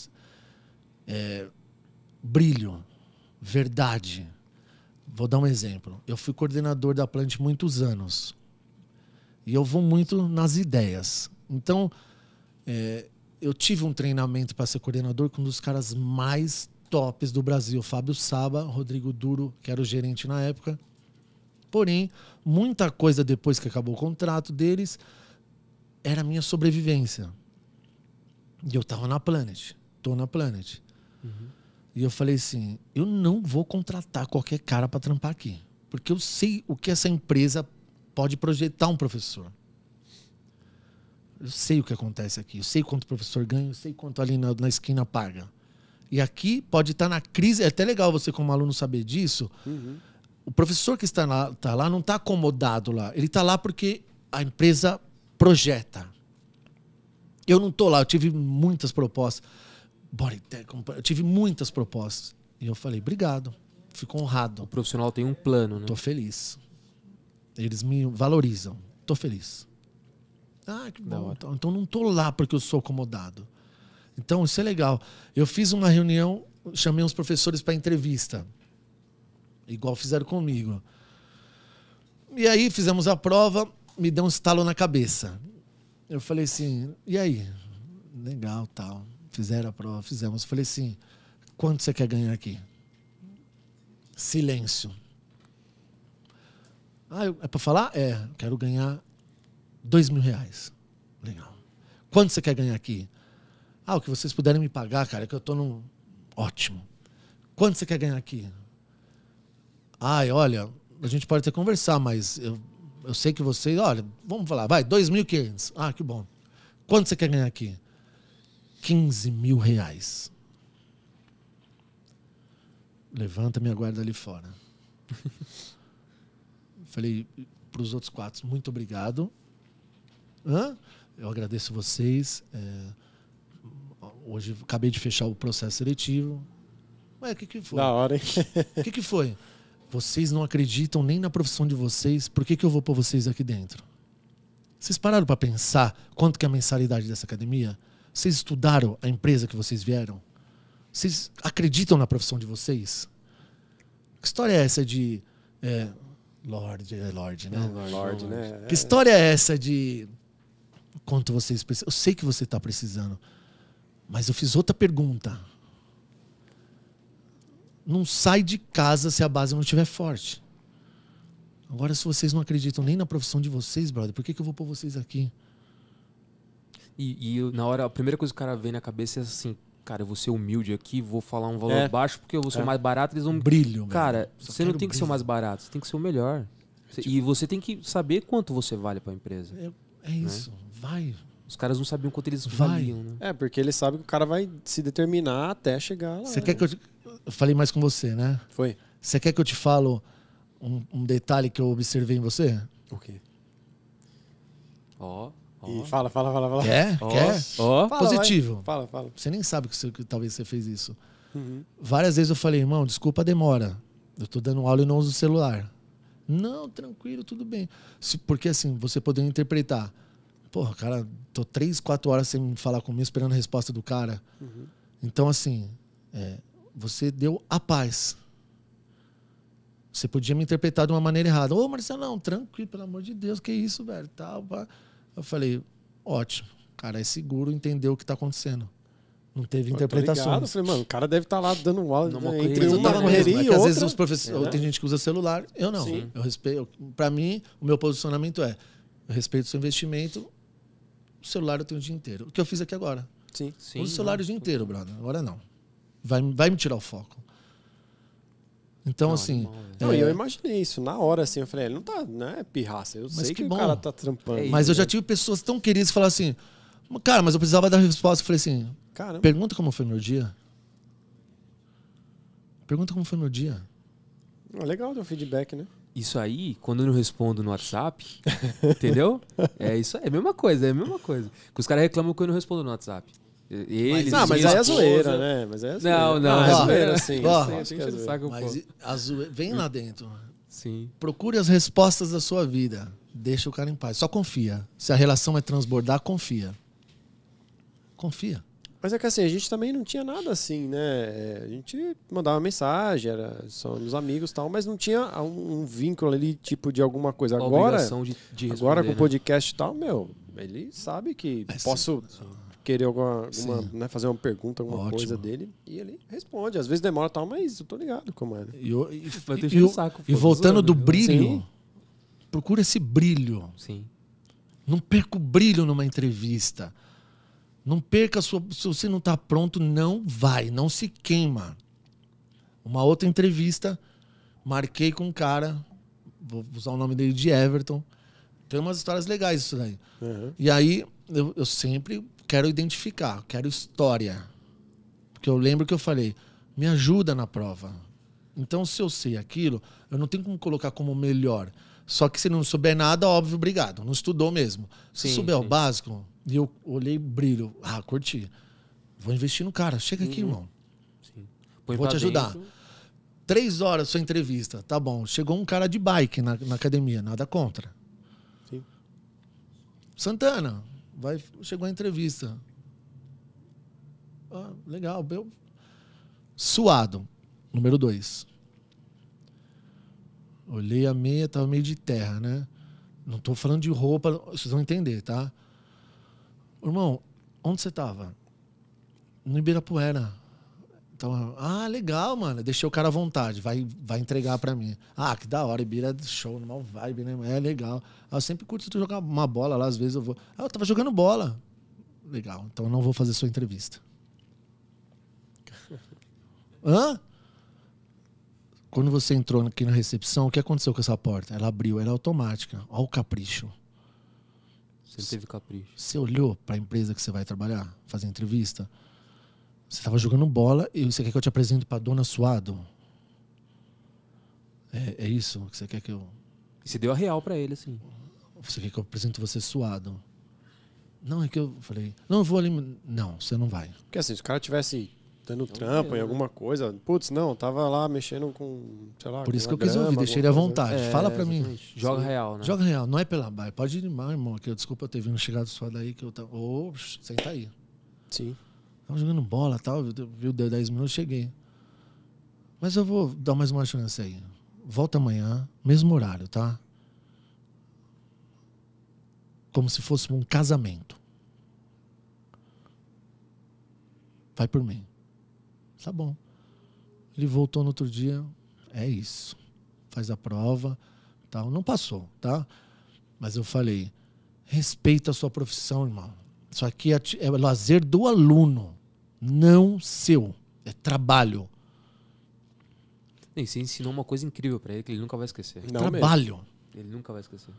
É, brilho, verdade. Vou dar um exemplo. Eu fui coordenador da Plant muitos anos. E eu vou muito nas ideias. Então, é, eu tive um treinamento para ser coordenador com um dos caras mais tops do Brasil, Fábio Saba, Rodrigo Duro, que era o gerente na época. Porém, muita coisa depois que acabou o contrato deles era a minha sobrevivência. E eu tava na Planet, tô na Planet. Uhum. E eu falei assim, eu não vou contratar qualquer cara para trampar aqui, porque eu sei o que essa empresa pode projetar um professor. Eu sei o que acontece aqui, eu sei quanto o professor ganha, eu sei quanto ali na, na esquina paga. E aqui pode estar na crise, é até legal você como aluno saber disso. Uhum. O professor que está lá, tá lá não está acomodado lá. Ele está lá porque a empresa projeta. Eu não estou lá, eu tive muitas propostas. Bodytech, eu tive muitas propostas. E eu falei, obrigado. Fico O honrado. profissional tem um plano, né? Estou feliz. Eles me valorizam. Estou feliz. Ah, que Da bom. hora. Então, então não estou lá porque eu sou acomodado. Então isso é legal. Eu fiz uma reunião, chamei uns professores para entrevista. Igual fizeram comigo. E aí fizemos a prova, me deu um estalo na cabeça. Eu falei assim, e aí? Legal, tal. Fizeram a prova, fizemos. Eu falei assim, quanto você quer ganhar aqui? Silêncio. Ah, eu- é para falar? É, quero ganhar dois mil reais. Legal. Quanto você quer ganhar aqui? Ah, o que vocês puderem me pagar, cara, que eu tô num... Ótimo. Quanto você quer ganhar aqui? Ai, olha, a gente pode até conversar, mas eu, eu sei que vocês... Olha, vamos falar, vai, dois mil e quinhentos. Ah, que bom. Quanto você quer ganhar aqui? quinze mil reais. Levanta minha guarda ali fora. Falei para os outros quatro, muito obrigado. Hã? Eu agradeço vocês. É, hoje acabei de fechar o processo seletivo. Ué, o que, que foi? Da hora, hein? O que, que foi? Vocês não acreditam nem na profissão de vocês. Por que, que eu vou pôr vocês aqui dentro? Vocês pararam para pensar quanto que é a mensalidade dessa academia? Vocês estudaram a empresa que vocês vieram? Vocês acreditam na profissão de vocês? Que história é essa de... É, Lorde, é Lorde, né? Lorde, né? Que história é essa de quanto vocês precisam? Eu sei que você está precisando, mas eu fiz outra pergunta. Não sai de casa se a base não estiver forte. Agora, se vocês não acreditam nem na profissão de vocês, brother, por que, que eu vou pôr vocês aqui? E, e eu, na hora, a primeira coisa que o cara vem na cabeça é assim, cara, eu vou ser humilde aqui, vou falar um valor É. baixo porque eu vou ser É. o mais barato, eles vão... Brilho, Cara, velho. Só você não quero tem que ser o brilho. mais barato, você tem que ser o melhor. Você- E você tem que saber quanto você vale pra empresa. É, é isso, vai. Os caras não sabiam quanto eles Vai. valiam, né? É, porque ele sabe que o cara vai se determinar até chegar lá. Você quer que eu, te... eu falei mais com você, né? Foi. Você quer que eu te falo um, um detalhe que eu observei em você? O quê? Ó, ó. Ih, fala, fala, fala, fala. Quer? Ó, Quer? ó. Fala, Positivo. vai. Fala, fala. Você nem sabe que, você, que talvez você fez isso. Uhum. Várias vezes eu falei, irmão, desculpa a demora. Eu tô dando aula e não uso o celular. Não, tranquilo, tudo bem. Se- porque assim, você poderia interpretar. Porra, cara, tô três, quatro horas sem falar comigo, esperando a resposta do cara. Uhum. Então, assim, é, você deu a paz. Você podia me interpretar de uma maneira errada. Ô, Marcelão, tranquilo, pelo amor de Deus, que isso, velho? Tal, pá. Eu falei, ótimo. Cara, é seguro entender o que tá acontecendo. Não teve Eu tô ligado. interpretações. Eu falei, mano, o cara deve estar lá dando um aula Numa entre correria. uma Não, correria é e que às outra. vezes os professores, É. tem gente que usa celular, eu não. Sim. Eu respeito. Para mim, o meu posicionamento é: eu respeito o seu investimento. O celular eu tenho o dia inteiro. O que eu fiz aqui agora? Sim. Sim, Uso o celular não. o dia inteiro, brother. Agora não. Vai, vai me tirar o foco. Então, Não, assim. animal, velho. Não, é, e eu imaginei isso na hora, assim. Eu falei, ele não tá, não é pirraça. Eu Mas sei que que, bom. o cara tá trampando. É mas eu já né? tive pessoas tão queridas que falaram assim: cara, mas eu precisava dar resposta. Eu falei assim: Caramba. pergunta como foi meu dia. Pergunta como foi meu dia. Ah, legal ter um feedback, né? Isso aí, quando eu não respondo no WhatsApp, entendeu? É isso aí, é a mesma coisa, é a mesma coisa. Que os caras reclamam que eu não respondo no WhatsApp. Eles, Não, mas minha aí é esposa- zoeira, né? Mas aí é zoeira. Não, não, é é zoeira, sim. Ó, eu sei, acho que é enche o zoeira. saco, Mas pô. e- a zoe- vem lá dentro. Sim. Procure as respostas da sua vida. Deixa o cara em paz. Só confia. Se a relação é transbordar, confia. Confia. Mas é que assim, a gente também não tinha nada assim, né? É, a gente mandava mensagem, era só nos amigos e tal, mas não tinha um, um vínculo ali, tipo, de alguma coisa. A Agora, obrigação de, de responder, agora com o né? podcast e tal, meu, ele sabe que É, sim. posso querer alguma, alguma Sim. né, fazer uma pergunta, alguma Ótimo. coisa dele, e ele responde. Às vezes demora e tal, mas eu tô ligado como é. né? E, eu- e- Mas e- tô enchendo e- o saco, pô, e tô voltando zoando, do viu? brilho, Sim. procura esse brilho. Sim. Não perca o brilho numa entrevista. Não perca a sua. Se você não está pronto, não vai. Não se queima. Uma outra entrevista, marquei com um cara, vou usar o nome dele de Everton. Tem umas histórias legais isso daí. Uhum. E aí, eu, eu sempre quero identificar, quero história. Porque eu lembro que eu falei, me ajuda na prova. Então, se eu sei aquilo, eu não tenho como colocar como melhor. Só que se não souber nada, óbvio, obrigado. Não estudou mesmo. Se Sim, souber o sim. básico, e eu olhei brilho, ah, curti. Vou investir no cara. Chega aqui, Uhum. irmão. Sim. Põe Vou pra te ajudar. dentro. Três horas sua entrevista. Tá bom. Chegou um cara de bike na, na academia, nada contra. Sim. Santana, vai, chegou a entrevista. Ah, legal. Eu... Suado, número dois. Olhei a meia, tava meio de terra, né? Não tô falando de roupa, vocês vão entender, tá? Irmão, onde você tava? No Ibirapuera. Então, ah, legal, mano. Deixei o cara à vontade. Vai, vai entregar pra mim. Ah, que da hora. Ibira é show, normal vibe, né? É legal. Ah, eu sempre curto tu jogar uma bola lá, às vezes eu vou. Ah, eu tava jogando bola. Legal, então eu não vou fazer sua entrevista. Hã? Quando você entrou aqui na recepção, o que aconteceu com essa porta? Ela abriu, ela é automática. Olha o capricho. Sempre teve capricho. Você olhou para a empresa que você vai trabalhar, fazer entrevista? Você estava jogando bola e você quer que eu te apresente para dona Suado? É, é isso que você quer que eu... E você deu a real pra ele, assim. Você quer que eu apresente você suado? Não, é que eu falei... Não, eu vou ali... Não, você não vai. Porque assim, se o cara tivesse dando trampo em alguma coisa, putz, não, tava lá mexendo com, sei lá, Por com isso que uma eu quis grama, ouvir, deixei ele à alguma coisa. vontade. É, Fala para mim. exatamente. Joga real, né? Joga real, não é pela baia. Pode ir mais, irmão. Que eu, desculpa eu ter vindo chegado suado aí que eu tava... Ô, senta aí. Sim. Tava jogando bola e tal, viu, deu dez minutos, cheguei. Mas eu vou dar mais uma chance aí. Volta amanhã, mesmo horário, tá? Como se fosse um casamento. Vai por mim. Tá bom. Ele voltou no outro dia, é isso. Faz a prova, tal. Não passou, tá? Mas eu falei, respeita a sua profissão, irmão. Isso aqui é, é lazer do aluno, não seu. É trabalho. E você ensinou uma coisa incrível pra ele que ele nunca vai esquecer. Não trabalho. Ele nunca vai esquecer.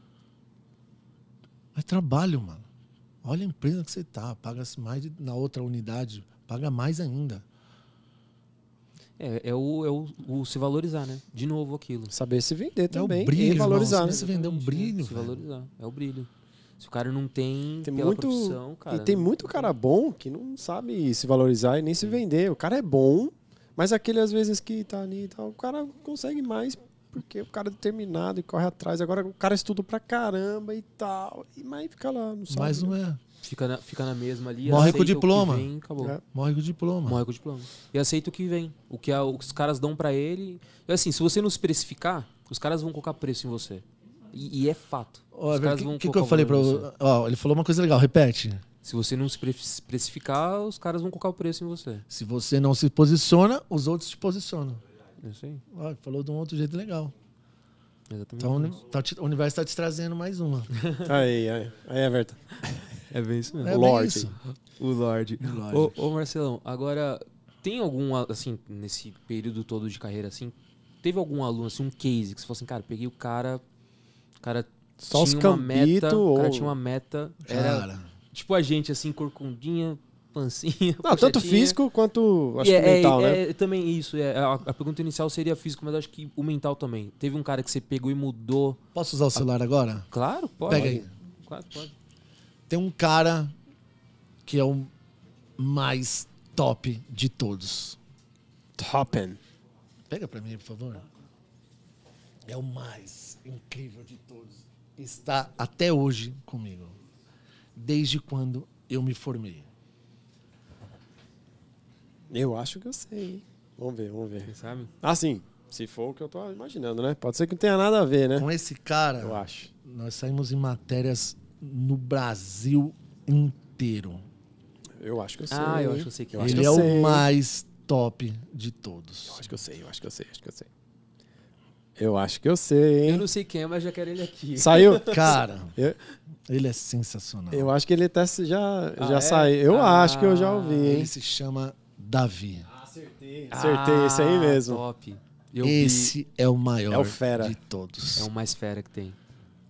É trabalho, mano. Olha a empresa que você tá. Paga mais de, na outra unidade. Paga mais ainda. É, é, o, é o, o se valorizar, né? De novo aquilo. Saber se vender também É o brilho, e irmão. valorizar, Se né? você vender um brilho, Se velho. valorizar. É o brilho. Se o cara não tem, Tem pela muito, profissão, cara... e tem muito cara bom que não sabe se valorizar e nem se vender. O cara é bom, mas aquele às vezes que tá ali e tal, o cara consegue mais porque o cara é determinado e corre atrás. Agora o cara estuda pra caramba e tal, e mas fica lá, não sabe. Mas não né? é. Fica na, fica na mesma ali. Morre com o aceita diploma. que vem, acabou. É. Morre com o diploma. Morre com o diploma. E aceita o que vem. O que a- os caras dão pra ele. E assim, se você não se precificar, os caras vão colocar preço em você. E, e é fato. Ó, Os caras O vão que, que, que colocar eu falei pra valor em você. você? Ó, ele falou uma coisa legal, repete. Se você não se pre- precificar, os caras vão colocar o preço em você. Se você não se posiciona, os outros te posicionam. É isso aí. Ó, falou de um outro jeito legal. Exatamente. Então isso. tá te- o universo está te trazendo mais uma. Aí, aí, aí, Everton. É bem isso mesmo. É O bem Lorde. isso. O Lorde. O Lorde. Ô, ô, Marcelão, agora, tem algum, assim, nesse período todo de carreira, assim, teve algum aluno, assim, um case que você falou assim, cara, peguei o cara, o cara Só os tinha uma meta, cambito o cara ou- tinha uma meta, era Cara, tipo a gente, assim, corcundinha, pancinha, Não, tanto pochetinha. físico quanto acho E que é, mental, é, né? é também isso, é, a, a pergunta inicial seria físico, mas eu acho que o mental também. Teve um cara que você pegou e mudou. posso usar o celular agora? Claro, pode. Pega aí. Claro, pode. Tem um cara que é um mais top de todos. Toppen. Pega pra mim, por favor. É o mais incrível de todos. Está até hoje comigo. Desde quando eu me formei. Eu acho que eu sei, hein? Vamos ver, vamos ver. Você sabe? Assim, se for o que eu tô imaginando, né? Pode ser que não tenha nada a ver, né? Com esse cara, Eu acho. nós saímos em matérias no Brasil inteiro. Eu acho que eu sei. Ah, eu hein? acho que eu sei que Eu acho Ele que é eu sei. o mais top de todos. Eu acho que eu sei, eu acho que eu sei, acho que eu sei. Eu acho que eu sei, hein? Eu não sei quem é, mas já quero ele aqui. Saiu? Cara, Eu, ele é sensacional. eu acho que ele até se- já, Ah, já é? saiu. Eu Ah, acho que eu já ouvi, hein? Ele se chama Davi. Acertei. Acertei, esse aí mesmo. Top. Eu Esse é o maior É o fera. de todos. vi. É o mais fera que tem.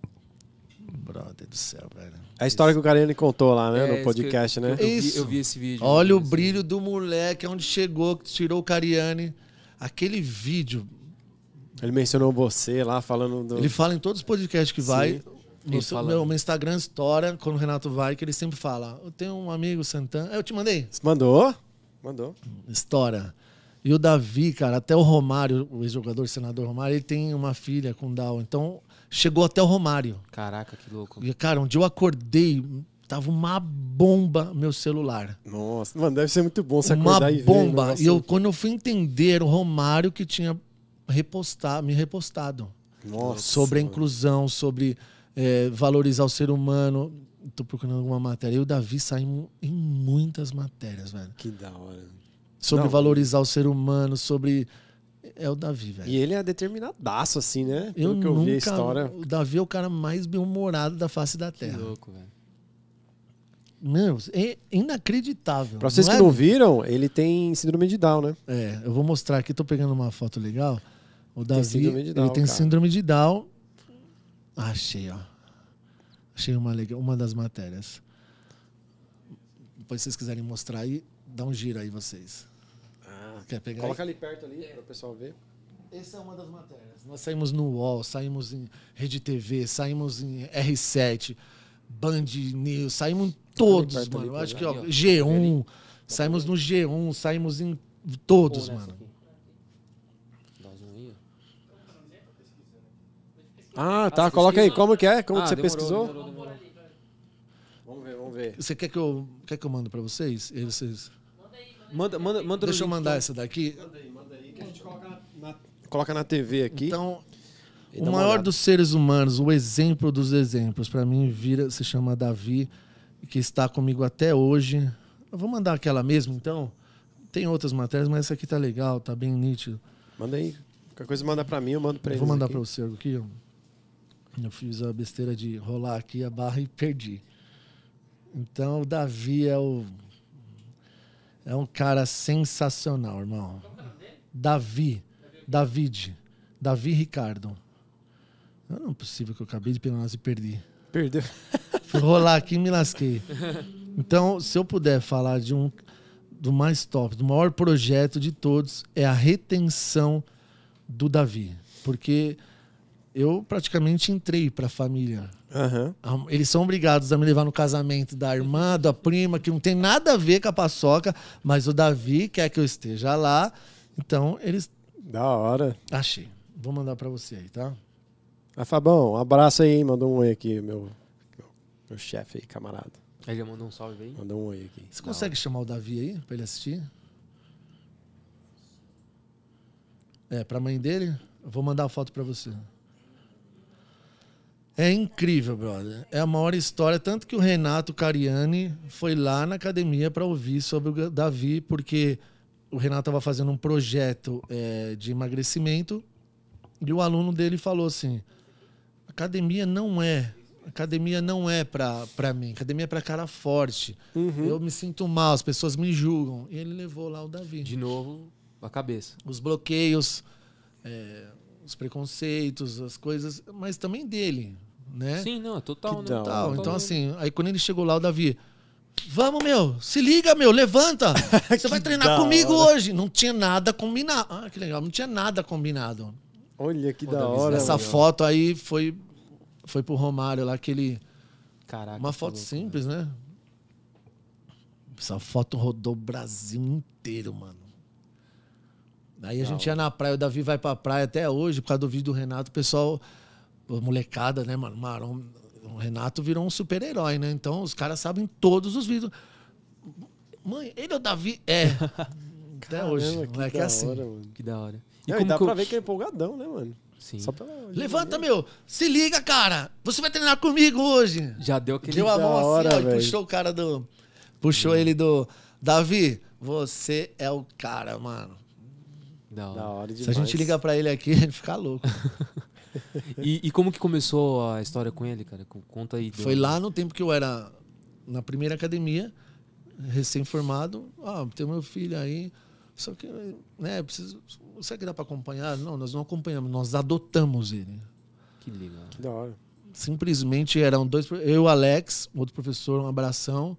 Brother do céu, velho. A história que o Cariani contou lá, né? É, no isso podcast, que eu, né? que eu, vi, Isso. eu vi esse vídeo. Olha eu o vi esse brilho do moleque, onde chegou, que tirou o Cariani. Aquele vídeo, Ele mencionou você lá, falando do... ele fala em todos os podcasts que vai. Sim. No Ele seu- fala- meu, meu Instagram estoura quando o Renato vai, que ele sempre fala. Eu tenho um amigo, Santana. Eu te mandei? Mandou? Mandou. Estoura. E o Davi, cara, até o Romário, o ex-jogador, senador Romário, ele tem uma filha com Down. Então, chegou até o Romário. Caraca, que louco. E, cara, um dia eu acordei, tava uma bomba meu celular. Nossa, mano, deve ser muito bom você Uma acordar e ver. bomba. negócio- E eu, quando eu fui entender, o Romário que tinha repostado, me repostado. Nossa, Sobre a mano. inclusão, sobre é, valorizar o ser humano. Tô procurando alguma matéria. E o Davi saiu em muitas matérias, velho. Que da hora. Sobre Não, valorizar o ser humano, sobre... É o Davi, velho. E ele é determinadaço, assim, né? Eu Pelo que eu nunca... vi a história. O Davi é o cara mais bem-humorado da face da Que Terra. louco, velho. Meu, é inacreditável. Pra vocês não que é? não viram, ele tem síndrome de Down, né? É, eu vou mostrar aqui, tô pegando uma foto legal. O Davi, síndrome de Down, ele tem cara. síndrome de Down. Ah, achei, ó. Achei uma, legal, uma das matérias. Depois, se vocês quiserem mostrar aí, dá um giro aí, vocês. Ah, Quer pegar coloca aí? ali perto ali, para o pessoal ver. Essa é uma das matérias. Nós saímos no U O L, saímos em Rede T V, saímos em R sete, Band News, saímos em todos, perto mano. ali, Eu acho que, ali, ó, ó. G um, saímos no G um, saímos em todos, Pô, nessa mano. aqui. Dá um zoom aí, ó. Ah, tá, você coloca aí. pesquisou? Como que é? Como Ah, que você demorou, pesquisou? demorou, demorou. Vamos ver, vamos ver. Você quer que eu, quer que eu mando pra vocês? E aí vocês... Manda, manda, manda Deixa eu no link, mandar então. essa daqui. Manda aí, manda aí que a gente coloca na, coloca na T V aqui. Então, E dá o uma maior olhada. dos seres humanos, o exemplo dos exemplos, pra mim vira, se chama Davi, que está comigo até hoje. Eu vou mandar aquela mesmo, então. Tem outras matérias, mas essa aqui tá legal, tá bem nítido. Manda aí. Qualquer coisa manda pra mim, eu mando pra Eu eles vou mandar aqui. pra você aqui. Ó. Eu fiz a besteira de rolar aqui a barra e perdi. Então, o Davi é o é um cara sensacional, irmão. Davi, David, Davi Ricardo. Não é possível que eu acabei de pegar e perdi. Perdeu. Fui rolar aqui e me lasquei. Então, se eu puder falar de um do mais top, do maior projeto de todos, é a retenção do Davi. Porque eu praticamente entrei para a família. Aham. Eles são obrigados a me levar no casamento da irmã, da prima, que não tem nada a ver com a paçoca, mas o Davi quer que eu esteja lá. Então, eles... Da hora. Achei. Vou mandar para você aí, tá? Ah, Fabão, um abraço aí, mandou um oi aqui, meu, meu, meu chefe aí, camarada. Ele já mandou um salve aí. Mandou um oi aqui. Você consegue chamar o Davi aí para ele assistir? É, para a mãe dele? Eu vou mandar a foto para você. É incrível, brother. É a maior história. Tanto que o Renato Cariani foi lá na academia para ouvir sobre o Davi, porque o Renato estava fazendo um projeto é, de emagrecimento e o aluno dele falou assim: academia não é. Academia não é pra, pra mim. Academia é pra cara forte. Uhum. Eu me sinto mal, as pessoas me julgam. E ele levou lá o Davi. De novo, a cabeça. Os bloqueios, é, os preconceitos, as coisas, mas também dele, né? Sim, não, é total, Que né? da hora. Tal. Total Então, mesmo. assim, aí quando ele chegou lá, o Davi, vamos, meu, se liga, meu, levanta. Você vai treinar da comigo hora. hoje. Não tinha nada combinado. Ah, que legal, não tinha nada combinado. Olha que Pô, da Davi, hora. Essa mano. foto aí foi, foi pro Romário lá, que ele... Caraca. Uma que foto louco, simples, né? Essa foto rodou o Brasil inteiro, mano. Aí a gente ia na praia, o Davi vai pra praia até hoje, por causa do vídeo do Renato, o pessoal, a molecada, né, mano? Marão, o Renato virou um super-herói, né? Então os caras sabem todos os vídeos. Mãe, ele é o Davi? É. Até Caramba, hoje. que Moleque da é assim. hora, mano. Que da hora. E, como dá que eu- pra ver que é empolgadão, né, mano? Sim. Só pela... Levanta, meu. Se liga, cara. Você vai treinar comigo hoje. Já deu aquele... Deu a da mão assim, hora, ó, e velho. puxou o cara do... Puxou ele do... Davi, você é o cara, mano. Da hora. Da hora demais. Se a gente ligar pra ele aqui, ele fica louco. E, e como que começou a história com ele, cara? Co- Conta aí. do- Foi lá no tempo que eu era na primeira academia, recém-formado. Ah, tem meu filho aí. Só que, né, preciso... Será que dá pra acompanhar? Não, nós não acompanhamos, nós adotamos ele. Que legal. Que da hora. Simplesmente eram dois... Eu e o Alex, outro professor, um abração.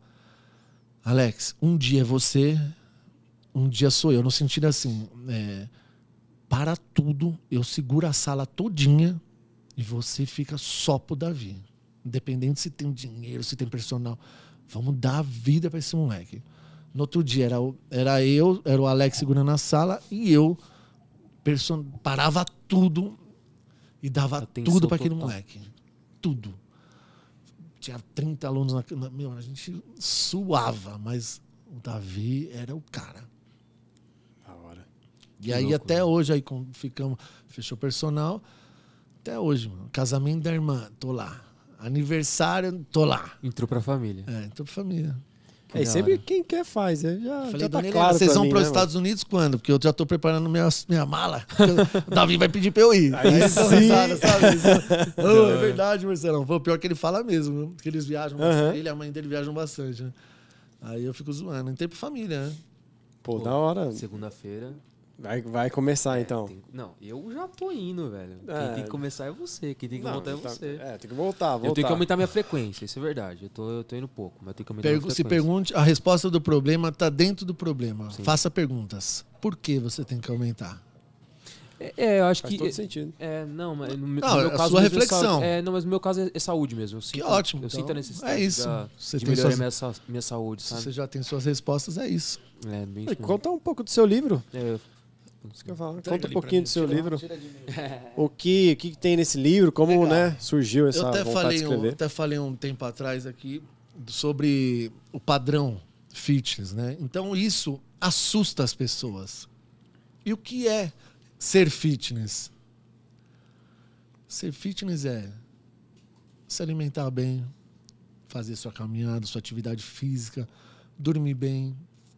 Alex, um dia é você, um dia sou eu. No sentido assim, é, para tudo, eu seguro a sala todinha e você fica só pro Davi. Independente se tem dinheiro, se tem personal. Vamos dar a vida para esse moleque. No outro dia era, o- era eu, era o Alex segurando a sala e eu person- parava tudo e dava Atenção tudo para aquele total. moleque. Tudo. Tinha trinta alunos na, na meu, a gente suava, mas o Davi era o cara. Da hora. E Que aí louco, até né? hoje aí quando ficamos, fechou personal, até hoje, mano. Casamento da irmã, tô lá. Aniversário, tô lá. Entrou pra família. É, então pra família. Que É, e da sempre hora. quem quer faz. Eu já, Falei, já tá dona Helena, claro vocês pra vão mim, para os né, Estados Unidos quando? Porque eu já tô preparando minha, minha mala. O Davi vai pedir pra eu ir. Aí Aí sim. risada, sabe? Oh, é verdade, Marcelão. Foi o pior que ele fala mesmo, viu? Que eles viajam Aham. bastante. Ele e a mãe dele viajam bastante, né? Aí eu fico zoando. Entrei pra família, né? Pô, da hora. Segunda-feira. Vai, vai começar, É, então. tem- Não, eu já tô indo, velho. Quem É. tem que começar é você. Quem tem que Não, voltar é tá- você. É, tem que voltar, voltar. Eu tenho que aumentar minha frequência, isso é verdade. Eu tô, eu tô indo pouco, mas eu tenho que aumentar Pergu- minha se frequência. pergunte, a resposta do problema está dentro do problema. Sim. Faça perguntas. Por que você tem que aumentar? É, é, eu acho Faz que... todo sentido. É, não, mas no, meu- Não, no é meu a caso sua mesmo é reflexão. saúde. É, não, mas no meu caso é, é saúde mesmo. Eu Que sinto, ótimo. Eu então, sinto a necessidade é isso. da- Você de tem melhorar suas- minha, sa- minha saúde, Se sabe? você já tem suas respostas, é isso. É, bem E isso mesmo. conta um pouco do seu livro. É, eu- Isso que eu ia falar. Entrega Conta um ali pouquinho pra do seu mim, tira- livro. tira de mim. O que, o que tem nesse livro? Como, Legal. né, surgiu essa Eu até vontade de falei, um, escrever? até falei um tempo atrás aqui sobre o padrão fitness, né? Então isso assusta as pessoas. E o que é ser fitness? Ser fitness é se alimentar bem, fazer sua caminhada, sua atividade física, dormir bem,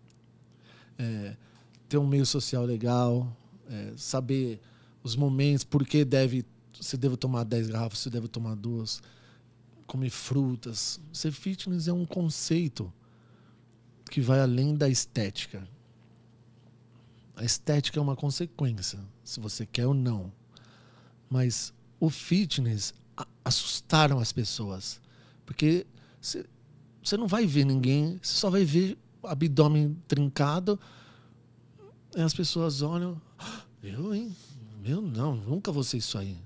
é, ter um meio social legal, é, saber os momentos, por que deve, você deve tomar dez garrafas, você deve tomar duas, comer frutas. Ser fitness é um conceito que vai além da estética. A estética é uma consequência, se você quer ou não. Mas o fitness a- assustaram as pessoas. Porque você você não vai ver ninguém, você só vai ver abdômen trincado. E as pessoas olham, "Ah, eu, hein? Meu, não, nunca vou ser isso aí.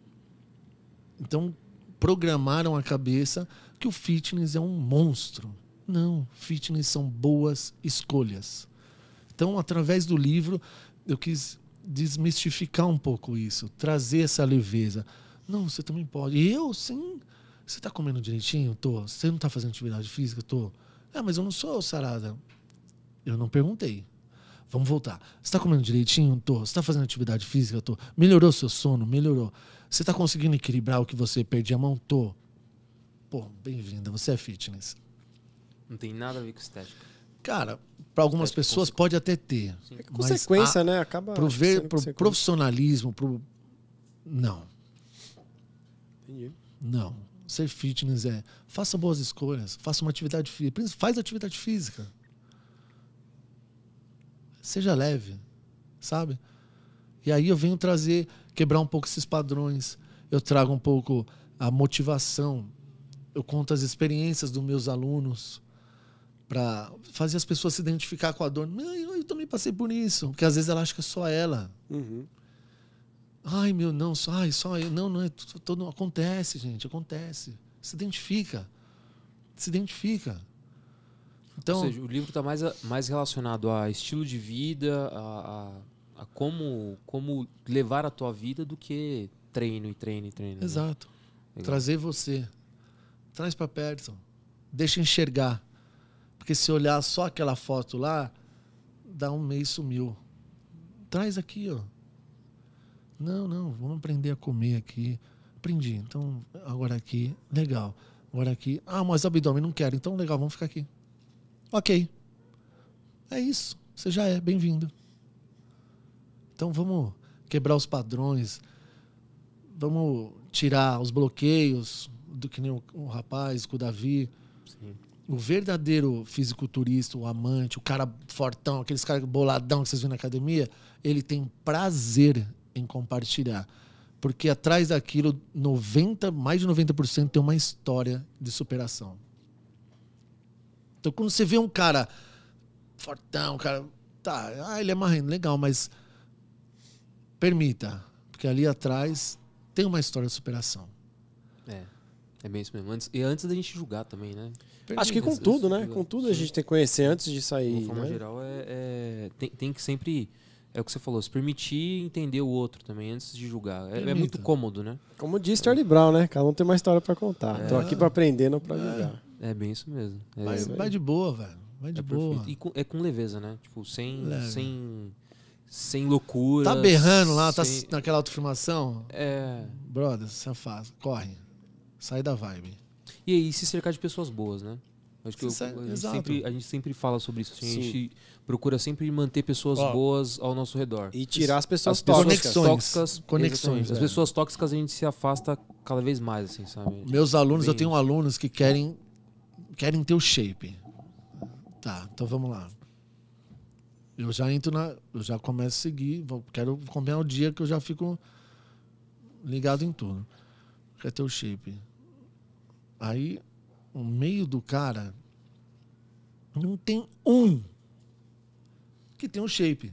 Então, programaram a cabeça que o fitness é um monstro. Não, fitness são boas escolhas. Então, através do livro, eu quis desmistificar um pouco isso, trazer essa leveza. Não, você também pode. Eu, sim. Você está comendo direitinho? Tô. Você não está fazendo atividade física? Tô. Ah, mas eu não sou sarada. Eu não perguntei. Vamos voltar. Você está comendo direitinho? Tô. Você está fazendo atividade física? Tô. Melhorou seu sono? Melhorou. Você está conseguindo equilibrar o que você perdia a mão? Tô. Pô, bem-vinda. Você é fitness. Não tem nada a ver com estética. Cara, para algumas Estética pessoas consequência. pode até ter. Sim. Mas Consequência, a- né? Acaba. Pro, acho que ver, sendo pro consequência. profissionalismo, pro... Não, Entendi. não. Ser fitness é... Faça boas escolhas. Faça uma atividade física. Faz atividade física. Seja leve, sabe? E aí eu venho trazer, quebrar um pouco esses padrões. Eu trago um pouco a motivação. Eu conto as experiências dos meus alunos para fazer as pessoas se identificar com a dor. Não, eu, eu também passei por isso. Porque às vezes ela acha que é só ela. Uhum. Ai, meu, não, só, ai, só eu. Não, não é tudo, todo, acontece, gente, acontece. Se identifica. Se identifica. Então, Ou seja, o livro está mais, a- mais relacionado a estilo de vida, a, a, a como, como levar a tua vida do que treino e treino e treino. né? exato. Legal. Trazer você. Traz pra perto. Deixa enxergar. Porque se olhar só aquela foto lá, dá um mês sumiu. Traz aqui, ó. Não, não, vamos aprender a comer aqui. Aprendi. Então, agora aqui, legal. Agora aqui. Ah, mas abdômen não quero. Então, legal, vamos ficar aqui. Ok. É isso. Você já é. Bem-vindo. Então, vamos quebrar os padrões. Vamos tirar os bloqueios do que nem o, o rapaz com o Davi. Sim. O verdadeiro fisiculturista, o amante, o cara fortão, aqueles caras boladão que vocês vêem na academia, ele tem prazer em compartilhar. Porque atrás daquilo, noventa, mais de noventa por cento tem uma história de superação. Então, quando você vê um cara fortão, um cara... Tá, ah, ele é marrento, legal, mas permita. Porque ali atrás tem uma história de superação. É, é bem isso mesmo. Antes, e antes da gente julgar também, né? Acho que com Isso, tudo, isso, né? isso. Com tudo a gente tem que conhecer antes de De sair. uma forma né? geral, é, é- tem, tem que sempre... É o que você falou, se permitir entender o outro também, antes de julgar. É, é Permita. muito cômodo, né? Como diz Charlie Brown, né? Cada um tem uma história pra contar. Tô aqui pra aprender, não pra julgar. É bem isso mesmo. É, Vai, é, vai de boa, velho. Vai de é boa. perfeito. E com, é com leveza, né? Tipo, sem... Leve. Sem, sem loucura. Tá berrando lá, tá sem- naquela autoafirmação? É... Brother, se afasta. Corre. Sai da vibe. E aí, se cercar de pessoas boas, né? Acho que eu- Isso é- a, gente exato. sempre, a gente sempre fala sobre isso. assim, a Sim. gente procura sempre manter pessoas Ó. boas ao nosso redor. E tirar as pessoas As pessoas tóxicas. Conexões. tóxicas, Conexões, exatamente. As velho. pessoas tóxicas a gente se afasta cada vez mais, assim, sabe? Meus alunos, Bem eu tenho isso. alunos que querem, querem ter o shape. Tá, então vamos lá. Eu já entro na. Eu já começo a seguir. Vou, quero acompanhar o dia que eu já fico ligado em tudo. Quer ter o shape. Aí, o meio do cara não tem um que tem um shape.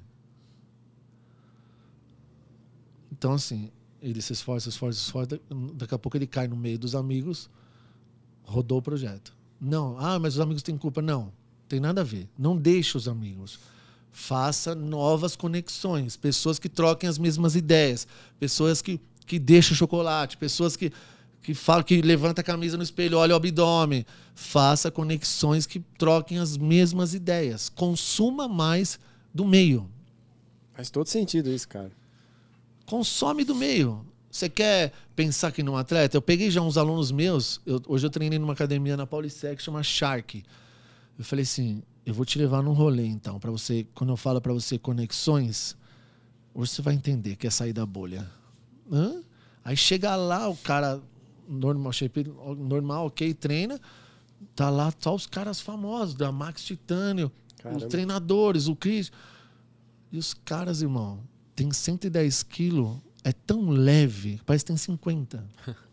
Então, assim, ele se esforça, se esforça, se esforça. Daqui a pouco ele cai no meio dos amigos, rodou o projeto. Não, ah, mas os amigos têm culpa. Não, tem nada a ver. Não deixe os amigos. Faça novas conexões. Pessoas que troquem as mesmas ideias. Pessoas que, que deixam chocolate. Pessoas que, que falam, que levanta a camisa no espelho, olha o abdômen. Faça conexões que troquem as mesmas ideias. Consuma mais do meio. Faz todo sentido isso, cara. Consome do meio. Você quer pensar que num atleta? Eu peguei já uns alunos meus. Eu, hoje eu treinei numa academia na Paulicé que chama Shark. Eu falei assim, eu vou te levar num rolê então, para você, quando eu falo para você conexões, hoje você vai entender que é sair da bolha. Hã? Aí chega lá o cara normal, shape normal, ok, treina, tá lá só os caras famosos da Max Titânio, Caramba. os treinadores, o Chris. E os caras, irmão, tem cento e dez quilos, é tão leve, parece que tem cinquenta.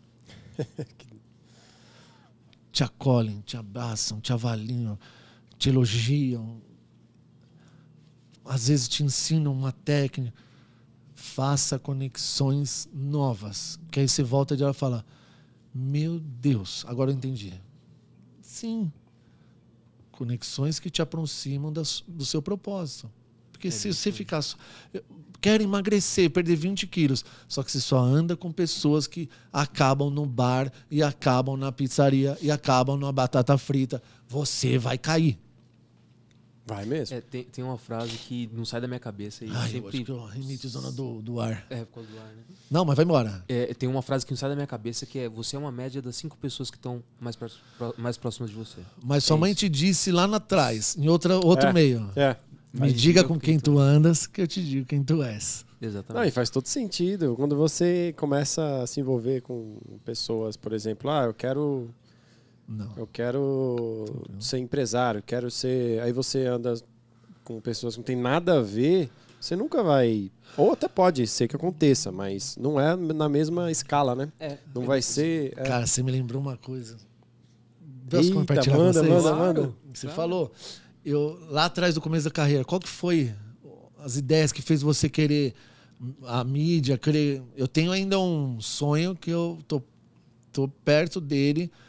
Te acolhem, te abraçam, te avaliam, te elogiam. Às vezes te ensinam uma técnica. Faça conexões novas. Que aí você volta de lá e fala, meu Deus, agora eu entendi. Sim. Conexões que te aproximam das- do seu propósito. Porque se você ficar... só- eu quero emagrecer, perder vinte quilos. Só que você só anda com pessoas que acabam no bar e acabam na pizzaria e acabam na batata frita. Você vai cair. Vai mesmo. É, tem, tem uma frase que não sai da minha cabeça e Ai, eu acho sempre... que eu rinite zona do, do ar. É, por causa do ar, né? Não, mas vai embora. É, tem uma frase que não sai da minha cabeça que é você é uma média das cinco pessoas que estão mais, pró- pró- mais próximas de você. Mas sua É mãe isso. te disse lá atrás, em outra, outro É. meio. É. Me Faz diga diga com com quem quem tu andas, que eu te digo quem tu és. Não, e Exatamente. faz todo sentido. Quando você começa a se envolver com pessoas, por exemplo, ah, eu quero, Não. eu quero ser empresário, quero ser. Aí você anda com pessoas que não tem nada a ver, você nunca vai. Ou até pode ser que aconteça, mas não é na mesma escala, né? É, Não vai ser. é. Cara, você me lembrou uma coisa. Posso Eita, compartilhar com manda, vocês? manda, manda. Você falou, eu lá atrás do começo da carreira, qual que foi as ideias que fez você querer a mídia, querer... Eu tenho ainda um sonho que eu tô, tô perto dele,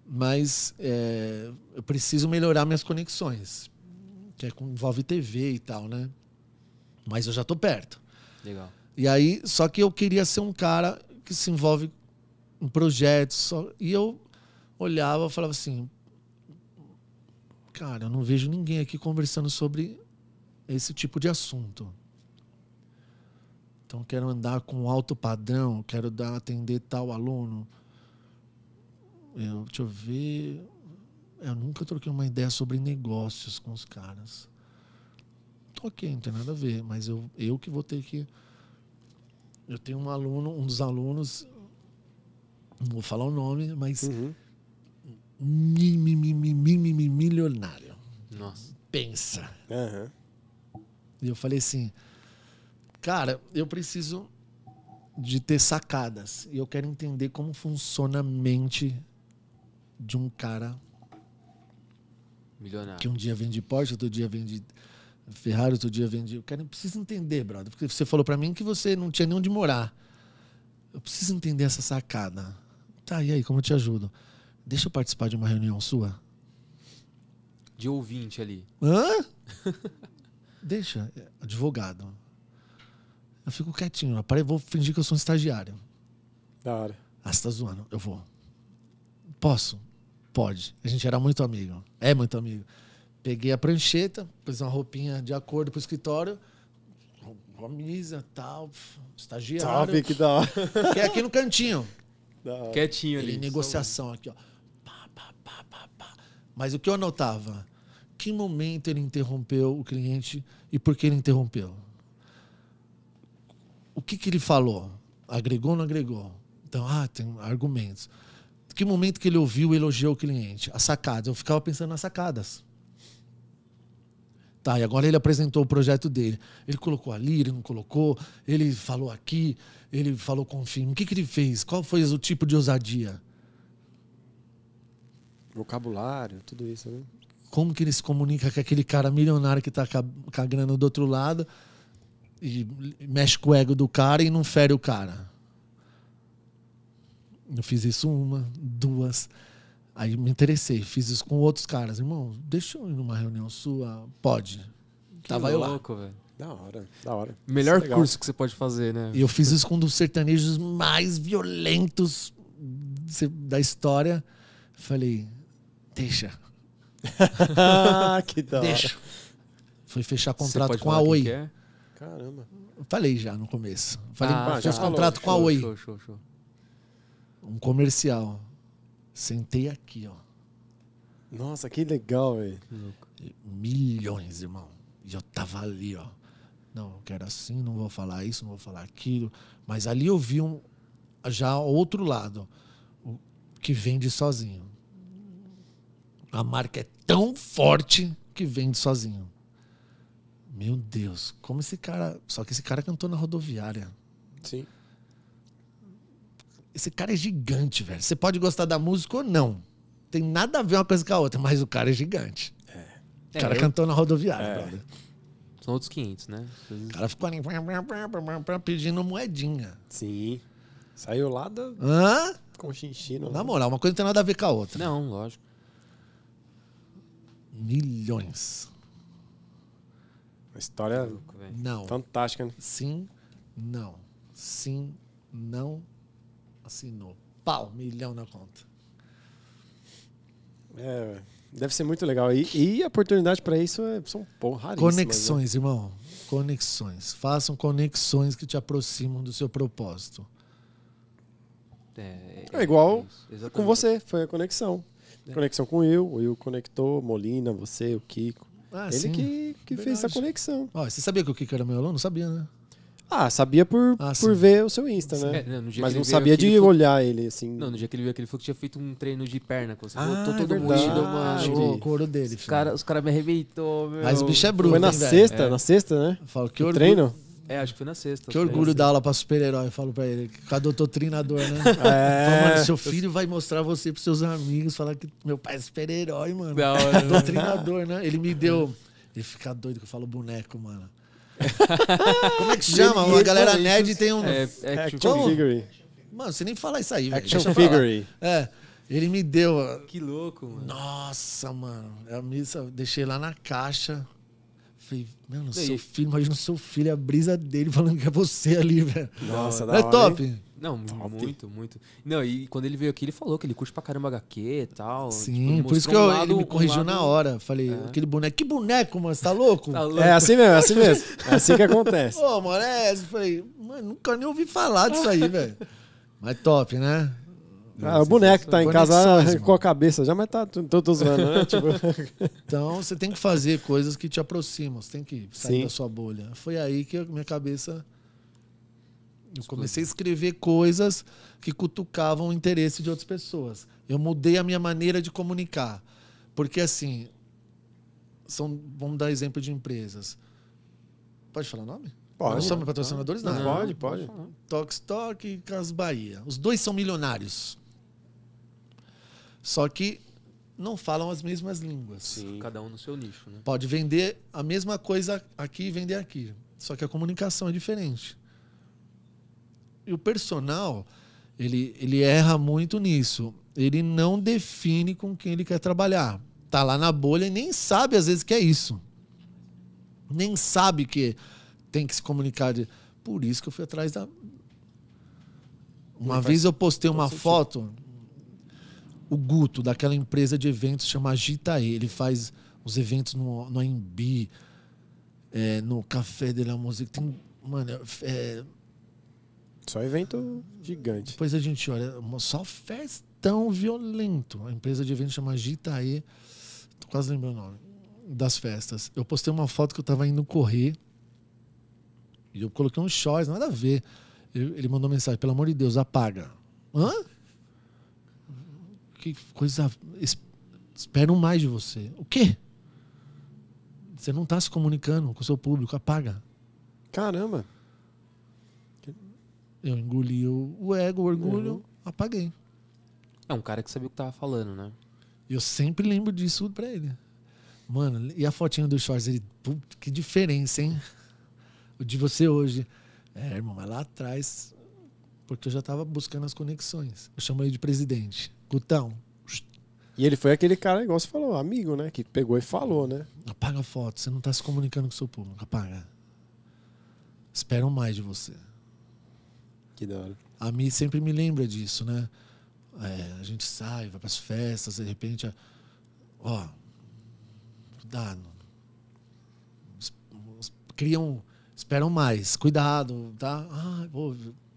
Mas é, eu preciso melhorar minhas conexões, que é com, envolve T V e tal, né? Mas eu já tô perto. Legal. E aí, só que eu queria ser um cara que se envolve em projetos. Só, e eu olhava e falava assim, cara, eu não vejo ninguém aqui conversando sobre esse tipo de assunto. Então, quero andar com alto padrão, quero dar, atender tal aluno. Eu, deixa eu ver... Eu nunca troquei uma ideia sobre negócios com os caras. Ok, não tem nada a ver, mas eu, eu que vou ter que... Eu tenho um aluno, um dos alunos, não vou falar o nome, mas Uhum. mi, mi, mi, mi, mi, mi, mi, milionário. Nossa. Pensa. Aham. E eu falei assim, cara, eu preciso de ter sacadas. E eu quero entender como funciona a mente de um cara Milionário. que um dia vende Porsche, outro dia vende Ferrari, outro dia vende... Eu quero, eu preciso entender, brother. Porque você falou pra mim que você não tinha nem onde morar. Eu preciso entender essa sacada. Tá, e aí, como eu te ajudo? Deixa eu participar de uma reunião sua. De ouvinte ali. Hã? Deixa. Advogado. Eu fico quietinho. Parei, vou fingir que eu sou um estagiário. Da hora. Ah, você tá zoando? Eu vou. Posso? Pode. A gente era muito amigo. É muito amigo. Peguei a prancheta, pus uma roupinha de acordo pro escritório, camisa, tal, estagiário. Sabe que da hora. Fiquei aqui no cantinho. Da hora. Quietinho ali. Ele em negociação aqui, ó. Pá, pá, pá, pá, pá. Mas o que eu anotava? Que momento ele interrompeu o cliente e por que ele interrompeu? O que, que ele falou? Agregou ou não agregou? Então, ah, tem argumentos. Que momento que ele ouviu e elogiou o cliente? As sacadas. Eu ficava pensando nas sacadas. Tá, e agora ele apresentou o projeto dele. Ele colocou ali, ele não colocou, ele falou aqui, ele falou com o filme. O que, que ele fez? Qual foi o tipo de ousadia? Vocabulário, tudo isso, né? Como que ele se comunica com aquele cara milionário que tá com a, com a grana do outro lado e mexe com o ego do cara e não fere o cara? Eu fiz isso uma, duas... Aí me interessei, fiz isso com outros caras. Irmão, deixa eu ir numa reunião sua. Pode. Que Tava eu lá. louco, velho. Da hora, da hora. Melhor Isso é legal. curso que você pode fazer, né? E eu fiz isso com um dos sertanejos mais violentos da história. Falei, deixa, Ah, que da hora. deixa. Fui fechar Você contrato pode com a falar quem Oi. que é? Caramba. Falei já no começo. Falei, Ah, fiz já contrato com a show, Oi. Show, show, show. Um comercial. Sentei aqui, ó. Nossa, que legal, velho. Milhões, irmão. E eu tava ali, ó. Não, eu quero assim, não vou falar isso, não vou falar aquilo. Mas ali eu vi um, já outro lado, o que vende sozinho. A marca é tão forte que vende sozinho. Meu Deus, como esse cara... Só que esse cara cantou na rodoviária. Sim. Esse cara é gigante, velho. Você pode gostar da música ou não. Tem nada a ver uma coisa com a outra, mas o cara é gigante. O cara É, eu- cantou na rodoviária, É. brother. São outros quinhentos, né? O cara ficou ali pedindo moedinha. Sim. Saiu lá da Hã? Conchinchina. Na moral, uma coisa não tem nada a ver com a outra. Não, lógico. Milhões. Uma história Louco, velho. Não. fantástica, né? Sim, não. Sim, não. Assinou. Pau, milhão na conta. É, deve ser muito legal. E, e a oportunidade pra isso é, são pô, raríssimas. Conexões, irmão. Conexões. Façam conexões que te aproximam do seu propósito. É, É igual isso, né? exatamente. Com você, foi a conexão. Conexão com o Will, o Will conectou, Molina, você, o Kiko. Ah, Ele sim. que, que fez essa Verdade. conexão. Ó, você sabia que o Kiko era meu aluno? Não sabia, né? Ah, sabia por, Ah, por sim. ver o seu Insta, né? É, não, no dia Mas que não ele veio sabia aqui, de ele falou- olhar ele, assim. Não, no dia que ele veio aqui, ele falou que tinha feito um treino de perna com você. Ah, Voltou é todo verdade. moído, Ah, mano. jogou o couro dele, Os filho. caras cara me arrebentou, meu. Mas o bicho é bruto, Foi na hein, velho? sexta, É. na sexta, né? Eu falo, que O orgulho, treino? É, acho que foi na sexta. que orgulho dar aula pra super-herói. Eu falo pra ele. Cadê o doutrinador, né? Falo, É. mano, seu filho vai mostrar você pros seus amigos, falar que meu pai é super-herói, mano. Da hora. Doutrinador, né? Ele me deu... Ele fica doido que eu falo boneco, mano. Como é que chama? Ele- A galera ele- nerd tem um... É, action Action Como? figure. Mano, você nem fala isso aí, velho. Action Deixa eu falar. figure. É. Ele me deu. a- Que louco, mano. Nossa, mano. A missa, eu deixei lá na caixa. Falei, mano, E seu aí? filho, imagina o seu filho, a brisa dele falando que é você ali, velho. Nossa, Não da é hora, top? hein? Não, muito, muito. Não, e quando ele veio aqui, ele falou que ele curte pra caramba H Q e tal. Sim, Tipo, ele por isso que mostrou eu- um lado- ele me um corrigiu lado- na hora. Falei, É. aquele boneco. Que boneco, mano? Você tá louco? Tá louco. É assim mesmo, é assim mesmo. É assim que acontece. Ô, mano, é essa. Eu falei, mano, nunca nem ouvi falar disso aí, velho. Mas top, né? Ah, o boneco tá em casa Conexões, com a mano. cabeça já, mas tá tô, tô, tô zoando, né? Tipo, Então, você tem que fazer coisas que te aproximam. Você tem que sair Sim. da sua bolha. Foi aí que a minha cabeça... Eu comecei a escrever coisas que cutucavam o interesse de outras pessoas. Eu mudei a minha maneira de comunicar. Porque, assim... São, vamos dar exemplo de empresas. Pode falar nome? Pode. Não somos patrocinadores? Não. Não, pode, pode. Tokstok e Cas Bahia. Os dois são milionários. Só que não falam as mesmas línguas. Sim. Cada um no seu nicho, né? Pode vender a mesma coisa aqui e vender aqui. Só que a comunicação é diferente. E o personal, ele, ele erra muito nisso. Ele não define com quem ele quer trabalhar. Tá lá na bolha e nem sabe às vezes que é isso. Nem sabe que tem que se comunicar. De... Por isso que eu fui atrás da... Uma Faz vez eu postei todo uma sentido. foto, o Guto, daquela empresa de eventos chama Agitaê. Ele faz os eventos no, no A M B, é, no Café de la Musique. Tem, mano, é, Só evento gigante. depois a gente olha, uma- só festão violento. A empresa de eventos chama Agitaê. Tô quase lembrando o nome das festas. Eu postei uma foto que eu tava indo correr e eu coloquei um shorts, nada a ver. Eu- ele mandou mensagem, pelo amor de Deus, apaga. Hã? Que coisa... es- Espero mais de você. O quê? Você não tá se comunicando com o seu público, apaga. Caramba. Eu engoli o, o ego, o orgulho, Uhum. apaguei. É um cara que sabia o que tava falando, né? E eu sempre lembro disso pra ele. Mano, e a fotinha do shorts? Ele, "Putz, que diferença, hein? O de você hoje. É, irmão, mas lá atrás, porque eu já tava buscando as conexões. Eu chamo ele de presidente. Gutão, E ele foi aquele cara, igual você falou, amigo, né? Que pegou e falou, né? apaga a foto. Você não tá se comunicando com o seu público. Apaga. Esperam mais de você. Que da hora. A Mi sempre me lembra disso, né? É, a gente sai, vai pras festas, de repente, ó, cuidado. Es- es- Criam, esperam mais, cuidado, tá? Ah, pô,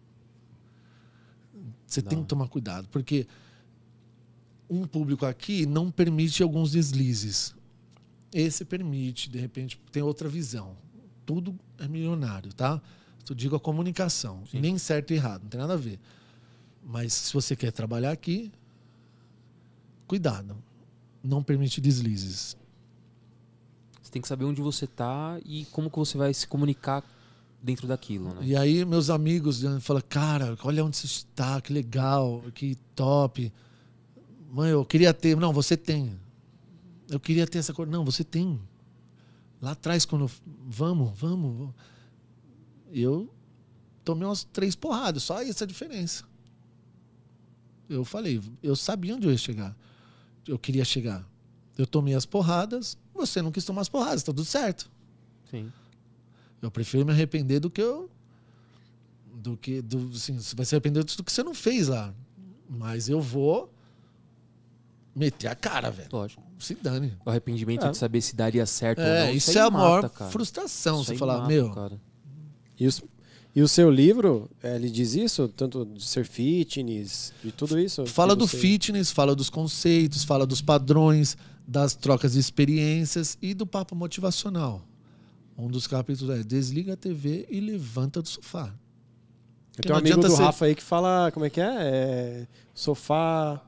você tem Não. que tomar cuidado, porque um público aqui não permite alguns deslizes. Esse permite, de repente, tem outra visão. Tudo é milionário, tá? Eu digo a comunicação, Sim. nem certo e errado, não tem nada a ver. Mas se você quer trabalhar aqui, cuidado. Não permite deslizes. Você tem que saber onde você tá e como que você vai se comunicar dentro daquilo, né? E aí meus amigos né, falam, cara, olha onde você está, que legal, que top. Mãe, eu queria ter. Não, você tem. Eu queria ter essa coisa. Não, você tem. Lá atrás, quando eu... Vamos, vamos. vamos. Eu tomei umas três porradas. Só essa diferença. Eu falei, eu sabia onde eu ia chegar. Eu queria chegar. Eu tomei as porradas, você não quis tomar as porradas, tá tudo certo. Sim. Eu prefiro me arrepender do que eu. Do que. Do, assim, você vai se arrepender do que você não fez lá. Mas eu vou meter a cara, velho. Lógico. Se dane. O arrependimento É. de saber se daria certo ou É, não. isso aí é a mata, maior cara. frustração. Isso Você aí falar, mata, meu. cara. E, os, e o seu livro, eh, ele diz isso? Tanto de ser fitness, de tudo isso? Fala que do você- fitness, fala dos conceitos, fala dos padrões, das trocas de experiências e do papo motivacional. Um dos capítulos é desliga a T V e levanta do sofá. Eu tenho um não amigo adianta do ser- Rafa aí que fala, como é que é? É, sofá...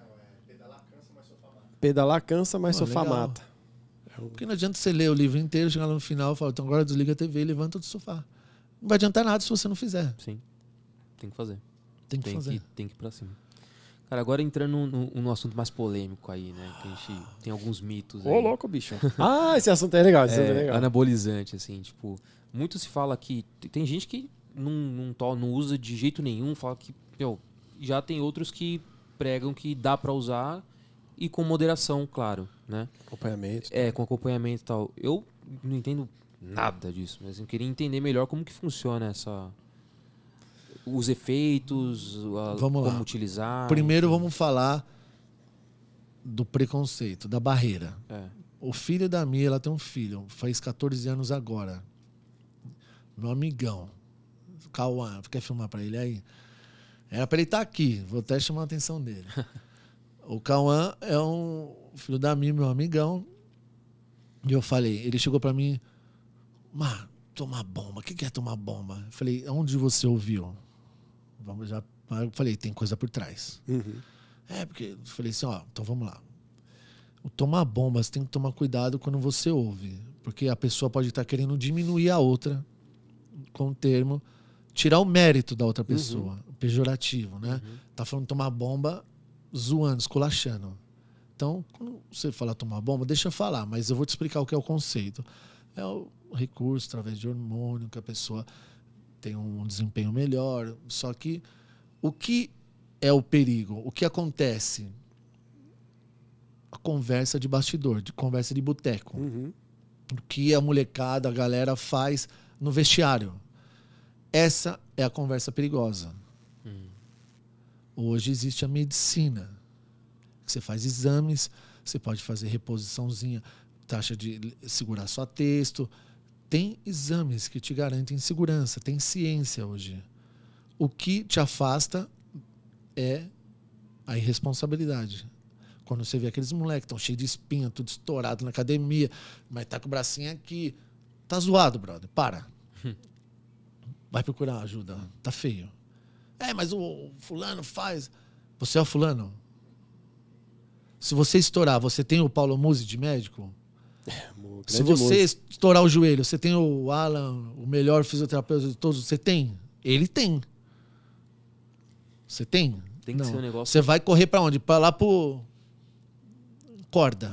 Pedalar cansa, mas Pô, sofá legal. mata. Porque não adianta você ler o livro inteiro, chegar lá no final e falar, então agora desliga a T V e levanta do sofá. Não vai adiantar nada se você não fizer. Sim. Tem que fazer. Tem que Tem fazer. que, tem que ir pra cima. Cara, agora entrando no, no, no assunto mais polêmico aí, né? Que a gente tem alguns mitos aí. Ô, louco, bicho. Ah, esse assunto é legal, esse assunto é É, legal. anabolizante, assim, tipo... Muito se fala que... Tem gente que não, não, to- não usa de jeito nenhum, fala que... Meu, já tem outros que pregam que dá pra usar e com moderação, claro, né? Acompanhamento. É, com acompanhamento e tal. Eu não entendo nada disso, mas eu queria entender melhor como que funciona essa... Os efeitos, a, Vamos como lá. utilizar. Primeiro vamos falar do preconceito, da barreira. É. O filho da Mia, ela tem um filho, faz catorze anos agora. Meu amigão, Cauã, quer filmar pra ele aí? Era pra ele estar aqui, vou até chamar a atenção dele. O Cauã é um filho da Mia, meu amigão. E eu falei, ele chegou pra mim, Má, tomar bomba, o que, que é tomar bomba? Eu falei, onde você ouviu? Vamos já. Eu falei, tem coisa por trás. Uhum. É, porque eu falei assim, ó, então vamos lá. O tomar bomba, você tem que tomar cuidado quando você ouve. Porque a pessoa pode estar querendo diminuir a outra com o termo, tirar o mérito da outra pessoa. Uhum. Pejorativo, né? Uhum. Tá falando tomar bomba, zoando, esculachando. Então, quando você falar tomar bomba, deixa eu falar, mas eu vou te explicar o que é o conceito. É o recurso através de hormônio, que a pessoa tem um desempenho melhor. Só que o que é o perigo? O que acontece? A conversa de bastidor, de conversa de boteco. Uhum. O que a molecada, a galera faz no vestiário. Essa é a conversa perigosa. Hum. Hoje existe a medicina. Você faz exames, você pode fazer reposiçãozinha, taxa de segurar só texto. Tem exames que te garantem segurança, tem ciência hoje. O que te afasta é a irresponsabilidade. Quando você vê aqueles moleques que estão cheios de espinha, tudo estourado na academia, mas tá com o bracinho aqui. Tá zoado, brother. Para. Vai procurar ajuda. Tá feio. É, mas o fulano faz. Você é o fulano? Se você estourar, você tem o Paulo Musi de médico? É, Se você música. estourar o joelho, você tem o Alan, o melhor fisioterapeuta de todos? Você tem? Ele tem. Você tem? Tem que Não. ser um negócio... Você vai correr pra onde? Pra lá pro... corda.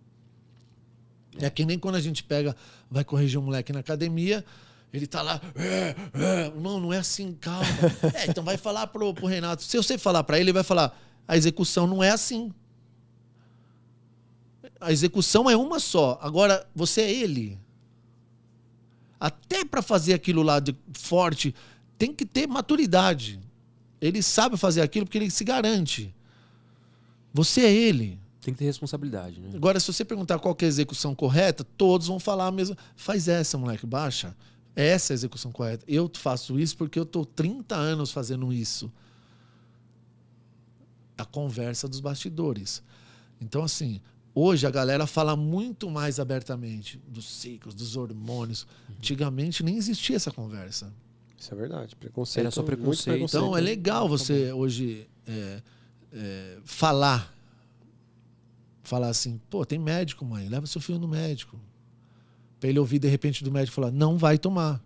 É. é que nem quando a gente pega, vai corrigir um moleque na academia, ele tá lá, é, é. não, não é assim, calma. É, então vai falar pro, pro Renato. Se eu sei falar pra ele, ele vai falar, a execução não é assim. A execução é uma só. Agora, você é ele. Até pra fazer aquilo lá de forte, tem que ter maturidade. Ele sabe fazer aquilo porque ele se garante. Você é ele. Tem que ter responsabilidade, né? Agora, se você perguntar qual que é a execução correta, todos vão falar a mesma. Faz essa, moleque, baixa. Essa é a execução correta. Eu faço isso porque eu estou trinta anos fazendo isso. A conversa dos bastidores. Então, assim, hoje a galera fala muito mais abertamente dos ciclos, dos hormônios. Uhum. Antigamente nem existia essa conversa. Isso é verdade. Preconceito. Era só preconceito. preconceito. Então, é legal você hoje é, é, falar. Falar assim, pô, tem médico, mãe, leva seu filho no médico. Pra ele ouvir, de repente, do médico falar, não vai tomar.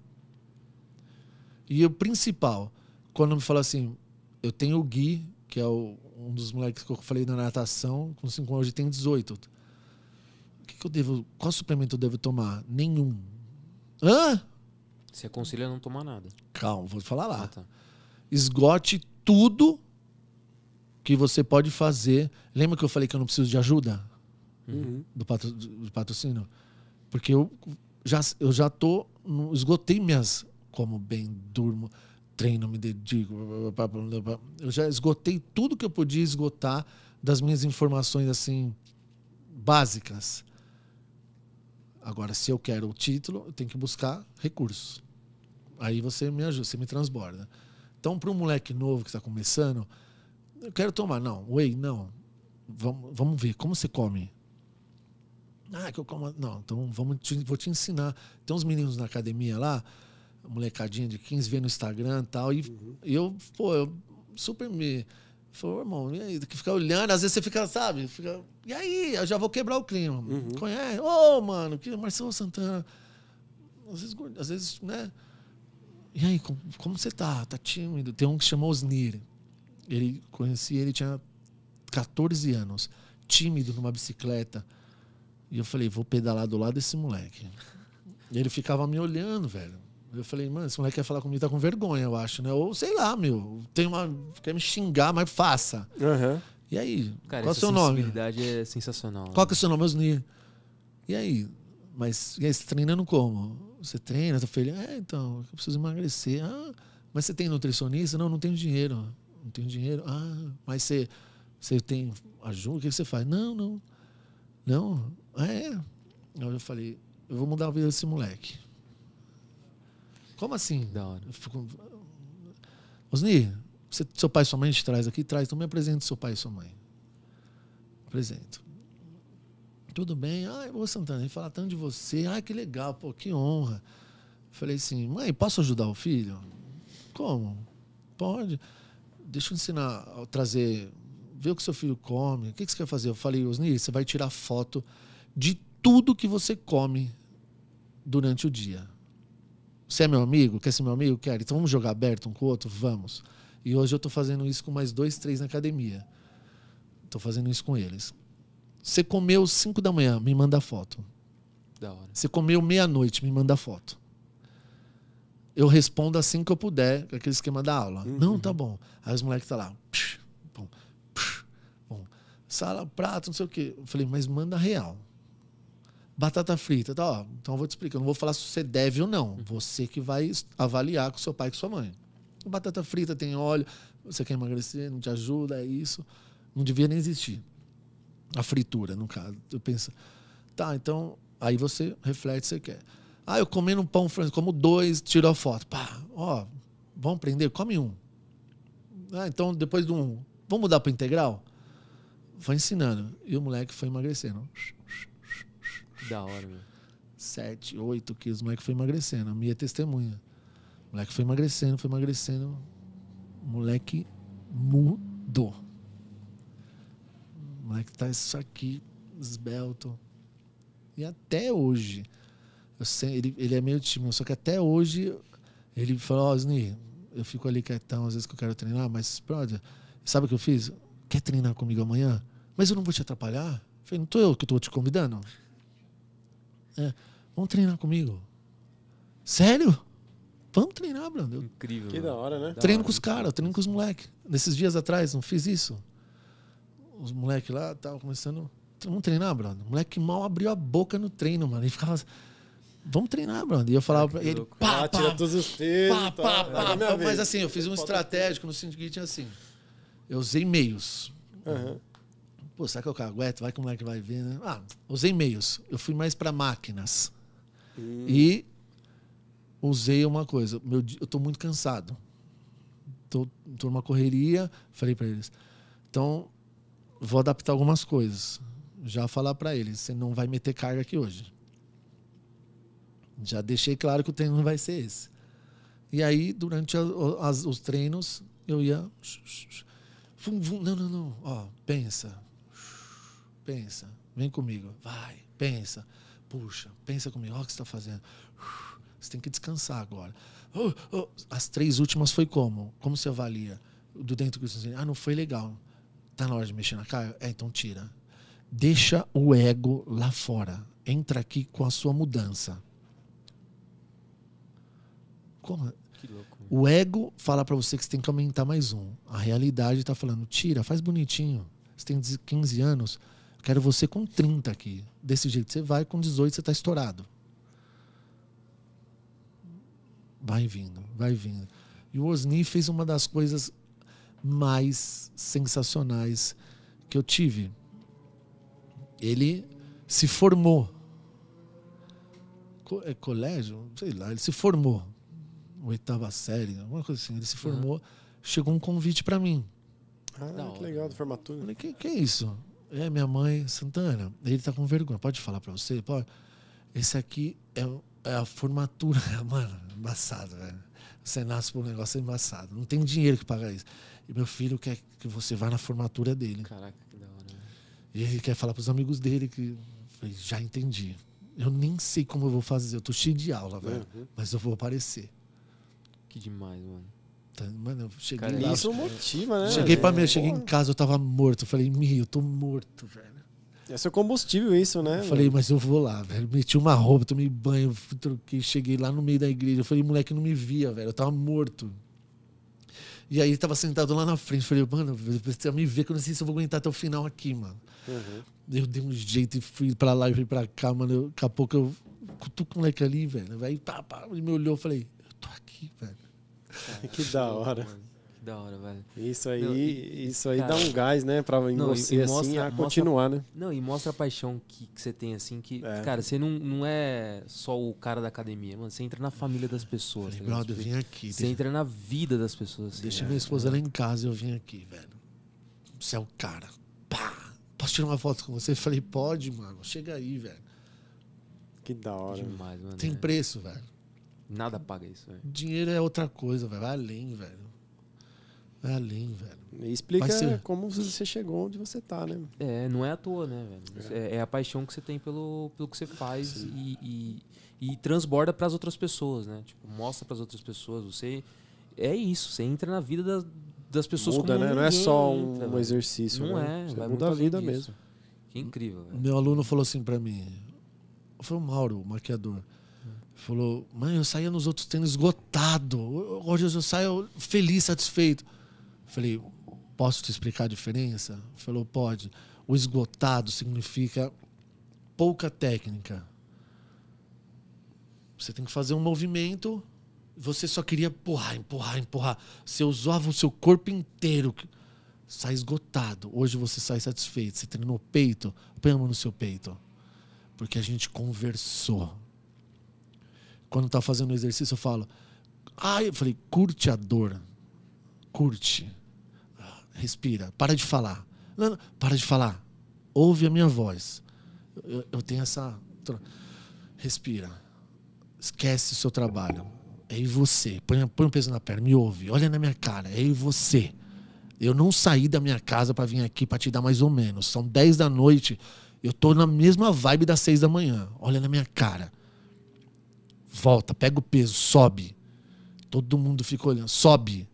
E o principal, quando me fala assim, eu tenho o Gui, que é o, um dos moleques que eu falei na natação, com cinco anos, hoje tem dezoito. O que, que eu devo, qual suplemento eu devo tomar? Nenhum. Hã? Você aconselha a não tomar nada. Calma, vou falar lá. Ah, tá. Esgote tudo que você pode fazer. Lembra que eu falei que eu não preciso de ajuda? Uhum. Do, patro, do patrocínio? Porque eu já, eu já tô... Esgotei minhas... Como bem, durmo, treino, me dedico... Eu já esgotei tudo que eu podia esgotar das minhas informações, assim, básicas. Agora, se eu quero o título, eu tenho que buscar recursos. Aí você me ajuda, você me transborda. Então, para um moleque novo que está começando... Eu quero tomar. Não, whey, não. Vamos, vamos ver. Como você come? Ah, que eu como... Não, então vamos te, vou te ensinar. Tem uns meninos na academia lá, molecadinha de quinze, vê no Instagram e tal. E uhum. eu, pô, eu super me... Falei, irmão, e aí? Que fica olhando, às vezes você fica, sabe? Fica, e aí? Eu já vou quebrar o clima. Uhum. Conhece? Ô, oh, mano, que Marcelo Santana. Às vezes, às vezes, né? E aí, como, como você tá? Tá tímido? Tem um que chamou Osnir. Ele conheci ele, tinha catorze anos, tímido numa bicicleta. E eu falei, vou pedalar do lado desse moleque. E ele ficava me olhando, velho. Eu falei, mano, esse moleque quer falar comigo, tá com vergonha, eu acho, né? Ou sei lá, meu, tem uma. Quer me xingar, mas faça. Aham. E aí? Cara, qual é o essa seu nome? sensibilidade é sensacional. Qual né? que é o seu nome, Osni? E aí? Mas e aí, você tá treinando como? Você treina, tá feliz? É, então, eu preciso emagrecer. Ah, mas você tem nutricionista? Não, não tenho dinheiro. Não tenho dinheiro. Ah, mas você, você tem ajuda? O que você faz? Não, não. Não? Ah, é? Aí eu falei, eu vou mudar a vida desse moleque. Como assim? Da hora. Eu fico... Osni, você, seu pai e sua mãe te traz aqui? Traz, então me apresente seu pai e sua mãe. Apresento. Tudo bem? Ah, ô Santana, ele fala tanto de você. Ah, que legal, pô, que honra. Falei assim, mãe, posso ajudar o filho? Como? Pode. Deixa eu ensinar a trazer, ver o que seu filho come. O que, que você quer fazer? Eu falei, Osni, você vai tirar foto de tudo que você come durante o dia. Você é meu amigo? Quer ser meu amigo? Quero. Então vamos jogar aberto um com o outro? Vamos. E hoje eu estou fazendo isso com mais dois, três na academia. Estou fazendo isso com eles. Você comeu cinco da manhã, me manda foto. Da hora. Você comeu meia-noite, me manda foto. Eu respondo assim que eu puder, com aquele esquema da aula. Uhum. Não, tá bom. Aí os moleques tá lá. Psh, pum, psh, pum. Sala, prato, não sei o quê. Eu falei, mas manda real. Batata frita, tá? Ó, então eu vou te explicar. Eu não vou falar se você deve ou não. Você que vai avaliar com seu pai e com sua mãe. Batata frita tem óleo, você quer emagrecer, não te ajuda, é isso. Não devia nem existir. A fritura, no caso. Eu penso, tá, então, aí você reflete se você quer. Ah, eu comendo um pão francês, como dois, tirou a foto. Pá, ó, vamos aprender? Come um. Ah, então, depois de um, vamos mudar para integral? Vai ensinando. E o moleque foi emagrecendo. Da hora, meu. Sete, oito quilos, o moleque foi emagrecendo. A minha testemunha. O moleque foi emagrecendo, foi emagrecendo. O moleque mudou. O moleque tá isso aqui, esbelto. E até hoje, eu sei, ele, ele é meio tímido, só que até hoje ele falou, ó, Osni, eu fico ali quietão, às vezes que eu quero treinar, mas, brother, sabe o que eu fiz? Quer treinar comigo amanhã? Mas eu não vou te atrapalhar? Eu falei, não tô eu que tô te convidando? É, vamos treinar comigo. Sério? Vamos treinar, Brando. Eu Incrível. Que mano. da hora, né? Da treino hora, com os muito caras, louco. treino com os moleques. Nesses dias atrás, não fiz isso. Os moleques lá estavam começando. Vamos treinar, Brando. O moleque mal abriu a boca no treino, mano. Ele ficava. Vamos treinar, Brando. E eu falava pra que ele. louco. Pá, Ah, pá, tira todos os pesos. pá, tá. pá, Vai pá, na minha pá. vez. Mas assim, eu fiz um estratégico no Syndicate assim. Eu usei meios. Aham. Pô, será que eu cagueto? Vai que o moleque vai ver, né? Ah, usei meios. Eu fui mais pra máquinas. Hum. E usei uma coisa. Meu, di- eu tô muito cansado. Tô, tô numa correria. Falei pra eles. Então, vou adaptar algumas coisas. Já falar pra eles. Você não vai meter carga aqui hoje. Já deixei claro que o treino não vai ser esse. E aí, durante a- o- as- os treinos, eu ia... Vum, vum, não, não, não. Ó, pensa. Pensa. Vem comigo. Vai. Pensa. Puxa. Pensa comigo. Olha o que você está fazendo. Você tem que descansar agora. Oh, oh. As três últimas foi como? Como você avalia? Do dentro que você... Ah, não foi legal. Tá na hora de mexer na cara? É, então tira. Deixa o ego lá fora. Entra aqui com a sua mudança. Como? Que louco. mano. O ego fala pra você que você tem que aumentar mais um. A realidade tá falando, tira, faz bonitinho. Você tem quinze anos, eu quero você com trinta aqui. Desse jeito você vai, com dezoito você tá estourado. Vai vindo, vai vindo. E o Osni fez uma das coisas mais sensacionais que eu tive. Ele se formou. Co- é colégio? Sei lá, ele se formou. Oitava série, alguma coisa assim. Ele se formou, chegou um convite pra mim. Ah, Da que hora. legal, do Eu formatura. falei, que, que é isso? É minha mãe, Santana. Ele tá com vergonha. Pode falar pra você? Pode. Esse aqui é, é a formatura. Mano, embaçado, velho. Você nasce por um negócio embaçado. Não tem dinheiro que pagar isso. E meu filho quer que você vá na formatura dele. Caraca, que da hora. né? E ele quer falar pros amigos dele que... Eu falei, já entendi. Eu nem sei como eu vou fazer. Eu tô cheio de aula, velho. Uhum. Mas eu vou aparecer. Que demais, mano. Tá, mano, eu cheguei Cara, lá. Isso motiva, né? Cheguei pra mim, É, eu cheguei porra. em casa, eu tava morto. Eu falei, Mi, eu tô morto, velho. É seu combustível isso, né? Eu falei, mas eu vou lá, velho. Meti uma roupa, tomei banho, fui, troquei, cheguei lá no meio da igreja. Eu falei, moleque, não me via, velho. Eu tava morto. E aí ele tava sentado lá na frente. Eu falei, mano, você precisa me ver, que eu não sei se eu vou aguentar até o final aqui, mano. Uhum. Eu dei um jeito e fui pra lá e fui pra cá, mano. Eu, daqui a pouco eu cutuco o moleque ali, velho. Aí pá, pá, ele me olhou, eu falei, eu tô aqui, velho. Que da hora. Mano. Que da hora, velho. Isso aí, Não, e- isso aí cara, dá um gás, né? Pra em não, e- você, e assim, mostra- a mostra- continuar, né? Não, e mostra a paixão que, que você tem, assim, que, É. cara, você não, não é só o cara da academia, mano. Você entra na família das pessoas. Falei, tá ligado? brother, eu Tipo, vim aqui. Você Deixa, entra na vida das pessoas. Assim, deixa né? minha esposa lá em casa e eu vim aqui, velho. Você é o cara. Pá! Posso tirar uma foto com você? Eu falei, pode, mano. Chega aí, velho. Que da hora. Demais, mano. Tem é. preço, velho. Nada paga isso, velho. Dinheiro é outra coisa, velho. Vai além, velho. Vai além, velho. E explica Vai ser- como você chegou onde você tá, né? É, não é à toa, né, velho? É, é a paixão que você tem pelo, pelo que você faz e, e, e transborda pras outras pessoas, né? Tipo, mostra pras outras pessoas. Você. É isso, você entra na vida das, das pessoas Muda, como né? Não é ninguém só um, entra, um velho. exercício, Não né? é, Você vai muda muito a além vida disso. mesmo. Que incrível, O velho. meu aluno falou assim pra mim. Foi o Mauro, o maquiador. Falou, mãe, eu saía nos outros tênis esgotado. Hoje eu saio feliz, satisfeito. Falei, posso te explicar a diferença? Falou, pode. O esgotado significa pouca técnica. Você tem que fazer um movimento, você só queria empurrar, empurrar, empurrar. Você usava o seu corpo inteiro. Sai esgotado. Hoje você sai satisfeito. Você treinou o peito, põe a mão no seu peito. Porque a gente conversou. Quando tá fazendo o exercício, eu falo, ai, eu falei, curte a dor. Curte. Respira. Para de falar. Não, não, para de falar. Ouve a minha voz. Eu, eu tenho essa... Respira. Esquece o seu trabalho. É em você. Põe, põe um peso na perna. Me ouve. Olha na minha cara. É em você. Eu não saí da minha casa para vir aqui para te dar mais ou menos. São dez da noite. Eu tô na mesma vibe das seis da manhã. Olha na minha cara. Volta, pega o peso, sobe. Todo mundo fica olhando. Sobe.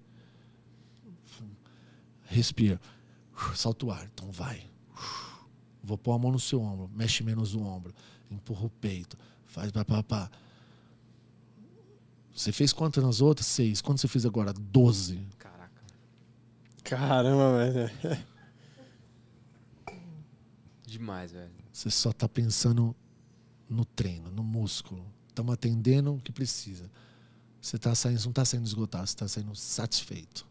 Respira. Solta o ar. Então vai. Vou pôr a mão no seu ombro. Mexe menos o ombro. Empurra o peito. Faz pá, pá, pá. Você fez quanto nas outras? Seis. Quanto você fez agora? Doze. Caraca. Caramba, velho. Demais, velho. Você só tá pensando no treino, no músculo. Estamos atendendo o que precisa. Você tá saindo, não está saindo esgotado, você está saindo satisfeito.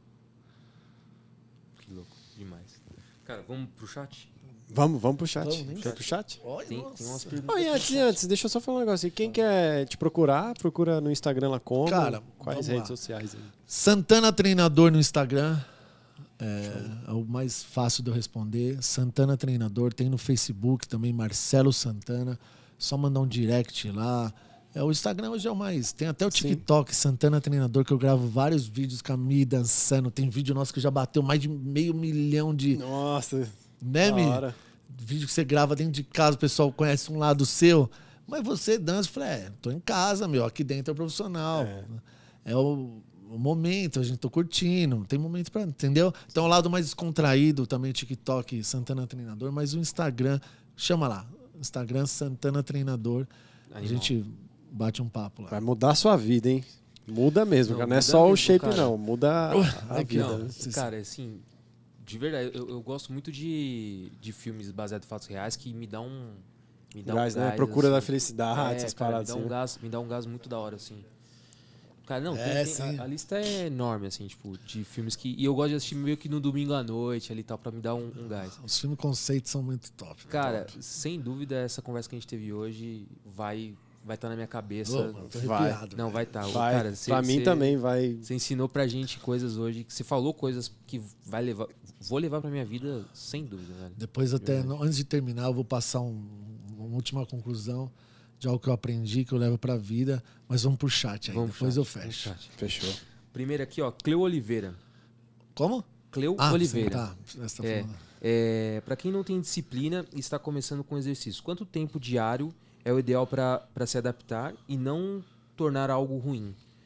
Que louco. Demais. Cara, vamos pro chat? Vamos, vamos pro chat. Vamos, nem Quer pro chat? Olha, Tem, tem umas perguntas. Oh, e antes, e antes, deixa eu só falar um negócio. E quem quer te procurar, procura no Instagram lá como? Cara, Quais vamos redes lá. sociais aí? Santana Treinador no Instagram. É, é o mais fácil de eu responder. Santana Treinador. Tem no Facebook também, Marcelo Santana. Só mandar um direct lá. É, o Instagram hoje é o mais. Tem até o TikTok, Santana Treinador, que eu gravo vários vídeos com a Mi dançando. Tem vídeo nosso que já bateu mais de meio milhão de. Nossa, Né, da Mi? hora. Vídeo que você grava dentro de casa, o pessoal conhece um lado seu. Mas você dança, eu falei, é, tô em casa, meu, aqui dentro é o profissional. É. É, o, o momento, a gente tô curtindo, tem momento pra, entendeu? Então o lado mais descontraído também, o TikTok, Santana Treinador, mas o Instagram, chama lá, Instagram Santana Treinador, a Animal. gente bate um papo lá. Vai mudar a sua vida, hein? Muda mesmo, Não, cara. Não é muda só o mesmo, shape, cara. não. Muda a, a Aqui, vida. ó. né? Vocês- Cara, assim, de verdade, eu, eu gosto muito de, de filmes baseados em fatos reais que me dão um. Me dá Gás, um né? gás, Procura da assim. felicidade, É, essas cara, paradas me dá assim. um gás, me dá um gás muito da hora, assim. Cara, não, tem- É, tem- sim. a, a lista é enorme, assim, tipo, de filmes que. E eu gosto de assistir meio que no domingo à noite ali e tal, pra me dar um, um gás. Os filmes conceitos são muito top. Cara, sem dúvida, essa conversa que a gente teve hoje vai vai estar na minha cabeça. Ô, mano, tô vai. arrepiado. Não, vai estar. Vai. Cara, cê- pra mim cê- também vai. Você ensinou pra gente coisas hoje, que você falou coisas que vai levar. Vou levar pra minha vida, sem dúvida, velho. Depois, até antes de terminar, eu vou passar um- uma última conclusão de algo que eu aprendi, que eu levo pra vida. Mas vamos pro chat aí, Vamos pro depois chat, eu vamos fecho. pro chat. Fechou. Primeiro aqui, ó, Cleo Oliveira. Como? Cleo Ah, Oliveira. sim, tá. Você tá É, falando. é, para quem não tem disciplina e está começando com exercício, quanto tempo diário é o ideal para se adaptar e não tornar algo ruim?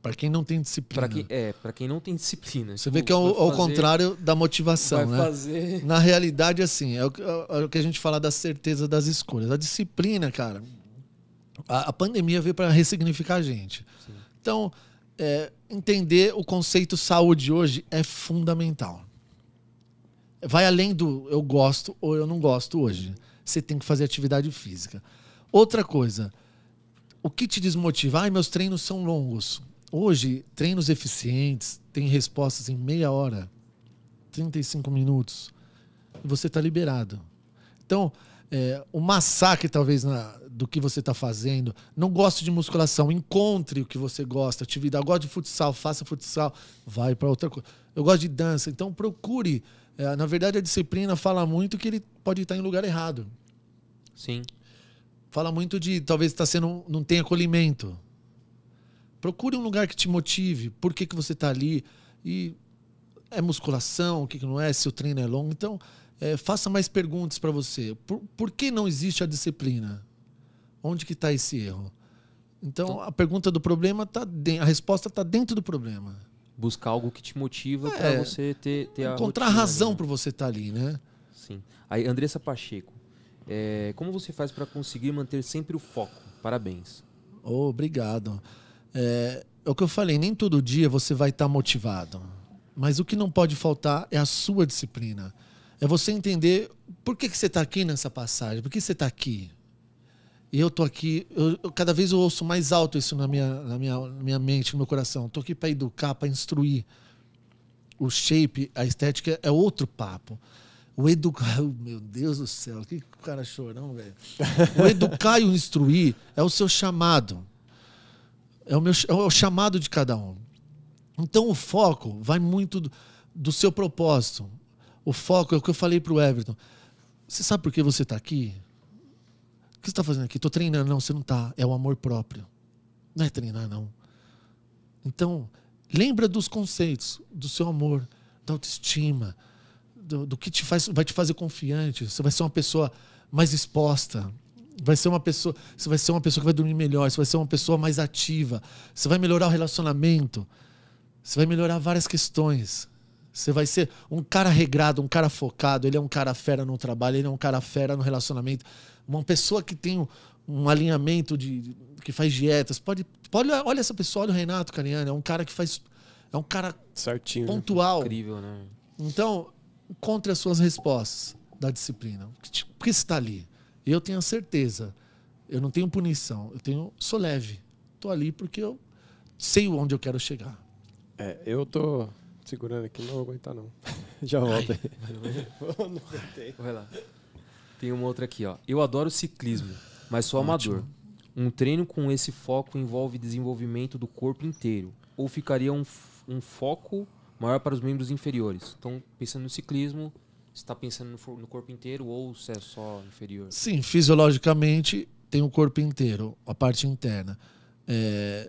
Para quem não tem disciplina. Pra quem, é, pra quem não tem disciplina. Você Tipo, vê que é o, vai ao fazer- contrário da motivação, vai né? fazer... Na realidade, assim, é o, que- é o que a gente fala da certeza das escolhas. A disciplina, cara, a, a pandemia veio para ressignificar a gente. Sim. Então, é, entender o conceito saúde hoje é fundamental. Vai além do eu gosto ou eu não gosto hoje. Você tem que fazer atividade física. Outra coisa, o que te desmotiva? Ai, meus treinos são longos. Hoje, treinos eficientes têm respostas em meia hora, trinta e cinco minutos. E você está liberado. Então, é, o massacre, talvez, na, do que você está fazendo. Não gosto de musculação. Encontre o que você gosta. Atividade. Eu gosto de futsal. Faça futsal. Vai para outra coisa. Eu gosto de dança. Então, procure. É, na verdade, a disciplina fala muito que ele pode estar em lugar errado. Sim. Fala muito de talvez está sendo não tem acolhimento. Procure um lugar que te motive. Por que, que você está ali? E é musculação? O que, que não é? Se o treino é longo? Então, é, faça mais perguntas para você. Por, por que não existe a disciplina? Onde que está esse erro? Então, Então- a pergunta do problema tá de, a resposta está dentro do problema. Buscar algo que te motiva É, pra você ter, ter a Encontrar rotina, razão né? para você estar ali, né? Sim. Aí, Andressa Pacheco, é, como você faz para conseguir manter sempre o foco? Parabéns. Oh, obrigado. É, é o que eu falei, nem todo dia você vai estar motivado. Mas o que não pode faltar é a sua disciplina. É você entender por que, que você está aqui nessa passagem, por que você está aqui. E eu estou aqui, eu, eu- cada vez eu ouço mais alto isso na minha, na minha, na minha mente, no meu coração. Estou aqui para educar, para instruir. O shape, a estética é outro papo. O educar, meu Deus do céu, que cara chorão, velho. O educar e o instruir é o seu chamado. É o, meu, é o chamado de cada um. Então o foco vai muito do, do seu propósito. O foco é o que eu falei pro Everton. Você sabe por que você está aqui? O que você está fazendo aqui? Estou treinando. Não, você não está. É o amor próprio. Não é treinar, não. Então, lembra dos conceitos, do seu amor, da autoestima, do, do que te faz, vai te fazer confiante. Você vai ser uma pessoa mais exposta. Vai ser uma pessoa, você vai ser uma pessoa que vai dormir melhor, você vai ser uma pessoa mais ativa, você vai melhorar o relacionamento, você vai melhorar várias questões. Você vai ser um cara regrado, um cara focado, ele é um cara fera no trabalho, ele é um cara fera no relacionamento. Uma pessoa que tem um, um alinhamento, de, que faz dietas. Pode, pode, olha essa pessoa, olha o Renato Cariani, é um cara que faz. É um cara Certinho. né? pontual. Incrível, né? Então, encontre as suas respostas da disciplina. Por que você está ali? E eu tenho a certeza, eu não tenho punição, eu tenho, sou leve. Estou ali porque eu sei onde eu quero chegar. É, eu tô segurando aqui, não vou aguentar não. Já volto aí. Não aguentei. Vai lá. Tem uma outra aqui, ó. Eu adoro ciclismo, mas sou Ótimo. amador. Um treino com esse foco envolve desenvolvimento do corpo inteiro. Ou ficaria um, f- um foco maior para os membros inferiores? Então, pensando no ciclismo, você está pensando no, fo- no corpo inteiro ou se é só inferior? Sim, fisiologicamente tem o corpo inteiro, a parte interna. É,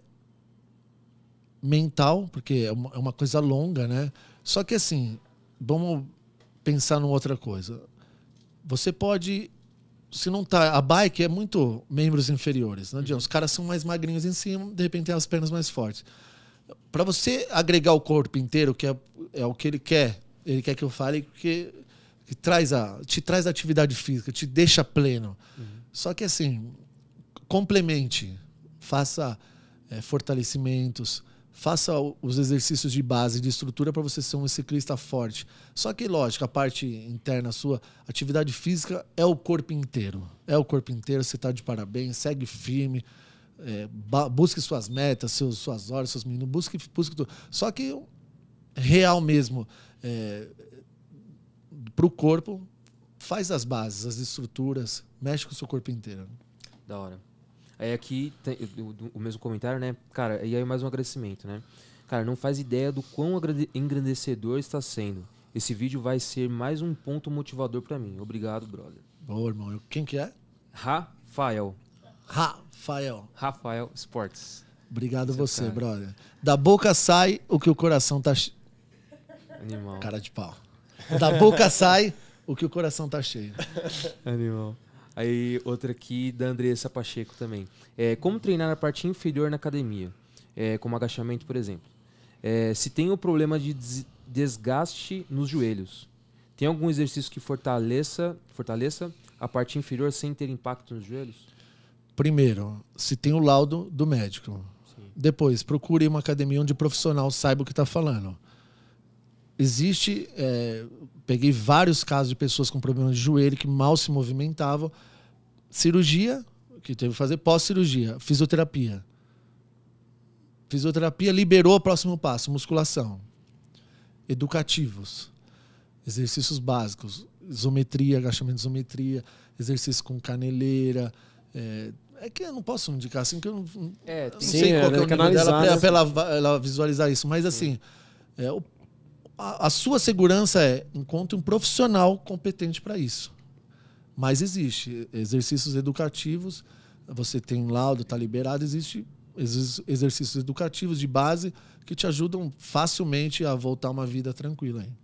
mental, porque é uma, é uma coisa longa, né? Só que assim, vamos pensar numa outra coisa. Você pode, se não tá, a bike é muito membros inferiores, não adianta. Os caras são mais magrinhos em cima, de repente tem as pernas mais fortes. Para você agregar o corpo inteiro, que é, é o que ele quer, ele quer que eu fale, que, que traz a, te traz a atividade física, te deixa pleno. Uhum. Só que assim, complemente, faça é, fortalecimentos, faça os exercícios de base, de estrutura para você ser um ciclista forte. Só que, lógico, a parte interna sua, atividade física é o corpo inteiro. É o corpo inteiro, você está de parabéns, segue firme, é, busque suas metas, seus, suas horas, seus minutos, busque, busque tudo. Só que real mesmo, é, para o corpo, faz as bases, as estruturas, mexe com o seu corpo inteiro. Da hora. Aí aqui tem o, o mesmo comentário, né? Cara, e aí mais um agradecimento, né? Cara, não faz ideia do quão engrandecedor está sendo. Esse vídeo vai ser mais um ponto motivador pra mim. Obrigado, brother. Boa, irmão. Quem que é? Rafael. Rafael. Rafael Sports. Obrigado Seu você, cara. brother. Da boca sai o que o coração tá... Che... Animal. Cara de pau. Da boca sai o que o coração tá cheio. Animal. Aí outra aqui da Andressa Pacheco também. É, como treinar a parte inferior na academia? é, como agachamento, por exemplo. É, se tem o problema de des desgaste nos joelhos, tem algum exercício que fortaleça, fortaleça a parte inferior sem ter impacto nos joelhos? Primeiro, se tem o laudo do médico. Sim. Depois, procure uma academia onde o profissional saiba o que está falando. Existe... É, peguei vários casos de pessoas com problemas de joelho que mal se movimentavam. Cirurgia, que teve que fazer pós-cirurgia. Fisioterapia. Fisioterapia liberou o próximo passo, musculação. Educativos. Exercícios básicos. Isometria, agachamento de isometria. Exercício com caneleira. É, é que eu não posso indicar assim, que eu não, é, eu não sim, sei é, qual que é o nível dela né? para ela, ela visualizar isso. Mas assim, é, o, a, a sua segurança é encontre um profissional competente para isso. Mas existe exercícios educativos, você tem laudo, está liberado, existe exercícios educativos de base que te ajudam facilmente a voltar a uma vida tranquila. Hein?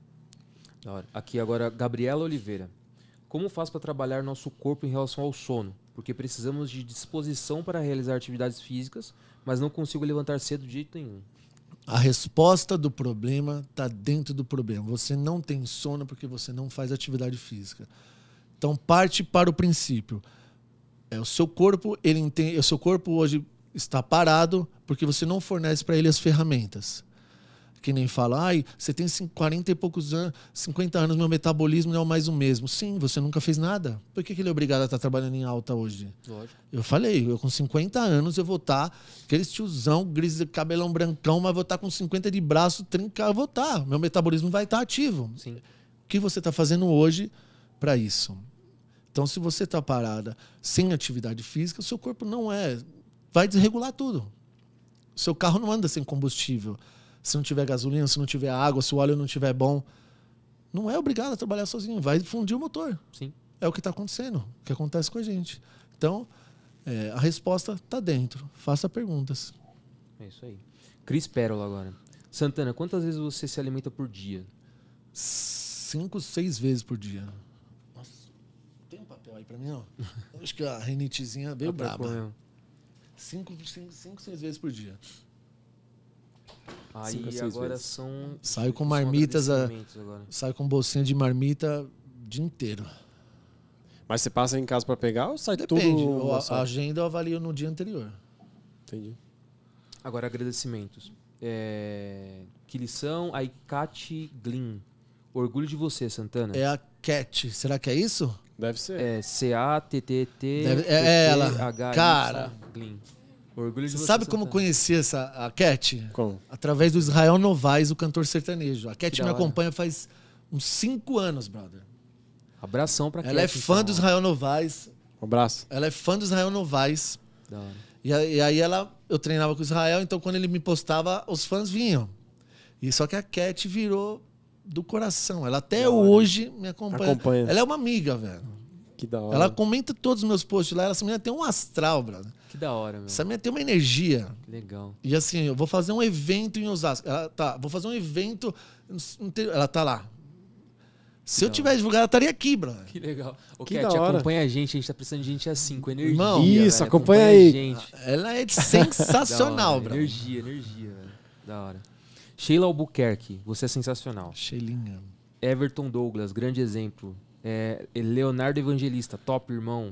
Aqui agora, Gabriela Oliveira. Como faz para trabalhar nosso corpo em relação ao sono? Porque precisamos de disposição para realizar atividades físicas, mas não consigo levantar cedo de jeito nenhum. A resposta do problema está dentro do problema. Você não tem sono porque você não faz atividade física. Então parte para o princípio. É, o seu corpo, ele entende, o seu corpo hoje está parado porque você não fornece para ele as ferramentas. Que nem fala, ai, você tem quarenta e poucos anos, cinquenta anos, meu metabolismo não é mais o mesmo. Sim, você nunca fez nada. Por que, que ele é obrigado a estar trabalhando em alta hoje? Lógico. Eu falei, eu com cinquenta anos eu vou estar, aquele tiozão, gris, cabelão brancão, mas vou estar com cinquenta de braço, trinca, eu vou estar. Meu metabolismo vai estar ativo. Sim. O que você está fazendo hoje para isso? Então, se você está parada sem atividade física, o seu corpo não é... Vai desregular tudo. O seu carro não anda sem combustível. Se não tiver gasolina, se não tiver água, se o óleo não estiver bom, não é obrigado a trabalhar sozinho. Vai fundir o motor. Sim. É o que está acontecendo, o que acontece com a gente. Então, é, a resposta está dentro. Faça perguntas. É isso aí. Cris Pérola agora. Santana, quantas vezes você se alimenta por dia? Cinco, seis vezes por dia. Nossa, tem um papel aí para mim, ó. Acho que a rinitezinha veio braba. Cinco, cinco, cinco, seis vezes por dia. Aí agora vezes. são... Saio com marmitas, a, saio com bolsinha de marmita o dia inteiro. Mas você passa em casa para pegar ou sai Depende. tudo? A, a agenda eu avalio no dia anterior. Entendi. Agora, agradecimentos. É... Que lição? A Icate Glyn. Orgulho de você, Santana. É a Cat. Será que é isso? Deve ser. É C A T T T É ela. Cara. Glyn. Orgulho de você você, sabe Santana. como conheci essa, a Cat? Como? Através do Israel Novaes, o cantor sertanejo. A Cat Que me da hora. acompanha faz uns cinco anos, brother. Abração pra Cat. Ela é fã então, do Israel Novaes. Um abraço. Ela é fã do Israel Novaes. Da hora. E aí e aí ela, eu treinava com o Israel, então quando ele me postava, os fãs vinham. E só que a Cat virou do coração. Ela até Da hora. hoje me acompanha. Acompanha. Ela é uma amiga, velho. Que da hora. Ela comenta todos os meus posts lá. Essa menina tem um astral, brother. Que da hora, meu. Essa menina tem uma energia. Legal. E assim, eu vou fazer um evento em Osasco. Ela tá, vou fazer um evento. Ela tá lá. Se eu tivesse divulgado, ela estaria aqui, brother. Que legal. O Que Cat, da hora. acompanha a gente. A gente tá precisando de gente assim, com energia. Irmão, isso, velho. acompanha a aí. gente. Ela é Da sensacional, hora. brother. Energia, energia, velho. Da hora. Sheila Albuquerque, você é sensacional. Sheilinha. Everton Douglas, grande exemplo. É, Leonardo Evangelista, top irmão.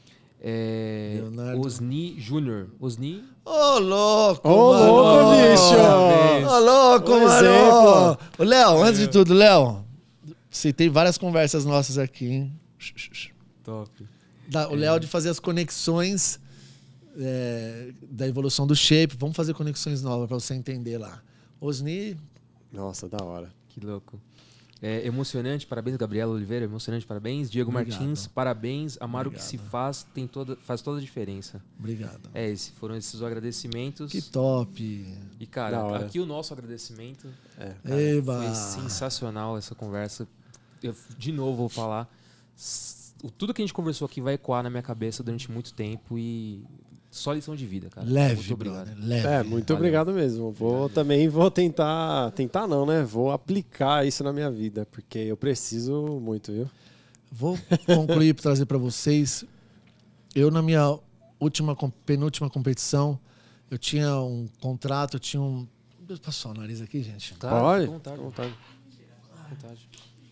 É, Leonardo. Osni Júnior. Osni? Ô, louco, Ô, mano. louco, bicho! Parabéns. Ô, louco, Um mano! exemplo. Ô, Léo, antes de tudo, Léo, citei várias conversas nossas aqui, hein? Top. Da- o Léo de fazer as conexões é, da evolução do shape. Vamos fazer conexões novas pra você entender lá. Osni, Nossa, da hora. Que louco. É emocionante, parabéns, Gabriela Oliveira, emocionante, parabéns. Diego Obrigado. Martins, parabéns. Amar o que se Obrigado. faz tem toda, faz toda a diferença. obrigado. É, esse, foram esses os agradecimentos. Que top. E, cara, Da hora. aqui o nosso agradecimento. É. Cara, Eba. foi sensacional essa conversa. Eu, de novo, vou falar. S- o- Tudo que a gente conversou aqui vai ecoar na minha cabeça durante muito tempo e só lição de vida, cara. Leve, Muito obrigado. brother, leve. É, muito Valeu. obrigado mesmo. Vou também vou tentar, tentar não, né? Vou aplicar isso na minha vida, porque eu preciso muito, viu? Vou concluir e trazer para vocês. Eu, na minha última, com- penúltima competição, Eu tinha um contrato, eu tinha um... Deixa eu passar o nariz aqui, gente. Claro, Pode? fica à vontade. À vontade. À vontade.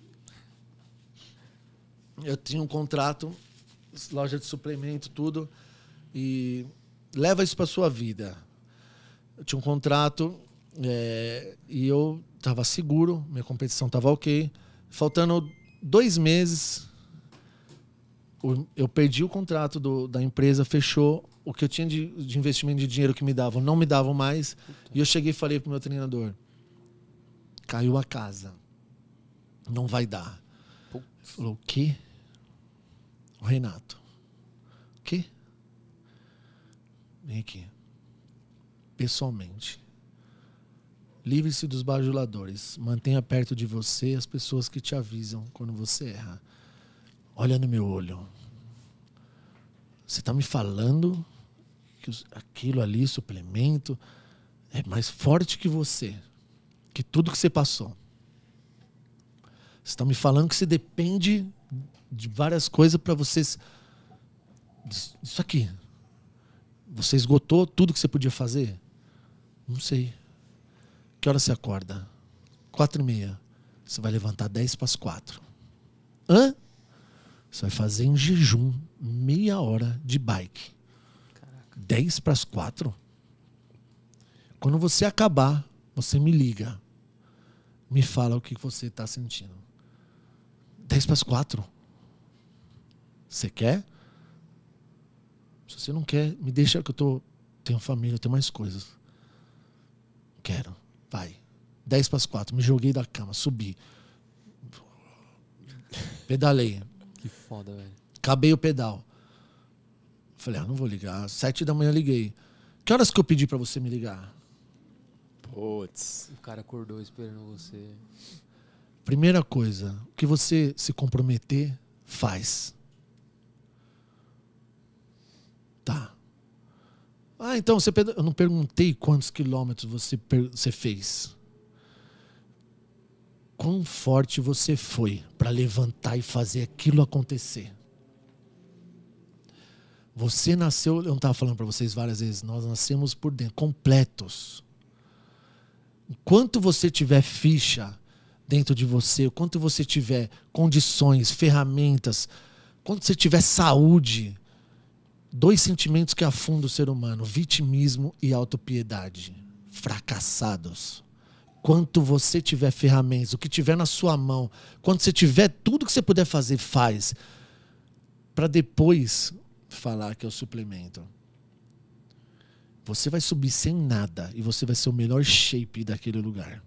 Eu tinha um contrato, loja de suplemento, tudo, e leva isso para sua vida. Eu tinha um contrato é, e eu estava seguro, minha competição estava ok. Faltando dois meses, eu perdi o contrato do, da empresa, fechou. O que eu tinha de, de investimento de dinheiro que me davam, não me davam mais. E eu cheguei e falei pro meu treinador, caiu a casa, não vai dar. Ele falou, o quê? O Renato, o quê? Vem aqui. Pessoalmente. Livre-se dos bajuladores. Mantenha perto de você as pessoas que te avisam quando você erra. Olha no meu olho. Você está me falando que aquilo ali, suplemento, é mais forte que você. Que tudo que você passou. Você está me falando que você depende de várias coisas para vocês... Isso aqui. Você esgotou tudo que você podia fazer? Não sei. Que hora você acorda? Quatro e meia. Você vai levantar dez para as quatro. Hã? Você vai fazer em jejum meia hora de bike. Caraca. Dez para as quatro? Quando você acabar, você me liga. Me fala o que você está sentindo. Dez para as quatro? Você quer? Se você não quer, me deixa que eu tô, tenho família, eu tenho mais coisas. Quero. Vai. Dez para as quatro. Me joguei da cama, subi. Pedalei. Que foda, velho. Acabei o pedal. Falei, ah, não vou ligar. Sete da manhã liguei. Que horas que eu pedi para você me ligar? Putz. O cara acordou esperando você. Primeira coisa, o que você se comprometer, faz. Tá. Ah, então você... Eu não perguntei quantos quilômetros você, per... você fez. Quão forte você foi para levantar e fazer aquilo acontecer. Você nasceu... Eu não estava falando para vocês várias vezes. Nós nascemos por dentro, completos. Enquanto você tiver ficha dentro de você, enquanto você tiver condições, ferramentas, quando você tiver saúde... Dois sentimentos que afundam o ser humano: vitimismo e autopiedade. Fracassados. Quanto você tiver ferramentas, o que tiver na sua mão, quando você tiver tudo que você puder fazer, faz. Para depois falar que é o suplemento. Você vai subir sem nada e você vai ser o melhor shape daquele lugar.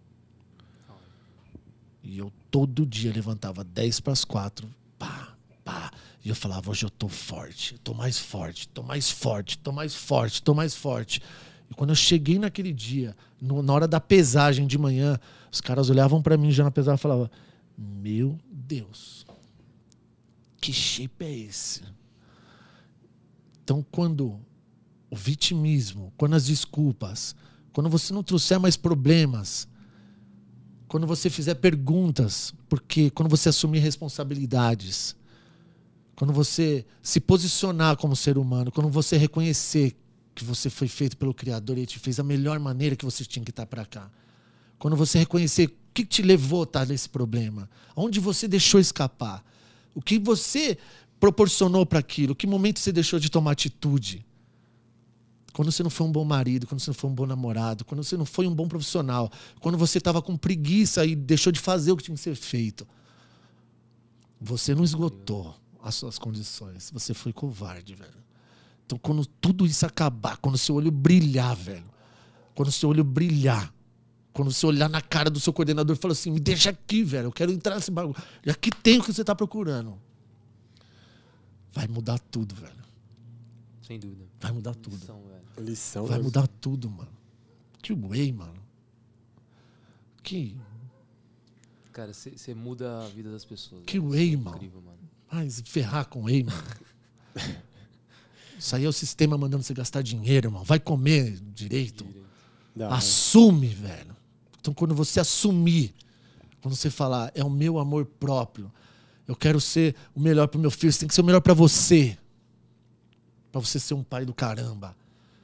E eu todo dia levantava dez para as quatro. Pá, pá. E eu falava, hoje eu tô forte, tô mais forte, tô mais forte, tô mais forte, tô mais forte. E quando eu cheguei naquele dia, no, na hora da pesagem de manhã, os caras olhavam pra mim já na pesagem e falavam, meu Deus, que shape é esse? Então, quando o vitimismo, quando as desculpas, quando você não trouxer mais problemas, quando você fizer perguntas, porque quando você assumir responsabilidades... Quando você se posicionar como ser humano, quando você reconhecer que você foi feito pelo Criador e Ele te fez da melhor maneira que você tinha que estar para cá. Quando você reconhecer o que te levou a estar nesse problema, onde você deixou escapar, o que você proporcionou para aquilo, que momento você deixou de tomar atitude. Quando você não foi um bom marido, quando você não foi um bom namorado, quando você não foi um bom profissional, quando você estava com preguiça e deixou de fazer o que tinha que ser feito. Você não esgotou as suas condições. Você foi covarde, velho. Então, quando tudo isso acabar, quando o seu olho brilhar, velho, quando o seu olho brilhar, quando você olhar na cara do seu coordenador e falar assim, me deixa aqui, velho, eu quero entrar nesse bagulho. E aqui tem o que você tá procurando. Vai mudar tudo, velho. Sem dúvida. Vai mudar tudo. Lição, velho. Lição. Vai mudar tudo, mano. Que whey, mano. Que... Cara, você muda a vida das pessoas. Que velho. whey, Isso é mano. incrível, mano. Ai, se ferrar com whey, mano. Isso aí é o sistema mandando você gastar dinheiro, irmão. Vai comer direito. Direito. Dá, Assume, velho. Então, quando você assumir, quando você falar, é o meu amor próprio, eu quero ser o melhor pro meu filho, você tem que ser o melhor pra você. Pra você ser um pai do caramba.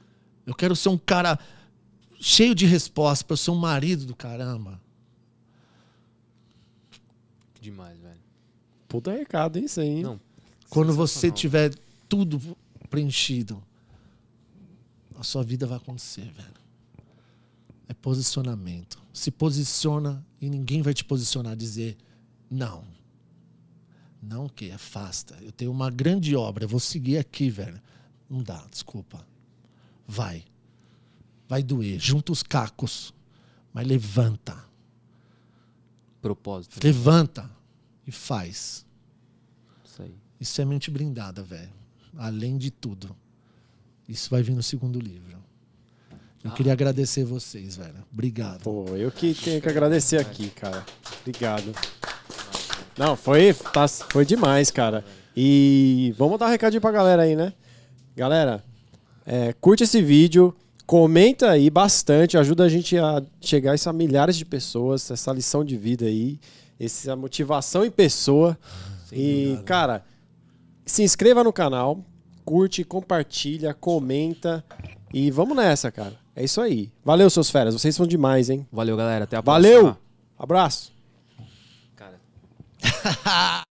Eu quero ser um cara cheio de resposta para eu ser um marido do caramba. Demais, velho. Puta recado, isso aí. Hein? Não. Quando você tiver tudo preenchido, a sua vida vai acontecer, velho. É posicionamento. Se posiciona e ninguém vai te posicionar, dizer não. Não o quê? Afasta. Eu tenho uma grande obra, eu vou seguir aqui, velho. Não dá, desculpa. Vai. Vai doer. Junta os cacos. Mas levanta. Propósito. Levanta e faz. Isso aí. Isso é mente blindada, velho. Além de tudo. Isso vai vir no segundo livro. Eu Ah. queria agradecer vocês, velho. Obrigado. Pô, eu que tenho que agradecer aqui, cara. Obrigado. Não, foi, tá, foi demais, cara. E vamos dar um recadinho pra galera aí, né? Galera, é, curte esse vídeo, comenta aí bastante, ajuda a gente a chegar a, isso a milhares de pessoas, essa lição de vida aí, essa motivação em pessoa. E, dúvida. cara, se inscreva no canal, curte, compartilha, comenta e vamos nessa, cara. É isso aí. Valeu, seus feras. Vocês são demais, hein? Valeu, galera. Até a Valeu! próxima. Abraço! Cara.